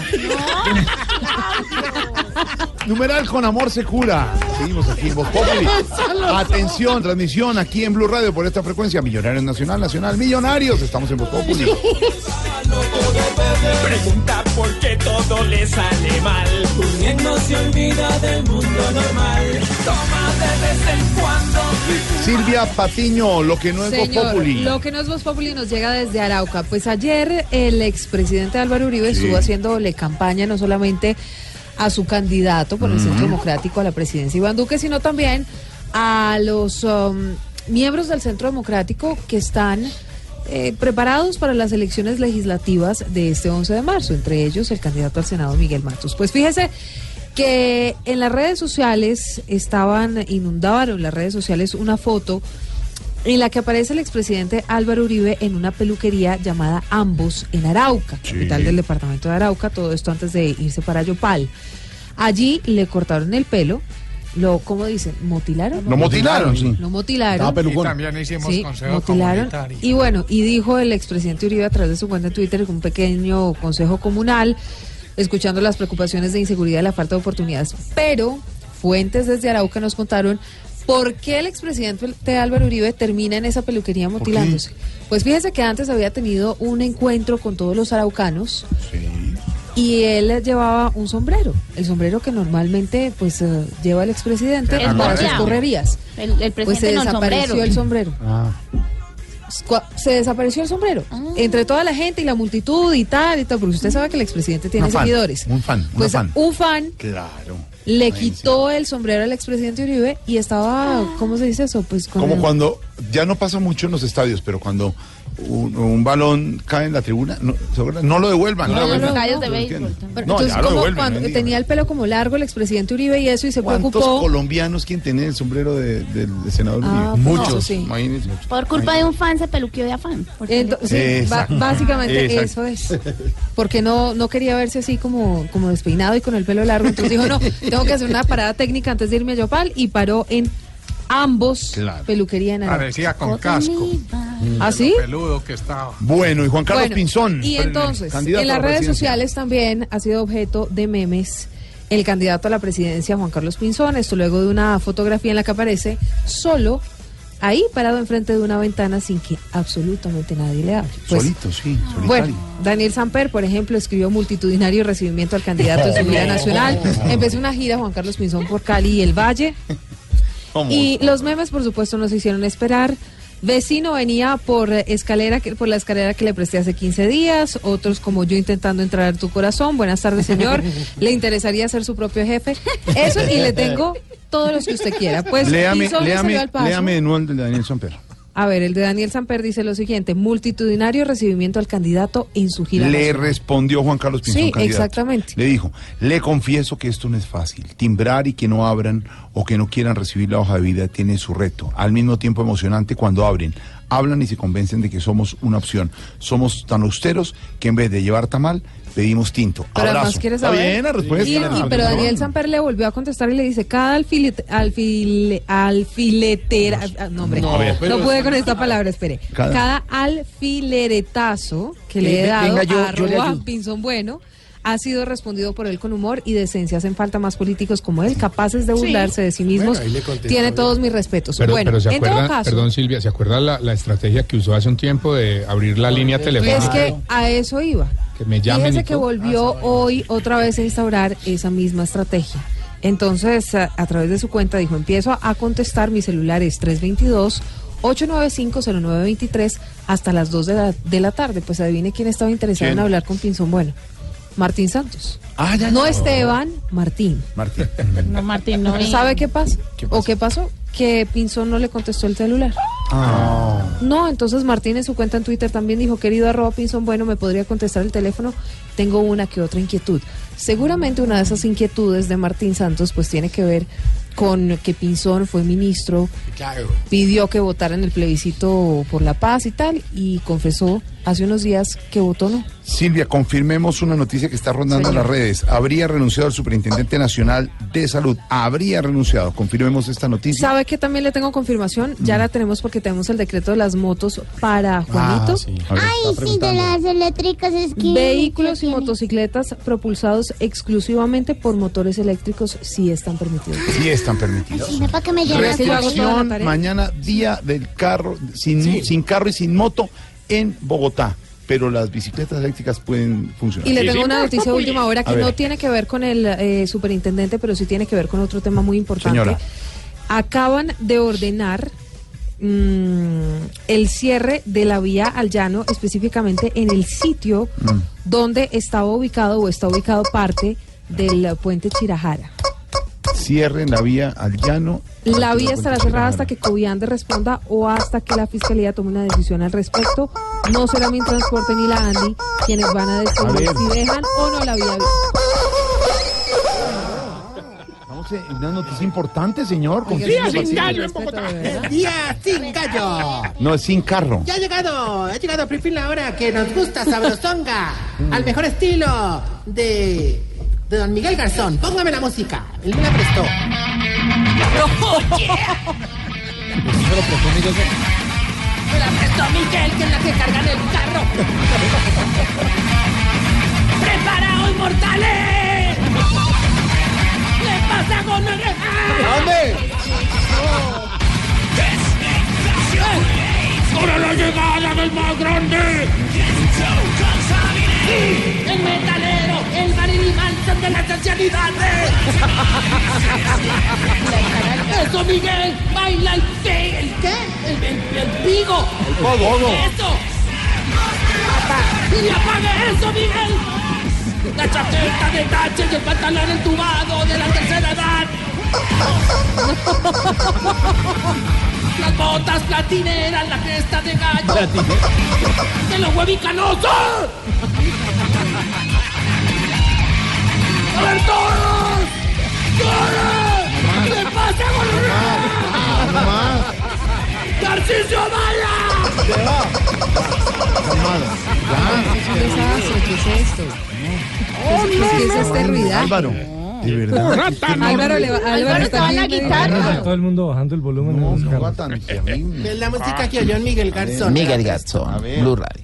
Numeral con amor se cura. Seguimos aquí en Voz Populi. Atención, transmisión aquí en Blue Radio por esta frecuencia. Millonarios Nacional, Nacional, Millonarios. Estamos en Voz Populi. le sale mal. Quien no se olvida del mundo normal, toma de vez en cuando. Silvia Patiño, lo que no es Voz Señor, Populi. lo que no es Voz Populi nos llega desde Arauca. Pues ayer el expresidente Álvaro Uribe Sí. estuvo haciéndole campaña no solamente a su candidato por el Ujú. Centro Democrático a la presidencia Iván Duque, sino también a los um, miembros del Centro Democrático que están eh, preparados para las elecciones legislativas de este once de marzo, entre ellos el candidato al Senado Miguel Matos. Pues fíjese que en las redes sociales estaban, inundaron las redes sociales una foto en la que aparece el expresidente Álvaro Uribe en una peluquería llamada Ambos en Arauca, Sí. capital del departamento de Arauca, todo esto antes de irse para Yopal. Allí le cortaron el pelo, lo, ¿cómo dicen? ¿Motilaron? Lo motilaron, sí. Lo motilaron. Estaba pelucón. Y también hicimos Sí, consejo motilaron. comunitario. Y bueno, y dijo el expresidente Uribe a través de su cuenta en Twitter un pequeño consejo comunal, escuchando las preocupaciones de inseguridad y la falta de oportunidades. Pero fuentes desde Arauca nos contaron por qué el expresidente Álvaro Uribe termina en esa peluquería motilándose. Pues fíjese que antes había tenido un encuentro con todos los araucanos. Y él llevaba un sombrero, el sombrero que normalmente pues uh, lleva el expresidente Es para sus boleado. correrías. El, el presidente Pues se no, desapareció sombrero. el sombrero. Ah. Cua- Se desapareció el sombrero. Entre toda la gente y la multitud y tal y tal, porque usted sabe que el expresidente tiene Un fan, seguidores. Un fan, un Pues fan. un fan Claro. le quitó el sombrero al expresidente Uribe y estaba, ¿cómo se dice eso? Pues con Como el- cuando, ya no pasa mucho en los estadios, pero cuando un, un balón cae en la tribuna, no, ¿se acuerdan? No lo devuelvan. No, lo no, devuelvan. no, Estadios de Lo béisbol entiendo. también. No, Entonces, ya lo como devuelven. cuando bendiga. tenía el pelo como largo el expresidente Uribe y eso y se ¿Cuántos preocupó. colombianos quieren tener el sombrero de- del de senador Ah, Uribe? pues eso sí. Imagínense. Por culpa de un fan se peluqueó de afán. Porque Ento- sí, Exacto. ba- básicamente Exacto. eso es. Porque no, no quería verse así como, como despeinado y con el pelo largo. Entonces dijo, no, tengo que hacer una parada técnica antes de irme a Yopal y paró en Ambos Claro. peluquería en Arauca. Parecía con casco. ¿Ah, sí? Lo peludo que estaba. Bueno, y Juan Carlos Bueno, Pinzón. Y entonces, candidato en a las la redes presidencia. sociales también ha sido objeto de memes el candidato a la presidencia Juan Carlos Pinzón. Esto luego de una fotografía en la que aparece solo ahí parado enfrente de una ventana sin que absolutamente nadie le hable. Pues, Solito, sí, solitario. bueno, Daniel Samper, por ejemplo, escribió multitudinario recibimiento al candidato en su gira nacional. Empezó una gira Juan Carlos Pinzón por Cali y el Valle. ¿Cómo? Y los memes, por supuesto, no se hicieron esperar. Vecino venía por eh, escalera que, por la escalera que le presté hace quince días. Otros como yo intentando entrar a tu corazón. Buenas tardes, señor. ¿Le interesaría ser su propio jefe? Eso y le tengo todos los que usted quiera. Pues léame, Pinzón le salió léame, al paso. léame de nuevo el de Daniel Samper. A ver, el de Daniel Samper dice lo siguiente: multitudinario recibimiento al candidato en su gira Le nacional. respondió Juan Carlos Pinzón, Sí, candidato. exactamente. Le dijo, le confieso que esto no es fácil. Timbrar y que no abran o que no quieran recibir la hoja de vida tiene su reto. Al mismo tiempo emocionante cuando abren, hablan y se convencen de que somos una opción. Somos tan austeros que en vez de llevar tamal, pedimos tinto. Pero Abrazo. además quiere Está saber. bien la respuesta. Y- y- pero Daniel Samper le volvió a contestar y le dice, cada alfilet, alfile, alfiletera, ah, no, hombre, No, no, a ver. pude con esta palabra, espere. Cada- Cada, alfileretazo que le he Venga, dado yo- a yo le arroba ayudo. Pinzón Bueno ha sido respondido por él con humor y decencia. Hacen falta más políticos como él, capaces de burlarse de sí mismos. Bueno, ahí le contestó Tiene bien. todos mis respetos. Pero, bueno, pero se en todo acuerda, caso, perdón Silvia, ¿se acuerda la, la estrategia que usó hace un tiempo de abrir la línea telefónica? es que a eso iba. Que me llamen Fíjese y que todo. volvió hoy otra vez a instaurar esa misma estrategia. Entonces, a, a través de su cuenta dijo, empiezo a, a contestar, mi celular es tres dos dos, ocho nueve cinco, cero nueve dos tres hasta las dos de la, de la tarde. Pues adivine quién estaba interesado ¿Quién? en hablar con Pinzón Bueno. Martín Santos. Ah, ya, No ya. Esteban, Martín. Martín. No, Martín, no. ¿Sabe qué pasa? ¿Qué ¿O qué pasó? Que Pinzón no le contestó el celular. Ah. No, entonces Martín en su cuenta en Twitter también dijo, querido arroba Pinzón Bueno, ¿me podría contestar el teléfono? Tengo una que otra inquietud. Seguramente una de esas inquietudes de Martín Santos pues tiene que ver con que Pinzón fue ministro, pidió que votaran el plebiscito por la paz y tal, y confesó hace unos días que votó no. Silvia, confirmemos una noticia que está rondando en Señor. las redes. Habría renunciado el Superintendente Nacional de Salud. Habría renunciado. Confirmemos esta noticia. ¿Sabe que también le tengo confirmación? Ya la tenemos porque tenemos el decreto de las motos para Juanito. Ah, sí. A ver, Ay, está sí, de preguntando. las eléctricas es que... Vehículos y motocicletas propulsados exclusivamente por motores eléctricos sí están permitidos. Sí están permitidos. Sí, para que me llamen. que yo hago toda la Restricción tarea. mañana, día del carro, sin, sin carro y sin moto en Bogotá. pero las bicicletas eléctricas pueden funcionar. Y le tengo una noticia de última hora que A ver. no tiene que ver con el eh, superintendente, pero sí tiene que ver con otro tema muy importante. Señora. Acaban de ordenar mmm, el cierre de la vía al llano, específicamente en el sitio Mm. donde estaba ubicado o está ubicado parte del puente Chirajara. Cierren la vía al llano. La vía estará cerrada hasta que Coviande responda o hasta que la Fiscalía tome una decisión al respecto. No será Mintransporte ni la ANDI quienes van a decidir A ver. si dejan o no la vía. Vamos a una noticia importante, señor. Oiga, Confíe, sí, sin Martín. gallo en Bogotá. El día sin gallo. No, es sin carro. Ya ha llegado, ha llegado por fin la hora que nos gusta sabrosonga, al mejor estilo de, de don Miguel Garzón. Póngame la música, él me la prestó. Me la prestó Miguel, que es la que carga en el carro. ¡Preparaos, mortales! ¡Le pasa con el... ¿Dónde? ¡Ahora la llegada del más grande! Sí, el metalero, el Marilyn Manson de las ancianidades. ¡Eso, Miguel! ¡Baila el qué! ¿El qué? El, el, el pigo. El pogo. ¡Eso! ¡Y apague eso, Miguel! La chaqueta de tache y el pantalón entubado de la tercera edad. Las botas platineras, la cresta de gallo. ¡De los huevicanosos! ¡A ver todos! ¡Todos! ¿Qué pasa, gorra? ¡Tarcisio Maya! Se va. Calmado. ¿Qué es eso? ¿Qué es esto? Oh, ¿Qué es, ¿qué es este ruidaje? Álvaro, de verdad. Álvaro, le va, Álvaro está van a bien quitar. medio- Todo el mundo bajando el volumen. No, de los no va carros. tan terrible. Es la música que oyó en Miguel Garzón. Miguel Garzón, Blue Radio.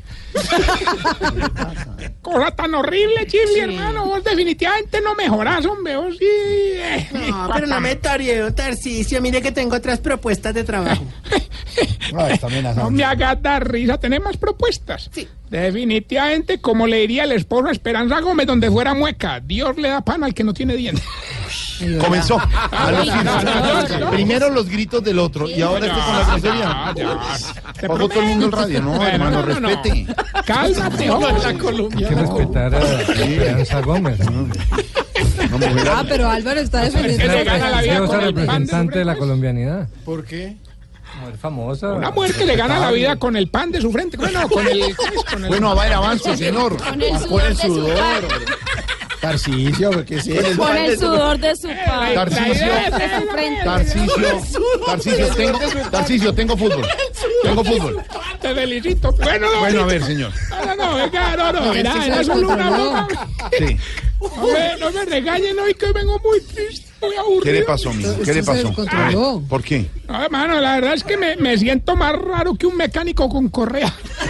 Cosa tan horrible, Chibli, hermano. Vos definitivamente no mejorás, hombre. Vos sí. eh, No, pero no me toreo, Tarcisio. Mire que tengo otras propuestas de trabajo. Ah, está amenazando. No me hagas dar risa, tenemos más propuestas. Sí. Definitivamente, como le diría el esposo a Esperanza Gómez, donde fuera mueca, Dios le da pan al que no tiene dientes. Comenzó. A los Ya, ya, ya, ya. Primero los gritos del otro y ahora este con la grosería. Te Pagó todo el mundo el radio. No, Bueno, hermano, no, no, no. respete. Cálmate, hombre. Hay que respetar a Esperanza Gómez. ¿no? Ah, pero Álvaro está defendiendo. le gana la vida Diosa con el pan de representante de la colombianidad. ¿Por qué? Mujer famosa. Una mujer que le gana la vida con el pan de su frente. Bueno, con el... con el- Bueno, a ver, avance, señor. Con el sudor de su padre. Tarcisio, ¿qué es eso? Con el sudor de su padre. Tarcisio, De su frente. Tarcisio, Tarcisio, tengo, Tarcisio, tengo fútbol. Tengo fútbol. Te felicito. Bueno, no, Bueno, a ver, señor. No, no, venga, no, no, era, este era se solo una descontroló. broma. Sí. Hombre, no me regañen hoy que vengo muy triste, muy aburrido. ¿Qué le pasó, amigo? ¿Qué le Esto se pasó? descontroló. ¿Por qué? No, hermano, la verdad es que me, me siento más raro que un mecánico con correa.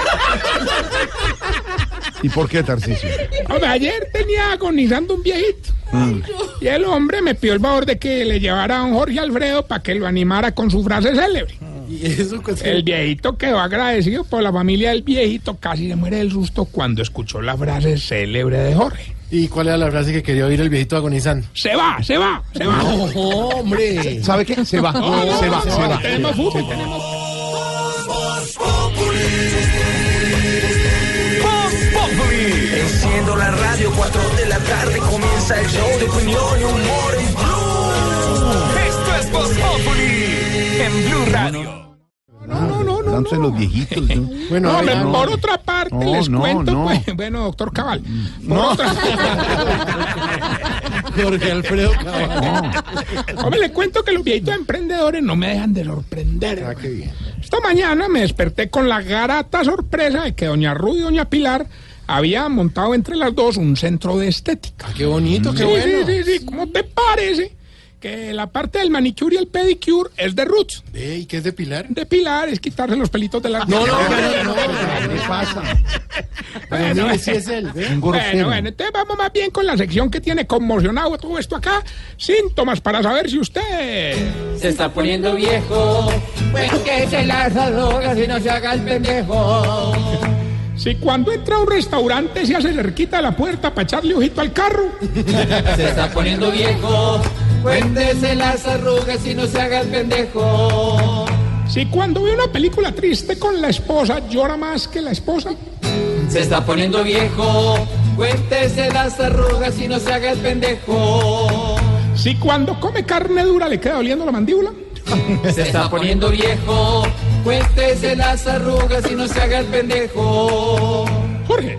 ¿Y por qué, Tarcisio? Hombre, ayer tenía agonizando un viejito. Mm. Y el hombre me pidió el favor de que le llevara a don Jorge Alfredo para que lo animara con su frase célebre. ¿Y eso qué es? El viejito quedó agradecido por la familia del viejito, casi se muere del susto cuando escuchó la frase célebre de Jorge. ¿Y cuál era la frase que quería oír el viejito agonizando? Se va, se va, se va. No, hombre. ¿Sabe qué? Se va, No, no, se va, no, se va. Tenemos fútbol, tenemos... Enciendo la radio, cuatro de la tarde comienza el show de opinión y humor en Blue. Esto es Voz Populi en Blue Radio. No, no, no, no. Dándose los viejitos. ¿no? Bueno, No, a ver, hombre, no. por otra parte, No, les no, cuento, no. pues, bueno, doctor Cabal, por No. otra Jorge Alfredo Cabal. Hombre, le cuento que los viejitos emprendedores no me dejan de sorprender. Ah, qué bien. Esta mañana me desperté con la grata sorpresa de que doña Ruth y doña Pilar habían montado entre las dos un centro de estética. Ah, qué bonito, qué Sí, bueno. sí, sí, sí. ¿Cómo te parece que la parte del manicure y el pedicure es de Ruth? Ve, ¿y qué es de Pilar? De Pilar es quitarse los pelitos de la... No, no, no, no, no. ¿Qué pasa? Pero Bueno, mire, si es él, ¿ve? Un grosero. Bueno, bueno, entonces vamos más bien con la sección que tiene conmocionado todo esto acá. Síntomas para saber si usted... Se está poniendo viejo, pues que se las drogas y no se haga el pendejo. Si cuando entra a un restaurante se hace cerquita de la puerta para echarle ojito al carro. Se está poniendo viejo, cuéntese las arrugas y no se haga el pendejo. Si cuando ve una película triste con la esposa llora más que la esposa. Se está poniendo viejo, cuéntese las arrugas y no se haga el pendejo. Si cuando come carne dura le queda doliendo la mandíbula. Se está poniendo viejo, cuéntese las arrugas y no se haga el pendejo. Jorge,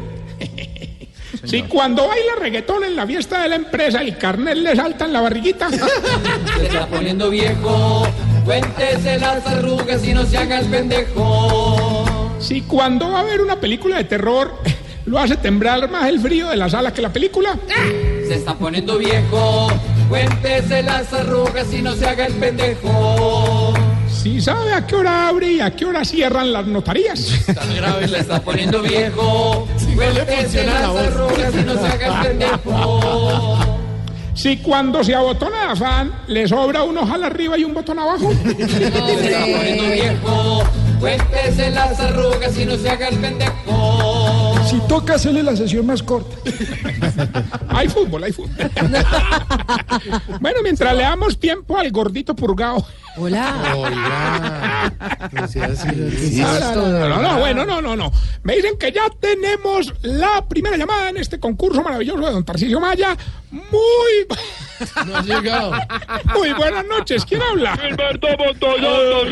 si cuando baila reggaetón en la fiesta de la empresa el carnet le salta en la barriguita. Se está poniendo viejo, cuéntese las arrugas y no se haga el pendejo. Si cuando va a ver una película de terror lo hace temblar más el frío de la sala que la película. Se está poniendo viejo, cuéntese las arrugas y no se haga el pendejo. Si sabe a qué hora abre y a qué hora cierran las notarías. Tan grave, se está poniendo viejo, cuéntese las arrugas y no se haga el pendejo. Si cuando se abotona de afán le sobra un ojal arriba y un botón abajo. Se está poniendo viejo, cuéntese las arrugas y no se haga el pendejo. Si toca hacerle la sesión más corta. Hay fútbol, hay fútbol. Bueno, mientras le damos tiempo al gordito purgado. Hola. Oiga. No sea así, No, no, no, no, no, bueno, no, no, no. Me dicen que ya tenemos la primera llamada en este concurso maravilloso de don Tarcisio Maya. Muy... No ha llegado. Muy buenas noches. ¿Quién habla? Gilberto Montoya.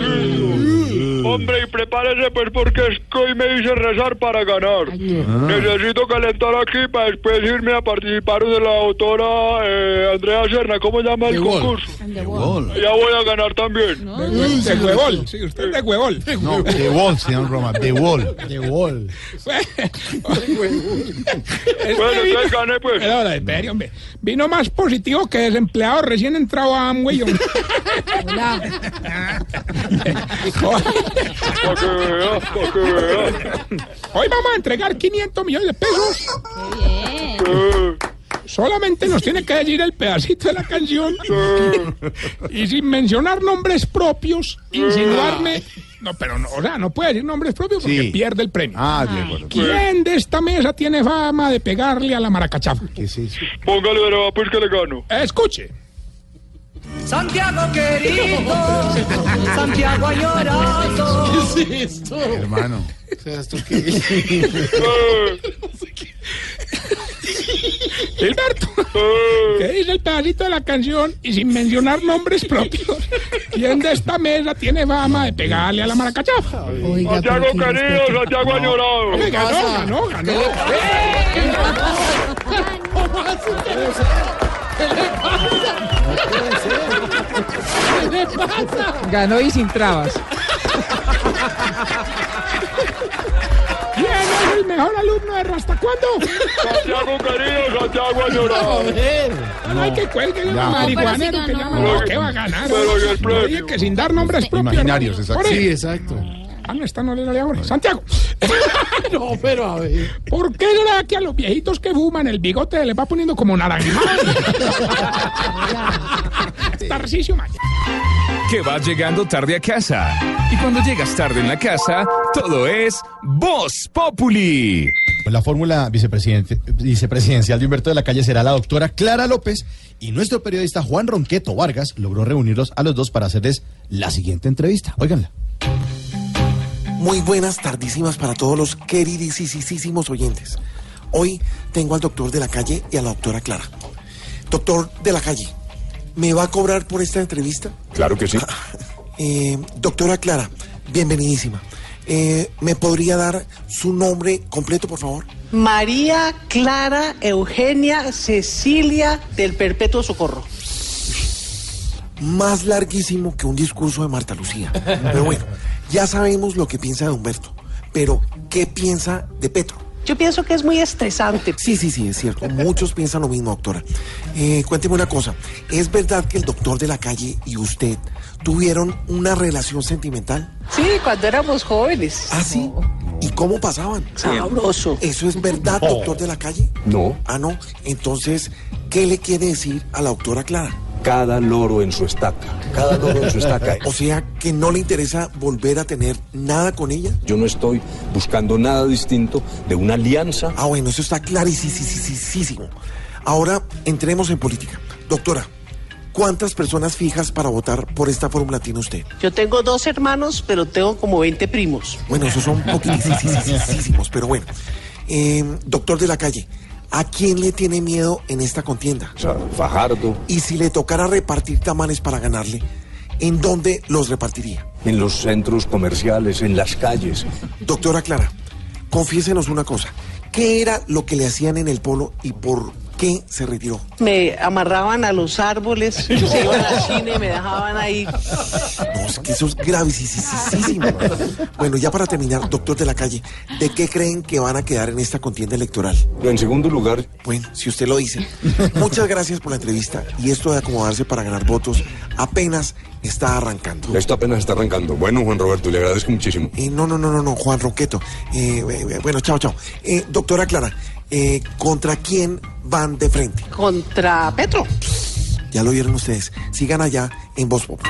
Hombre, y prepárese pues porque es que hoy me hice rezar para ganar. Ah. Necesito calentar aquí para después irme a participar de la autora eh, Andrea Serna. ¿Cómo llama el concurso? Ya voy a ganar también. No. De, de, de huevol. Sí, usted de huevol. No, de wall, señor Roma. De wall. De wall. Bueno, entonces gané pues. Pero, espere, hombre. Vino más positivo que desempleado recién entrado a Amway. Hola. Para que vea, para que vea. Hoy vamos a entregar quinientos millones de pesos. Qué bien. Solamente nos tiene que decir el pedacito de la canción. Y sin mencionar nombres propios, insinuarme. No, pero no, o sea, no puede decir nombres propios porque sí. Pierde el premio. Ah, de acuerdo. ¿Quién de esta mesa tiene fama de pegarle a la maracachafa? ¿Qué es eso? Póngale, verá, pues que le gano. Escuche. Santiago querido, Santiago añorado. ¿Qué es esto? Hermano. O sea, ¿esto qué es? Gilberto, ¿qué dice el pedacito de la canción? Y sin mencionar nombres propios, ¿quién de esta mesa tiene fama de pegarle a la maracachafa? Oiga, Santiago querido, Santiago añorado. No, ganó, ganó, ganó. ¿Qué le pasa? ¿Qué le pasa? Ganó y sin trabas. ¿Quién es el mejor alumno de Rasta cuándo? Santiago querido, Santiago añorado. No hay que cuelgue la marihuana que llama. No, ¿qué va a ganar? Pero y el premio. Oye, que sin dar nombres propios. Imaginarios, exacto. Sí, exacto. Ah, no, esta no le da ahora. Santiago. No, pero a ver. ¿Por qué será que a los viejitos que fuman el bigote les va poniendo como naranja? Tarcisio Maya. Que vas llegando tarde a casa. Y cuando llegas tarde en la casa, todo es Voz Populi. La fórmula vicepresidente, vicepresidencial de Humberto de la Calle será la doctora Clara López y nuestro periodista Juan Ronqueto Vargas logró reunirlos a los dos para hacerles la siguiente entrevista. Óiganla. Muy buenas tardísimas para todos los queridísimos oyentes. Hoy tengo al doctor de la Calle y a la doctora Clara. Doctor de la Calle, ¿me va a cobrar por esta entrevista? Claro que sí. Eh, doctora Clara, bienvenidísima. Eh, ¿Me podría dar su nombre completo, por favor? María Clara Eugenia Cecilia del Perpetuo Socorro. Más larguísimo que un discurso de Marta Lucía. Pero bueno, ya sabemos lo que piensa de Humberto. Pero, ¿qué piensa de Petro? Yo pienso que es muy estresante. Sí, sí, sí, es cierto. Muchos piensan lo mismo, doctora. Eh, cuénteme una cosa. ¿Es verdad que el doctor de la Calle y usted tuvieron una relación sentimental? Sí, cuando éramos jóvenes. ¿Ah, sí? ¿Y cómo pasaban? Sabroso. ¿Eso es verdad, doctor de la Calle? No. Ah, no. Entonces, ¿qué le quiere decir a la doctora Clara? Cada loro en su estaca. cada todo en su estaca. O sea, que no le interesa volver a tener nada con ella. Yo no estoy buscando nada distinto de una alianza. Ah, bueno, eso está clarísimo. Ahora entremos en política. Doctora, ¿cuántas personas fijas para votar por esta fórmula tiene usted? Yo tengo dos hermanos, pero tengo como veinte primos. Bueno, esos son poquitísimos, pero bueno. Eh, doctor de la Calle, ¿a quién le tiene miedo en esta contienda? O sea, Fajardo. Y si le tocara repartir tamales para ganarle, ¿en dónde los repartiría? En los centros comerciales, en las calles. Doctora Clara, confiésenos una cosa. ¿Qué era lo que le hacían en el polo y por qué se retiró? Me amarraban a los árboles, se iban al cine, me dejaban ahí. No, es que eso es gravísimo. Bueno, ya para terminar, doctor de la Calle, ¿de qué creen que van a quedar en esta contienda electoral? En segundo lugar. Bueno, si usted lo dice. Muchas gracias por la entrevista y esto de acomodarse para ganar votos apenas está arrancando. Esto apenas está arrancando. Bueno, Juan Roberto, le agradezco muchísimo. Eh, no, no, no, no, no, Juan Roqueto. Eh, eh, bueno, chao, chao. Eh, doctora Clara, eh, ¿contra quién van de frente? Contra Petro. Ya lo vieron ustedes. Sigan allá en Voz Populi.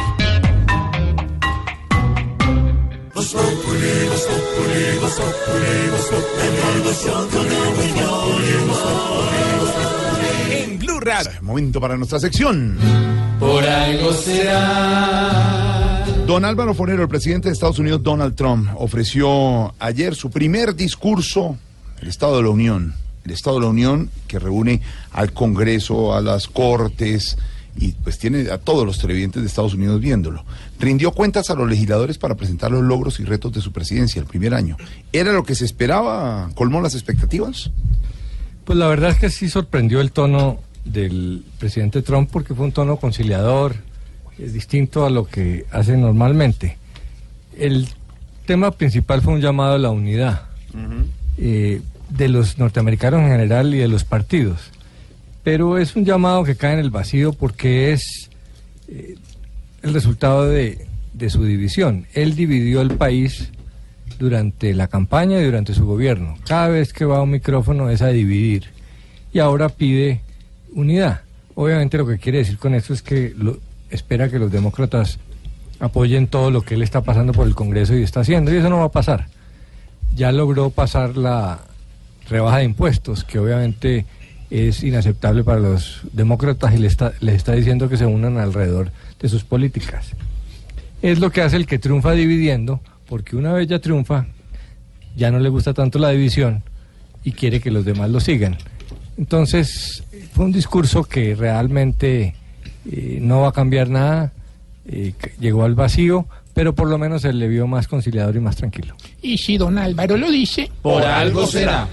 Voz Populi, Voz Populi, Voz Populi, Voz Populi, Voz Populi. En Blue Radio. Momento para nuestra sección. Por algo será. Don Álvaro Forero, el presidente de Estados Unidos, Donald Trump, ofreció ayer su primer discurso, el Estado de la Unión. El Estado de la Unión que reúne al Congreso, a las Cortes y pues tiene a todos los televidentes de Estados Unidos viéndolo. Rindió cuentas a los legisladores para presentar los logros y retos de su presidencia el primer año. ¿Era lo que se esperaba? ¿Colmó las expectativas? Pues la verdad es que sí sorprendió el tono del presidente Trump porque fue un tono conciliador, es distinto a lo que hace normalmente. El tema principal fue un llamado a la unidad uh-huh. eh, de los norteamericanos en general y de los partidos, pero es un llamado que cae en el vacío porque es eh, el resultado de, de su división. Él dividió el país durante la campaña y durante su gobierno. Cada vez que va a un micrófono es a dividir y ahora pide unidad. Obviamente lo que quiere decir con esto es que lo, espera que los demócratas apoyen todo lo que él está pasando por el Congreso y está haciendo, y eso no va a pasar. Ya logró pasar la rebaja de impuestos, que obviamente es inaceptable para los demócratas y les está, les está diciendo que se unan alrededor de sus políticas. Es lo que hace el que triunfa dividiendo, porque una vez ya triunfa, ya no le gusta tanto la división y quiere que los demás lo sigan. Entonces, fue un discurso que realmente eh, no va a cambiar nada, eh, llegó al vacío, pero por lo menos se le vio más conciliador y más tranquilo. Y si don Álvaro lo dice, por algo será.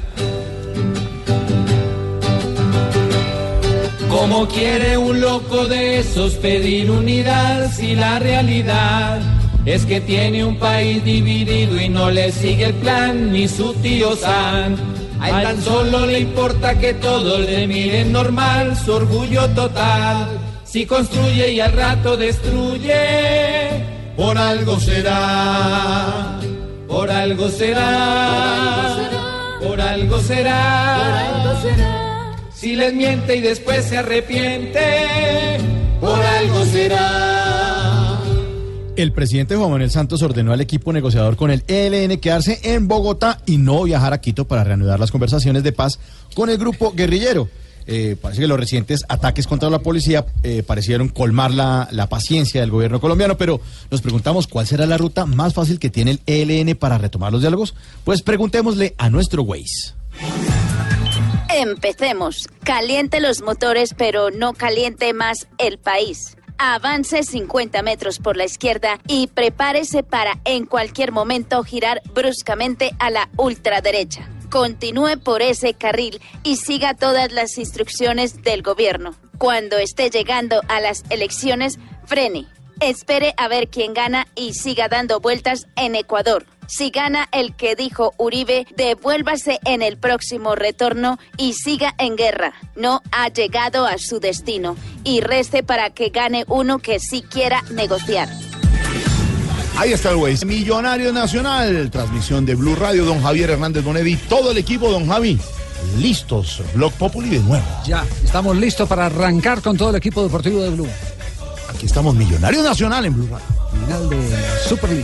¿Cómo quiere un loco de esos pedir unidad si la realidad es que tiene un país dividido y no le sigue el plan ni su tío San? A él tan solo le importa que todos le miren normal, su orgullo total. Si construye y al rato destruye, por algo será, por algo será, por algo será, por algo será. Si les miente y después se arrepiente, por algo será. El presidente Juan Manuel Santos ordenó al equipo negociador con el E L N quedarse en Bogotá y no viajar a Quito para reanudar las conversaciones de paz con el grupo guerrillero. Eh, parece que los recientes ataques contra la policía eh, parecieron colmar la, la paciencia del gobierno colombiano, pero nos preguntamos cuál será la ruta más fácil que tiene el E L N para retomar los diálogos. Pues preguntémosle a nuestro Waze. Empecemos. Caliente los motores, pero no caliente más el país. Avance cincuenta metros por la izquierda y prepárese para en cualquier momento girar bruscamente a la ultraderecha. Continúe por ese carril y siga todas las instrucciones del gobierno. Cuando esté llegando a las elecciones, frene. Espere a ver quién gana y siga dando vueltas en Ecuador. Si gana el que dijo Uribe, devuélvase en el próximo retorno y siga en guerra. No ha llegado a su destino y reste para que gane uno que sí quiera negociar. Ahí está el Waze. Millonario Nacional, transmisión de Blue Radio, don Javier Hernández Bonetti, todo el equipo, don Javi, listos, Blog Populi de nuevo. Ya, estamos listos para arrancar con todo el equipo deportivo de Blue. Aquí estamos, Millonario Nacional en Blue Radio. Final de la Superliga.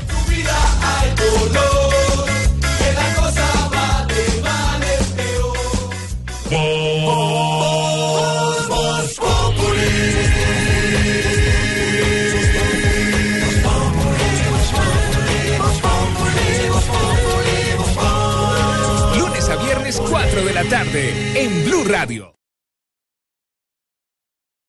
Que la cosa va de mal en peor. Voz, Voz Populi. Lunes a viernes, cuatro de la tarde, en Blue Radio.